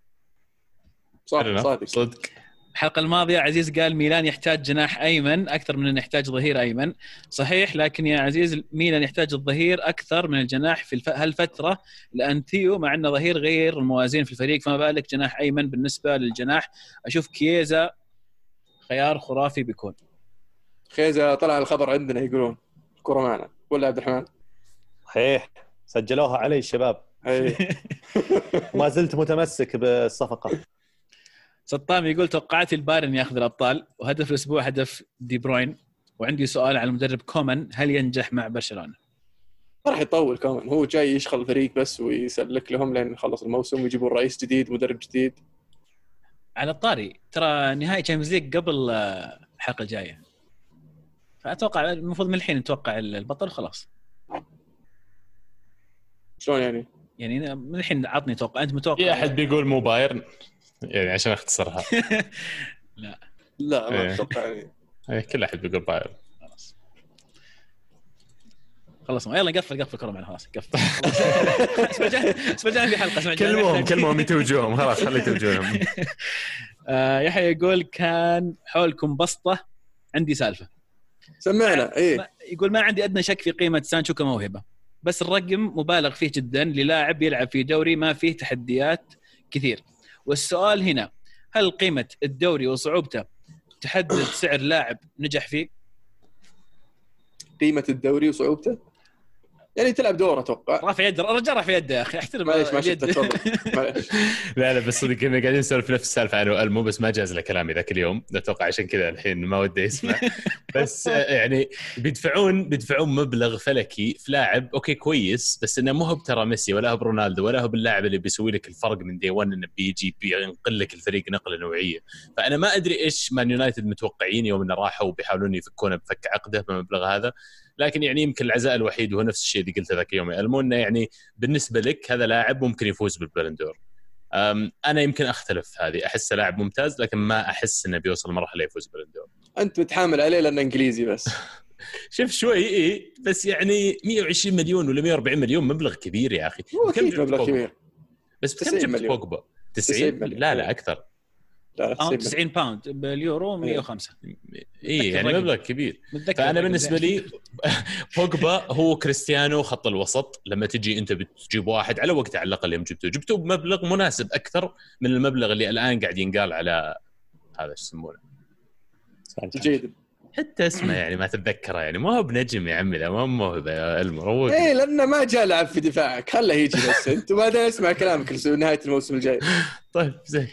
[SPEAKER 3] صدق.
[SPEAKER 2] الحلقة الماضية عزيز قال ميلان يحتاج جناح أيمن أكثر من أن يحتاج ظهير أيمن. صحيح لكن يا عزيز ميلان يحتاج الظهير أكثر من الجناح في هالفترة لأن ثيو مع أنه ظهير غير الموازين في الفريق فما بالك جناح أيمن. بالنسبة للجناح أشوف كييزا خيار خرافي بيكون.
[SPEAKER 1] كييزا طلع الخبر عندنا يقولون كرة معنا ولا عبد الرحمن؟
[SPEAKER 4] صحيح سجلوها علي الشباب. ما زلت متمسك بالصفقة.
[SPEAKER 2] سطام يقول توقعاتي البايرن ياخذ الابطال وهدف الاسبوع هدف دي بروين. وعندي سؤال على المدرب كومان هل ينجح مع برشلونه؟
[SPEAKER 1] راح يطول كومان هو جاي يشغل الفريق بس ويسلك لهم لين يخلص الموسم ويجيبوا رئيس جديد مدرب جديد.
[SPEAKER 2] على الطاري ترى نهائي تشامبيونز ليج قبل الحلقه الجايه فاتوقع المفروض من الحين نتوقع البطل خلاص.
[SPEAKER 1] شلون يعني
[SPEAKER 2] من الحين عطني توقع. انت متوقع
[SPEAKER 3] في احد بيقول مو بايرن يعني عشان اختصرها؟
[SPEAKER 1] لا ما اتوقع يعني
[SPEAKER 3] كل احد بيقول بايرن.
[SPEAKER 2] خلاص يلا قفل كرة معنا خلاص قفل. اسمع في حلقة
[SPEAKER 3] كلمهم يتوجههم خلاص خلي يتوجههم.
[SPEAKER 2] يحيى يقول كان حولكم بسطة عندي سالفة
[SPEAKER 1] سمعنا ايه.
[SPEAKER 2] يقول ما عندي أدنى شك في قيمة سانشو كموهبة بس الرقم مبالغ فيه جدا للاعب يلعب في دوري ما فيه تحديات كثير. والسؤال هنا هل قيمة الدوري وصعوبته تحدد سعر لاعب نجح فيه؟
[SPEAKER 1] قيمة الدوري وصعوبته يعني تلعب دور اتوقع.
[SPEAKER 2] رافع يد الرجال رافع يد يا اخي احترم.
[SPEAKER 1] معليش
[SPEAKER 3] لا بس صدق كنا قاعدين نسولف نفس السالفه انا والمو بس ما جاز له كلامي ذاك اليوم اتوقع عشان كذا الحين ما ودي يسمع. بس يعني بيدفعون مبلغ فلكي في لاعب اوكي كويس بس انه مو هو بترى ميسي ولا هو برونالدو ولا هو باللاعب اللي بيسوي لك الفرق من دي 1 انه بينقل لك الفريق نقله نوعيه. فانا ما ادري ايش مان يونايتد متوقعين يوم انه راحوا وبيحاولون يفكونه بفك عقده بالمبلغ هذا. لكن يعني يمكن العزاء الوحيد وهو نفس الشيء اللي قلته ذاك اليوم المونة يعني بالنسبة لك هذا لاعب ممكن يفوز بالبالندور. أنا يمكن أختلف هذه أحس لاعب ممتاز لكن ما أحس إنه بيوصل مرحلة يفوز بالبالندور.
[SPEAKER 1] أنت متحامل عليه لأنه إنجليزي بس.
[SPEAKER 3] شوف شوي إيه بس يعني 120 مليون ولا 140 مليون مبلغ كبير يا أخي.
[SPEAKER 1] كم مبلغ كبير؟
[SPEAKER 3] بس كم جبت بوجبا؟ 90 لا أكثر.
[SPEAKER 1] لا
[SPEAKER 2] 90 باوند باليورو 105.
[SPEAKER 3] يعني مبلغ كبير. فانا بالنسبه لي بوجبا هو كريستيانو خط الوسط. لما تجي انت بتجيب واحد على وقت على الاقل يوم جبته بمبلغ مناسب اكثر من المبلغ اللي الان قاعد ينقال على هذا ايش يسمونه
[SPEAKER 1] جيد
[SPEAKER 3] حتى اسمه يعني ما تتذكره يعني ما هو بنجم يا عمي لا ما هو موهبه يا المروق
[SPEAKER 1] ايه لانه ما جاء لعب في دفاعك خله يجي بس انت بعدين اسمع كلامك لنهايه الموسم الجاي.
[SPEAKER 3] طيب زين.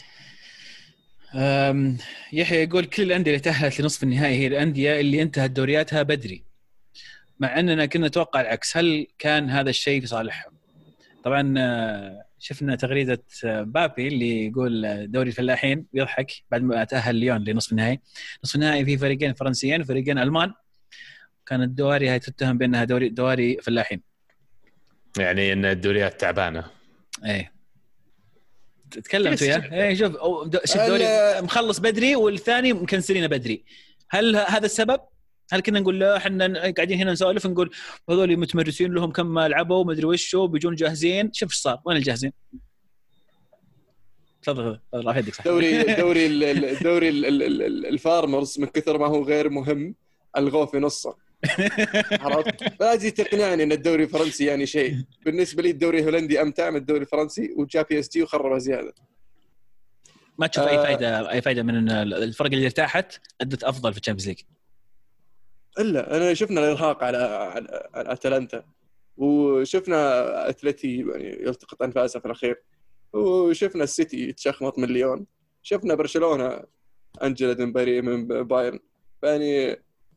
[SPEAKER 2] يحيى يقول كل الأندية اللي تأهلت لنصف النهائي هي الأندية اللي انتهت دورياتها بدري مع أننا كنا نتوقع العكس. هل كان هذا الشيء في صالحهم؟ طبعا شفنا تغريدة بابي اللي يقول دوري الفلاحين يضحك بعد ما تأهل ليون لنصف النهائي. نصف النهائي في فريقين فرنسيين وفريقين ألمان. كانت الدواري هاي تتهم بأنها دواري فلاحين
[SPEAKER 3] يعني ان الدوريات تعبانه.
[SPEAKER 2] ايه تكلمت وياه ايه شوف دوري مخلص بدري والثاني مكنسلينه بدري. هل هذا السبب؟ هل كنا نقول لا احنا قاعدين هنا نسولف نقول هذول متمرسين لهم كم لعبوا ما ادري وش بيجون جاهزين؟ شوف ايش صار وين الجاهزين. تفضل الله يهديك.
[SPEAKER 1] دوري الفارمرز من كثر ما هو غير مهم الغوه في نصه. عرفت؟ فاجي تقنعني ان الدوري الفرنسي يعني شيء. بالنسبه لي الدوري الهولندي امتع من الدوري الفرنسي وجاب بي اس جي وخربها زياده.
[SPEAKER 2] ما تشوف اي فائده من الفرق اللي ارتاحت ادت افضل في الشامبيونز ليج.
[SPEAKER 1] الا انا شفنا الارهاق على اتلانتا وشفنا اتلتي يعني يلتقط انفاسه في الاخير وشفنا السيتي يتشخمط من ليون. شفنا برشلونه انجلا ديمباري من بايرن. يعني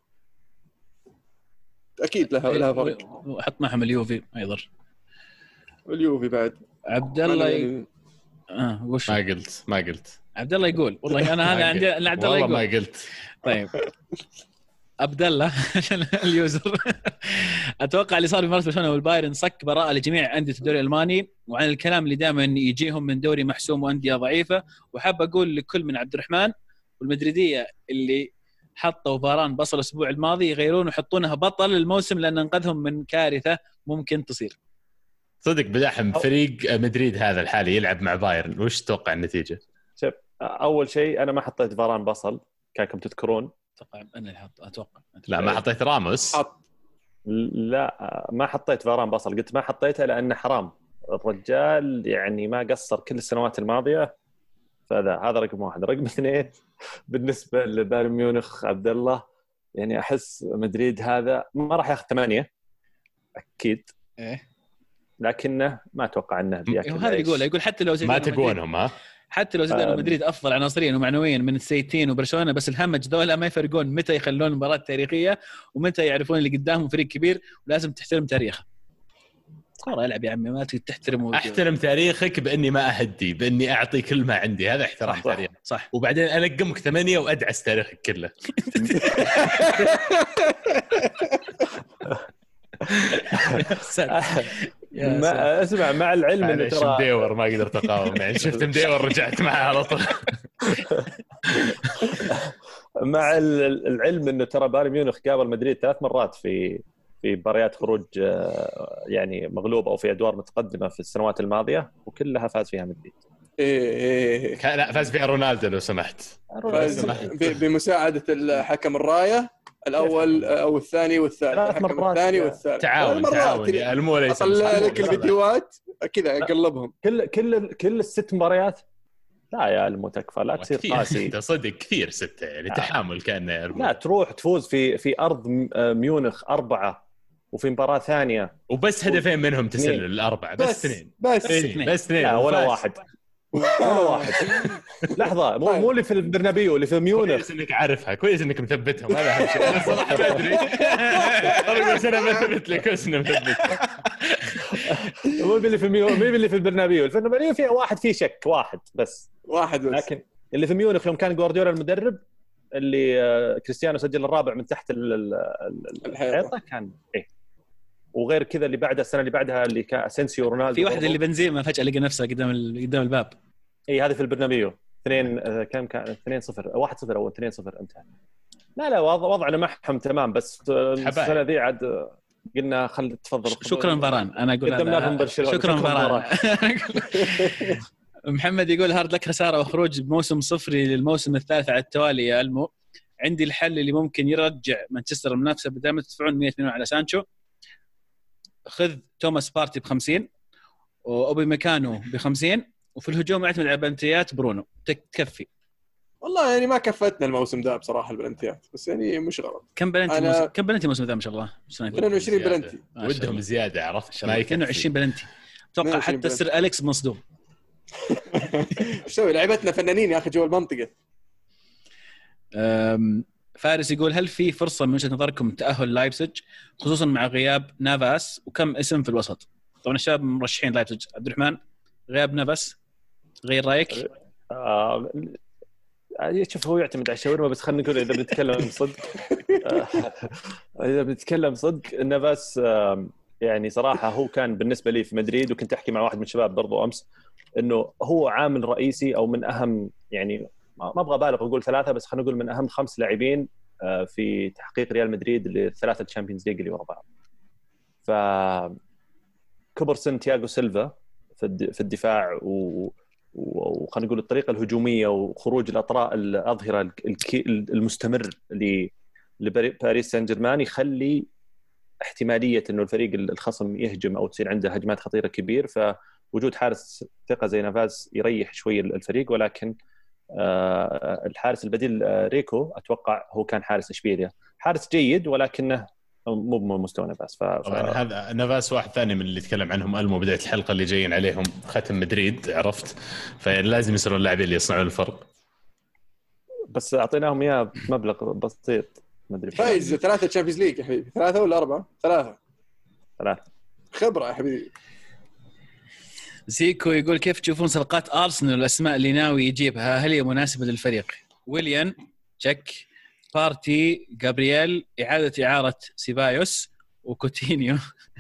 [SPEAKER 1] اكيد لها فرق.
[SPEAKER 2] وحط معهم اليوفي ايضا
[SPEAKER 1] اليوفي بعد
[SPEAKER 2] عبد الله وش
[SPEAKER 3] ما قلت
[SPEAKER 2] عبد الله يقول والله انا هذا عندي عبد الله يقول
[SPEAKER 3] ما قلت.
[SPEAKER 2] طيب عبد الله عشان اليوزر اتوقع اللي صار في برشلونه والبايرن صك براءه لجميع انديه الدوري الالماني وعن الكلام اللي دائما يجيهم من دوري محسوم وانديه ضعيفه. وحاب اقول لكل من عبد الرحمن والمدريديه اللي حطوا فاران بصل الاسبوع الماضي يغيرون ويحطونها بطل الموسم لان انقذهم من كارثه ممكن تصير.
[SPEAKER 3] صدق بدحم فريق مدريد هذا الحالي يلعب مع بايرن وش تتوقع النتيجه؟
[SPEAKER 4] شوف اول شيء انا ما حطيت فاران بصل كانكم تذكرون.
[SPEAKER 2] اتوقع انا اللي اتوقع
[SPEAKER 3] لا ما حطيت راموس.
[SPEAKER 4] لا ما حطيت فاران بصل. قلت ما حطيته لانه حرام. الرجال يعني ما قصر كل السنوات الماضيه. هذا رقم واحد. رقم اثنين بالنسبه لبايرن ميونخ عبد الله يعني احس مدريد هذا ما راح ياخذ 8 اكيد. لكنه ما اتوقع انه بياكل.
[SPEAKER 2] هذا يقول حتى لو
[SPEAKER 3] ما تقونهم
[SPEAKER 2] حتى لو زيدان مدريد افضل عناصريا ومعنويا من السيتين وبرشلونه بس الهمج ذولا ما يفرقون متى يخلون المباراه تاريخيه ومتى يعرفون اللي قدامهم فريق كبير ولازم تحترم تاريخه. كورة يلعب يا عمي ما تحترم.
[SPEAKER 3] احترم تاريخك باني ما اهدي باني اعطي كل ما عندي. هذا احترام تاريخ
[SPEAKER 2] صح.
[SPEAKER 3] وبعدين انقمك 8 وادعس تاريخك كله.
[SPEAKER 4] ما اسمع مع العلم انه
[SPEAKER 3] ترى مديور ما قدرت اقاوم يعني شفت مديور رجعت معه على طول.
[SPEAKER 4] مع العلم انه ترى بايرن ميونخ قابل مدريد 3 مرات في مباريات خروج يعني مغلوب او في ادوار متقدمه في السنوات الماضيه وكلها فاز فيها مدريد.
[SPEAKER 3] لا فاز فيها رونالدو لو سمحت.
[SPEAKER 1] فاز بمساعده الحكم الرايه الاول او الثاني والثالث. الحكم الثاني والثالث
[SPEAKER 3] تعاون يا المولى
[SPEAKER 1] اطلع لك الفيديوهات كذا اقلبهم
[SPEAKER 4] كل الست مباريات. لا يا المتكفى لا تصير قاسي.
[SPEAKER 3] انت صدق كثير 6 يعني تحامل كانه
[SPEAKER 4] لا تروح تفوز في ارض ميونخ 4 وفي مباراه ثانيه
[SPEAKER 3] وبس هدفين منهم تسلل ال4 بس 2 بس 2
[SPEAKER 4] لا ولا واحد لحظه مو اللي في البرنابيو اللي في ميونخ.
[SPEAKER 3] كويس انك عارفها كويس انك مثبتهم هذا اهم شيء. انا صراحه ما ادري ارجو انا ما ثبت لك كويس انه مثبت.
[SPEAKER 4] مو اللي في ميونخ مو اللي في البرنابيو فيها واحد فيه شك واحد بس لكن اللي في ميونخ يوم كان جوارديولا المدرب اللي كريستيانو سجل الرابع من تحت الحيطه كان وغير كذا اللي بعدها السنه اللي بعدها اللي كان اسينسيو رونالدو
[SPEAKER 2] في واحد اللي بنزيما فجاه لقى نفسه قدام الباب.
[SPEAKER 4] هذه في البرنابيو 2 كم كان 2-0 1-0 او 2-0 انتهى. لا وضعنا معهم تمام بس السنه ذي عاد قلنا خل تفضل.
[SPEAKER 2] شكرا فاران انا اقول
[SPEAKER 4] قدمنا لهم برشلونه.
[SPEAKER 2] شكرا فاران. محمد يقول هارد لك خساره وخروج بموسم صفري للموسم الثالث على التوالي يا المو. عندي الحل اللي ممكن يرجع مانشستر المنافسه بدل ما تدفعون 100 مليون على سانشو. خذ توماس بارتي ب50 وأوبي ميكانو ب50 وفي الهجوم اعتمد على بلنتيات برونو تكفي.
[SPEAKER 1] والله يعني ما كفتنا الموسم ده بصراحه البلنتيات، بس يعني مش غلط.
[SPEAKER 2] كم بلنتي كم بلنتي موسم ذا ما شاء الله
[SPEAKER 1] 22 بلنتي
[SPEAKER 3] ودهم زياده عرفت
[SPEAKER 2] ما 22 بلنتي اتوقع حتى سير أليكس مصدوم.
[SPEAKER 1] شوي لعبتنا فنانين يا اخي جوا المنطقه.
[SPEAKER 2] فارس يقول هل في فرصه من وجهه نظركم تاهل لايبزيج خصوصا مع غياب نافاس وكم اسم في الوسط؟ طبعا الشباب مرشحين لايبزيج. عبد الرحمن غياب نافاس غير رايك؟
[SPEAKER 4] شوف هو يعتمد على الشاورما، بس خلينا نقول اذا بنتكلم صدق اذا بنتكلم صدق نافاس يعني صراحه هو كان بالنسبه لي في مدريد، وكنت احكي مع واحد من الشباب برضو امس انه هو عامل رئيسي او من اهم، يعني ما ابغى ابالغ اقول 3 بس خلينا نقول من اهم 5 لاعبين في تحقيق ريال مدريد للثلاثه تشامبيونز ليج اللي ورا بعض. ف كبر سن تياغو سيلفا في الدفاع وخلينا نقول الطريقه الهجوميه وخروج الاطراء الاظهره المستمر لباريس سان جيرمان يخلي احتماليه انه الفريق الخصم يهجم او تصير عنده هجمات خطيره كبير. فوجود حارس ثقه زي نافاز يريح شوي الفريق، ولكن الحارس البديل ريكو اتوقع هو كان حارس اشبيليا، حارس جيد ولكنه مو بمستوى نافاس.
[SPEAKER 3] طبعا هذا نافاس واحد ثاني من اللي يتكلم عنهم ألمو بدايه الحلقه اللي جايين عليهم ختم مدريد عرفت، فلازم يصيروا اللاعبين اللي يصنعون الفرق.
[SPEAKER 4] بس اعطيناهم اياه مبلغ بسيط ما ادري
[SPEAKER 1] فايز 3 تشامبيونز ليج يا حبيبي، 3 ولا 4؟ 3 خبره يا حبيبي.
[SPEAKER 2] زيكو يقول كيف تشوفون صفقات أرسنال الأسماء اللي ناوي يجيبها، هل هي مناسبة للفريق؟ ويليان تشيك، بارتي، جابرييل، إعادة إعارة سيبايوس وكوتينيو.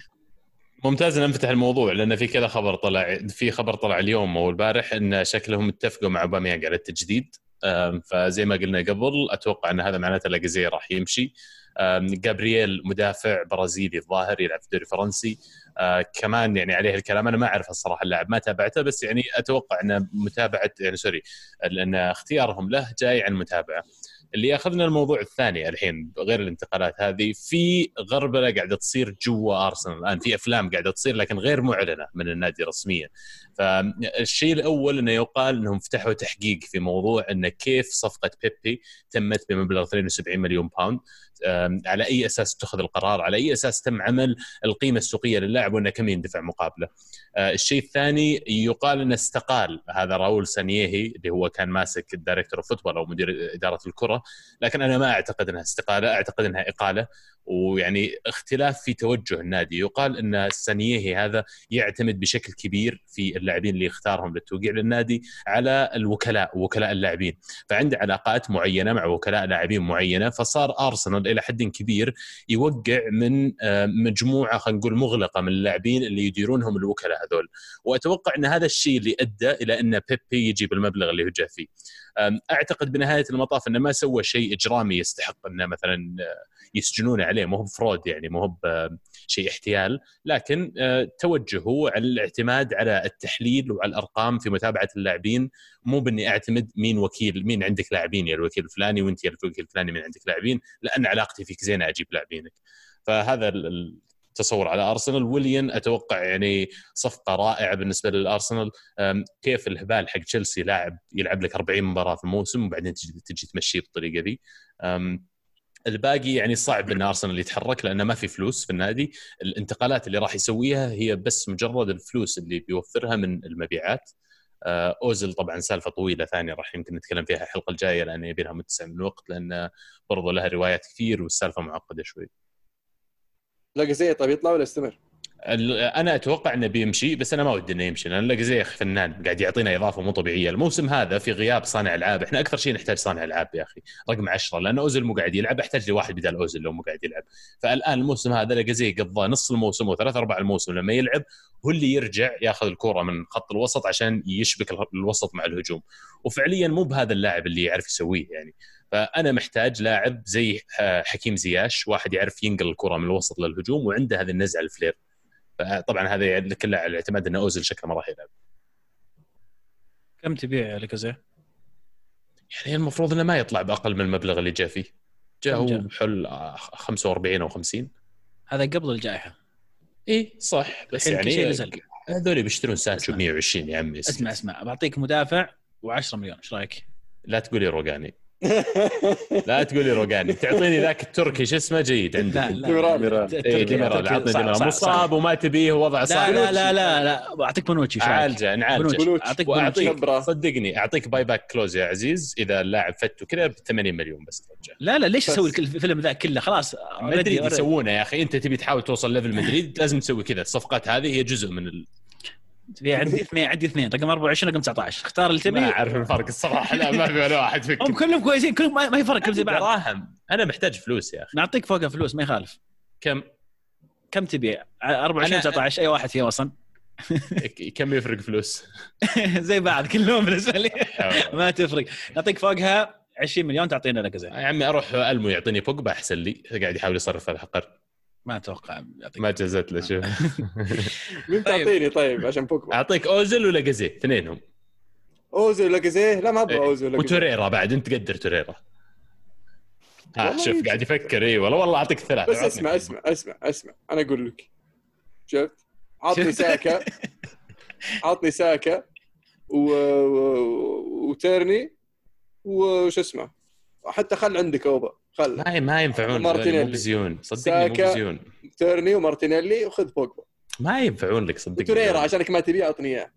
[SPEAKER 3] ممتاز ان نفتح الموضوع لان في كذا خبر طلع، في خبر طلع اليوم او البارح ان شكلهم اتفقوا مع اوباميانغ على التجديد. فزي ما قلنا قبل اتوقع ان هذا معناته لاجازيه راح يمشي. جابرييل مدافع برازيلي الظاهر يلعب في الدوري الفرنسي. كمان يعني عليه الكلام، انا ما اعرف الصراحه اللاعب ما تابعته، بس يعني اتوقع ان متابعه يعني لان اختيارهم له جاي عن متابعه. اللي اخذنا الموضوع الثاني الحين غير الانتقالات هذه، في غربله قاعده تصير جوا ارسنال الان، في افلام قاعده تصير لكن غير معلنه من النادي رسميا. فالشيء الاول انه يقال انهم فتحوا تحقيق في موضوع انه كيف صفقه بيبي تمت بمبلغ 72 مليون باوند، على اي اساس اتخذ القرار، على اي اساس تم عمل القيمه السوقيه للاعب وانه كم يندفع مقابله. الشيء الثاني يقال انه استقال هذا راؤول سانييهي اللي هو كان ماسك الدايركتور اوف فوتبول او مدير اداره الكره، لكن انا ما اعتقد انها استقاله، اعتقد انها اقاله. ويعني اختلاف في توجه النادي. يقال ان سانييهي هذا يعتمد بشكل كبير في اللاعبين اللي يختارهم للتوقيع للنادي على الوكلاء ووكلاء اللاعبين، فعنده علاقات معينه مع وكلاء لاعبين معينه. فصار ارسنال الى حد كبير يوقع من مجموعه خلينا نقول مغلقه من اللاعبين اللي يديرونهم الوكلاء هذول. واتوقع ان هذا الشيء اللي ادى الى ان بيبي يجيب المبلغ اللي هو جاء فيه. اعتقد بنهايه المطاف انه ما سوى شيء اجرامي يستحق انه مثلا يسجنونه عليه، مو بفرود يعني، مو بشيء احتيال، لكن توجهه على الاعتماد على التحليل وعلى الارقام في متابعه اللاعبين، مو باني اعتمد مين وكيل، مين عندك لاعبين يا الوكيل الفلاني وانت يا الوكيل الفلاني مين عندك لاعبين، لان علاقتي فيك زينه اجيب لاعبينك. فهذا تصور على أرسنال. ويليان أتوقع يعني صفقة رائعة بالنسبة للأرسنال. كيف الهبال حق تشيلسي لاعب يلعب لك 40 مباراة في الموسم وبعدين تجي تمشيه بالطريقة دي. الباقي يعني صعب ان ارسنال يتحرك لانه ما في فلوس في النادي. الانتقالات اللي راح يسويها هي بس مجرد الفلوس اللي بيوفرها من المبيعات. اوزل طبعا سالفه طويله ثانيه راح يمكن نتكلم فيها الحلقه الجايه لان يبي لها متسع من الوقت، لان برضو لها روايات كثير والسالفه معقده شوي.
[SPEAKER 1] لاجازيه طيب يطلع ولا يستمر؟
[SPEAKER 3] انا اتوقع انه بيمشي، بس انا ما ودي انه يمشي لان لاجازيه فنان قاعد يعطينا اضافه مو طبيعيه الموسم هذا في غياب صانع العاب. احنا اكثر شيء نحتاج صانع العاب يا اخي، رقم 10، لان اوزل مو قاعد يلعب، احتاج لي واحد بدال اوزل لو مو قاعد يلعب. فالان الموسم هذا لاجازيه قضى نص الموسم و3/4 الموسم لما يلعب هو اللي يرجع ياخذ الكره من خط الوسط عشان يشبك الوسط مع الهجوم، وفعليا مو بهذا اللاعب اللي يعرف يسويه يعني. فأنا محتاج لاعب زي حكيم زياش، واحد يعرف ينقل الكرة من الوسط للهجوم وعنده هذه النزعة الفلير. طبعا هذا كله على الاعتماد أن أوزل شكله ما راح يلعب.
[SPEAKER 2] كم تبيع لاكازيه؟
[SPEAKER 3] يعني المفروض انه ما يطلع باقل من المبلغ اللي جاء فيه. جاء هو بحل 45 او 50.
[SPEAKER 2] هذا قبل الجائحه.
[SPEAKER 3] ايه صح، بس
[SPEAKER 2] الحين كل شيء
[SPEAKER 3] يعني
[SPEAKER 2] نزل.
[SPEAKER 3] هذول بيشترون سانشو ب 120 يا عمي.
[SPEAKER 2] اسمع بعطيك مدافع و10 مليون، ايش رايك؟
[SPEAKER 3] لا تقولي روغاني. لا تقولي روغاني، تعطيني ذاك التركي شو اسمه جيد عندك.
[SPEAKER 2] ديميرال
[SPEAKER 3] عطني ديميرال مصاب وما تبيه ووضع صعب.
[SPEAKER 2] لا بعطيك بونوتشي.
[SPEAKER 3] عالجه
[SPEAKER 2] اعطيك
[SPEAKER 3] واعطيك صدقني اعطيك باي باك كلوز يا عزيز اذا اللاعب فته كذا ب 80 مليون بس ترجع.
[SPEAKER 2] لا ليش اسوي الفيلم ذا كله؟ خلاص
[SPEAKER 3] مدريد يسوونه يا اخي. انت تبي تحاول توصل ليفل مدريد لازم تسوي كذا. الصفقات هذه هي جزء من عندي اثنين رقم 24 رقم 19 اختار اللي تبي. ما اعرف الفرق الصراحه. لا ما في ولا واحد فيك.
[SPEAKER 2] هم كلهم كويسين، كلهم ما يفرق، كلهم زي بعض.
[SPEAKER 3] دراهم. انا محتاج فلوس يا اخي.
[SPEAKER 2] نعطيك فوقها فلوس ما يخالف. كم تبي 24 19 اي واحد فيه اصلا.
[SPEAKER 3] كم يفرق فلوس؟
[SPEAKER 2] زي بعض كلهم بالنسبه لي ما تفرق. نعطيك فوقها 20 مليون تعطينا لاكازيه.
[SPEAKER 3] يا عمي اروح المو يعطيني بوجبا احسن لي. قاعد يحاول يصرف على الحقر.
[SPEAKER 2] ما اتوقع يعطيك.
[SPEAKER 3] ما جازت له. شوف
[SPEAKER 1] مين تعطيني طيب عشان بوجبا؟
[SPEAKER 3] اعطيك اوزيل ولا لاكازيه اثنينهم.
[SPEAKER 1] اوزيل ولا لاكازيه؟ لا ما ابغى اوزيل ولا
[SPEAKER 3] وتوريرا بعد. انت قدر توريرا. شوف قاعد يفكر. اي والله اعطيك ثلاثه.
[SPEAKER 1] بس اسمع انا اقول لك شفت عطني ساكا وتيرني وش اسمه حتى خل عندك اوبا خل
[SPEAKER 3] ما ينفعون مارتينيلي. صدقني مو
[SPEAKER 1] تيرني ومارتينيلي وخذ بوجبا.
[SPEAKER 3] ما ينفعون لك صدقني.
[SPEAKER 1] توريرا عشانك ما تبي اعطني اياه.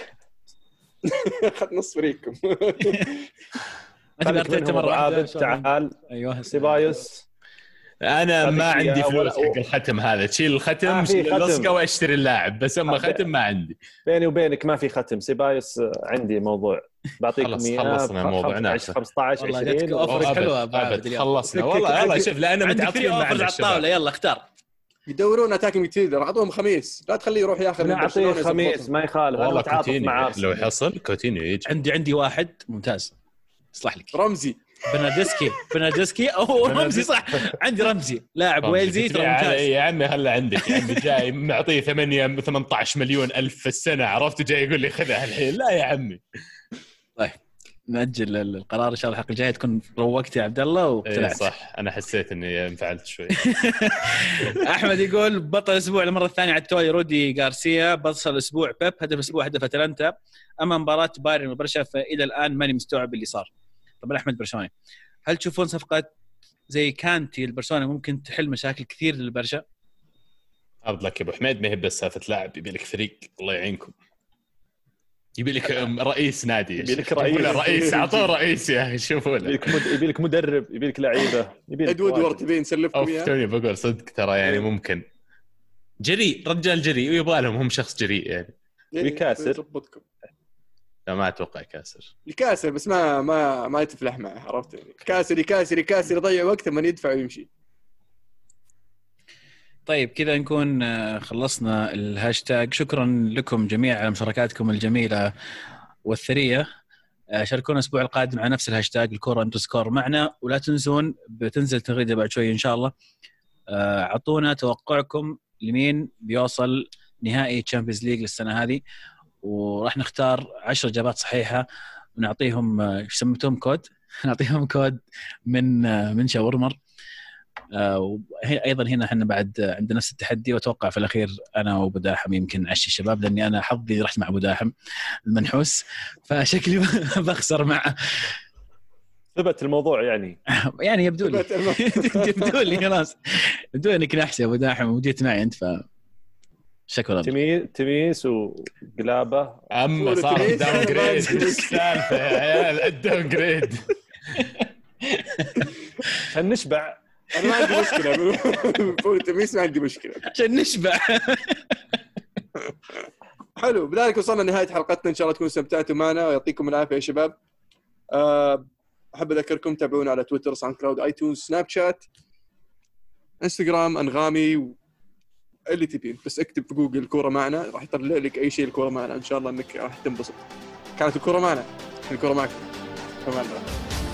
[SPEAKER 1] اخذ نص فريقكم.
[SPEAKER 2] انت مره واحده
[SPEAKER 4] تعال.
[SPEAKER 2] ايوه
[SPEAKER 4] سيبايوس.
[SPEAKER 3] انا ما عندي فلوس حق الختم هذا. تشيل الختم لصقه واشتري اللاعب بس. اما ختم ما عندي.
[SPEAKER 4] بيني وبينك ما في ختم. سيبايوس عندي موضوع بعطيكم اياه.
[SPEAKER 3] خلصنا موضوعنا
[SPEAKER 4] 15 20
[SPEAKER 2] اوفر حلوه.
[SPEAKER 3] خلصنا والله شوف. لا انا متعطيين مع
[SPEAKER 2] الطاوله. يلا اختار.
[SPEAKER 1] يدورون اتاكينج ميدفيلدر. اعطوهم خميس. لا تخليه يروح ياخذ
[SPEAKER 4] من برشلونه. خميس ما يخالف.
[SPEAKER 3] والله كوتينيو لو يحصل كوتينيو يجي.
[SPEAKER 2] عندي واحد ممتاز اصلح لك.
[SPEAKER 1] رمزي
[SPEAKER 2] برناردسكي او رمزي. صح عندي رمزي لاعب ويلزي ترى ممتاز.
[SPEAKER 3] يا عمي هلا عندك يعني جاي معطيه 18 مليون ألف في السنه. عرفت جاي يقول لي خذها الحين. لا يا عمي.
[SPEAKER 2] طيب نأجل القرار ان شاء الله الحلقه الجايه تكون روقت يا عبد الله وطلعت.
[SPEAKER 3] صح انا حسيت اني انفعلت شوي.
[SPEAKER 2] احمد يقول بطل الاسبوع للمره الثانيه على التوالي رودي غارسيا. بطل الاسبوع بيب. هدف الاسبوع هدف اتلانتا. اما مباراه بايرن وبرشا فالى الان ماني مستوعب اللي صار. طبعا احمد برشلوني، هل تشوفون صفقه زي كانتي البرشلونه ممكن تحل مشاكل كثير للبرشا؟
[SPEAKER 3] عبد لك يا ابو حميد. ما هي بس سالفه لاعب. يبي لك فريق الله يعينكم. يبي لك رئيس نادي.
[SPEAKER 4] يبي لك
[SPEAKER 3] رئيس. اعطوه رئيس يا اخي. شوفوا
[SPEAKER 4] يبي لك مدرب. يبي لك لعيبه. يبي لك
[SPEAKER 1] ادوارد تبين نسلفكم اياه.
[SPEAKER 3] توني بقول صدق ترى يعني ممكن جريء. رجال جريء ويبغى لهم هم شخص جريء يعني.
[SPEAKER 4] بيكاسر.
[SPEAKER 3] لا ما اتوقع
[SPEAKER 1] يكاسر بس ما يتفلح معه. عرفت يعني كاسر يضيع وقت من يدفع ويمشي.
[SPEAKER 2] طيب كذا نكون خلصنا الهاشتاج. شكرا لكم جميعا على مشاركاتكم الجميله والثريه. شاركونا الاسبوع القادم على نفس الهاشتاج الكورة_. معنا ولا تنسون بتنزل تغريده بعد شوي ان شاء الله. اعطونا توقعكم لمين بيوصل نهائي تشامبيونز ليج للسنه هذه وراح نختار 10 اجابات صحيحه ونعطيهم ايش سميتهم كود. نعطيهم كود من شاورمر. ايضا هنا احنا بعد عندنا نفس التحدي واتوقع في الاخير انا وابو داحم يمكن نعشي الشباب لاني انا حظي رحت مع ابو داحم المنحوس فشكلي بخسر معه.
[SPEAKER 4] ثبت الموضوع يعني
[SPEAKER 2] يبدو لي خلاص يبدو انك نحس يا ابو داحم وجيت معي انت ف شكرا.
[SPEAKER 4] تميس وقلابه
[SPEAKER 3] اما صار داون جريد. السالفه يا عيال الداون جريد.
[SPEAKER 4] عشان نشبع.
[SPEAKER 1] انا ما عندي مشكله. فول تميس ما عندي مشكله
[SPEAKER 2] عشان نشبع.
[SPEAKER 1] حلو. بذلك وصلنا لنهايه حلقتنا. ان شاء الله تكونوا استمتعتوا معنا ويعطيكم العافيه يا شباب. احب اذكركم تابعونا على تويتر ساوند كلاود ايتونز سناب شات انستغرام انغامي اللي تبين. بس اكتب في جوجل كوره معنا راح يطلع لك اي شيء الكوره معنا. ان شاء الله انك راح تنبسط. كانت الكوره معنا. الكوره معكم. كمان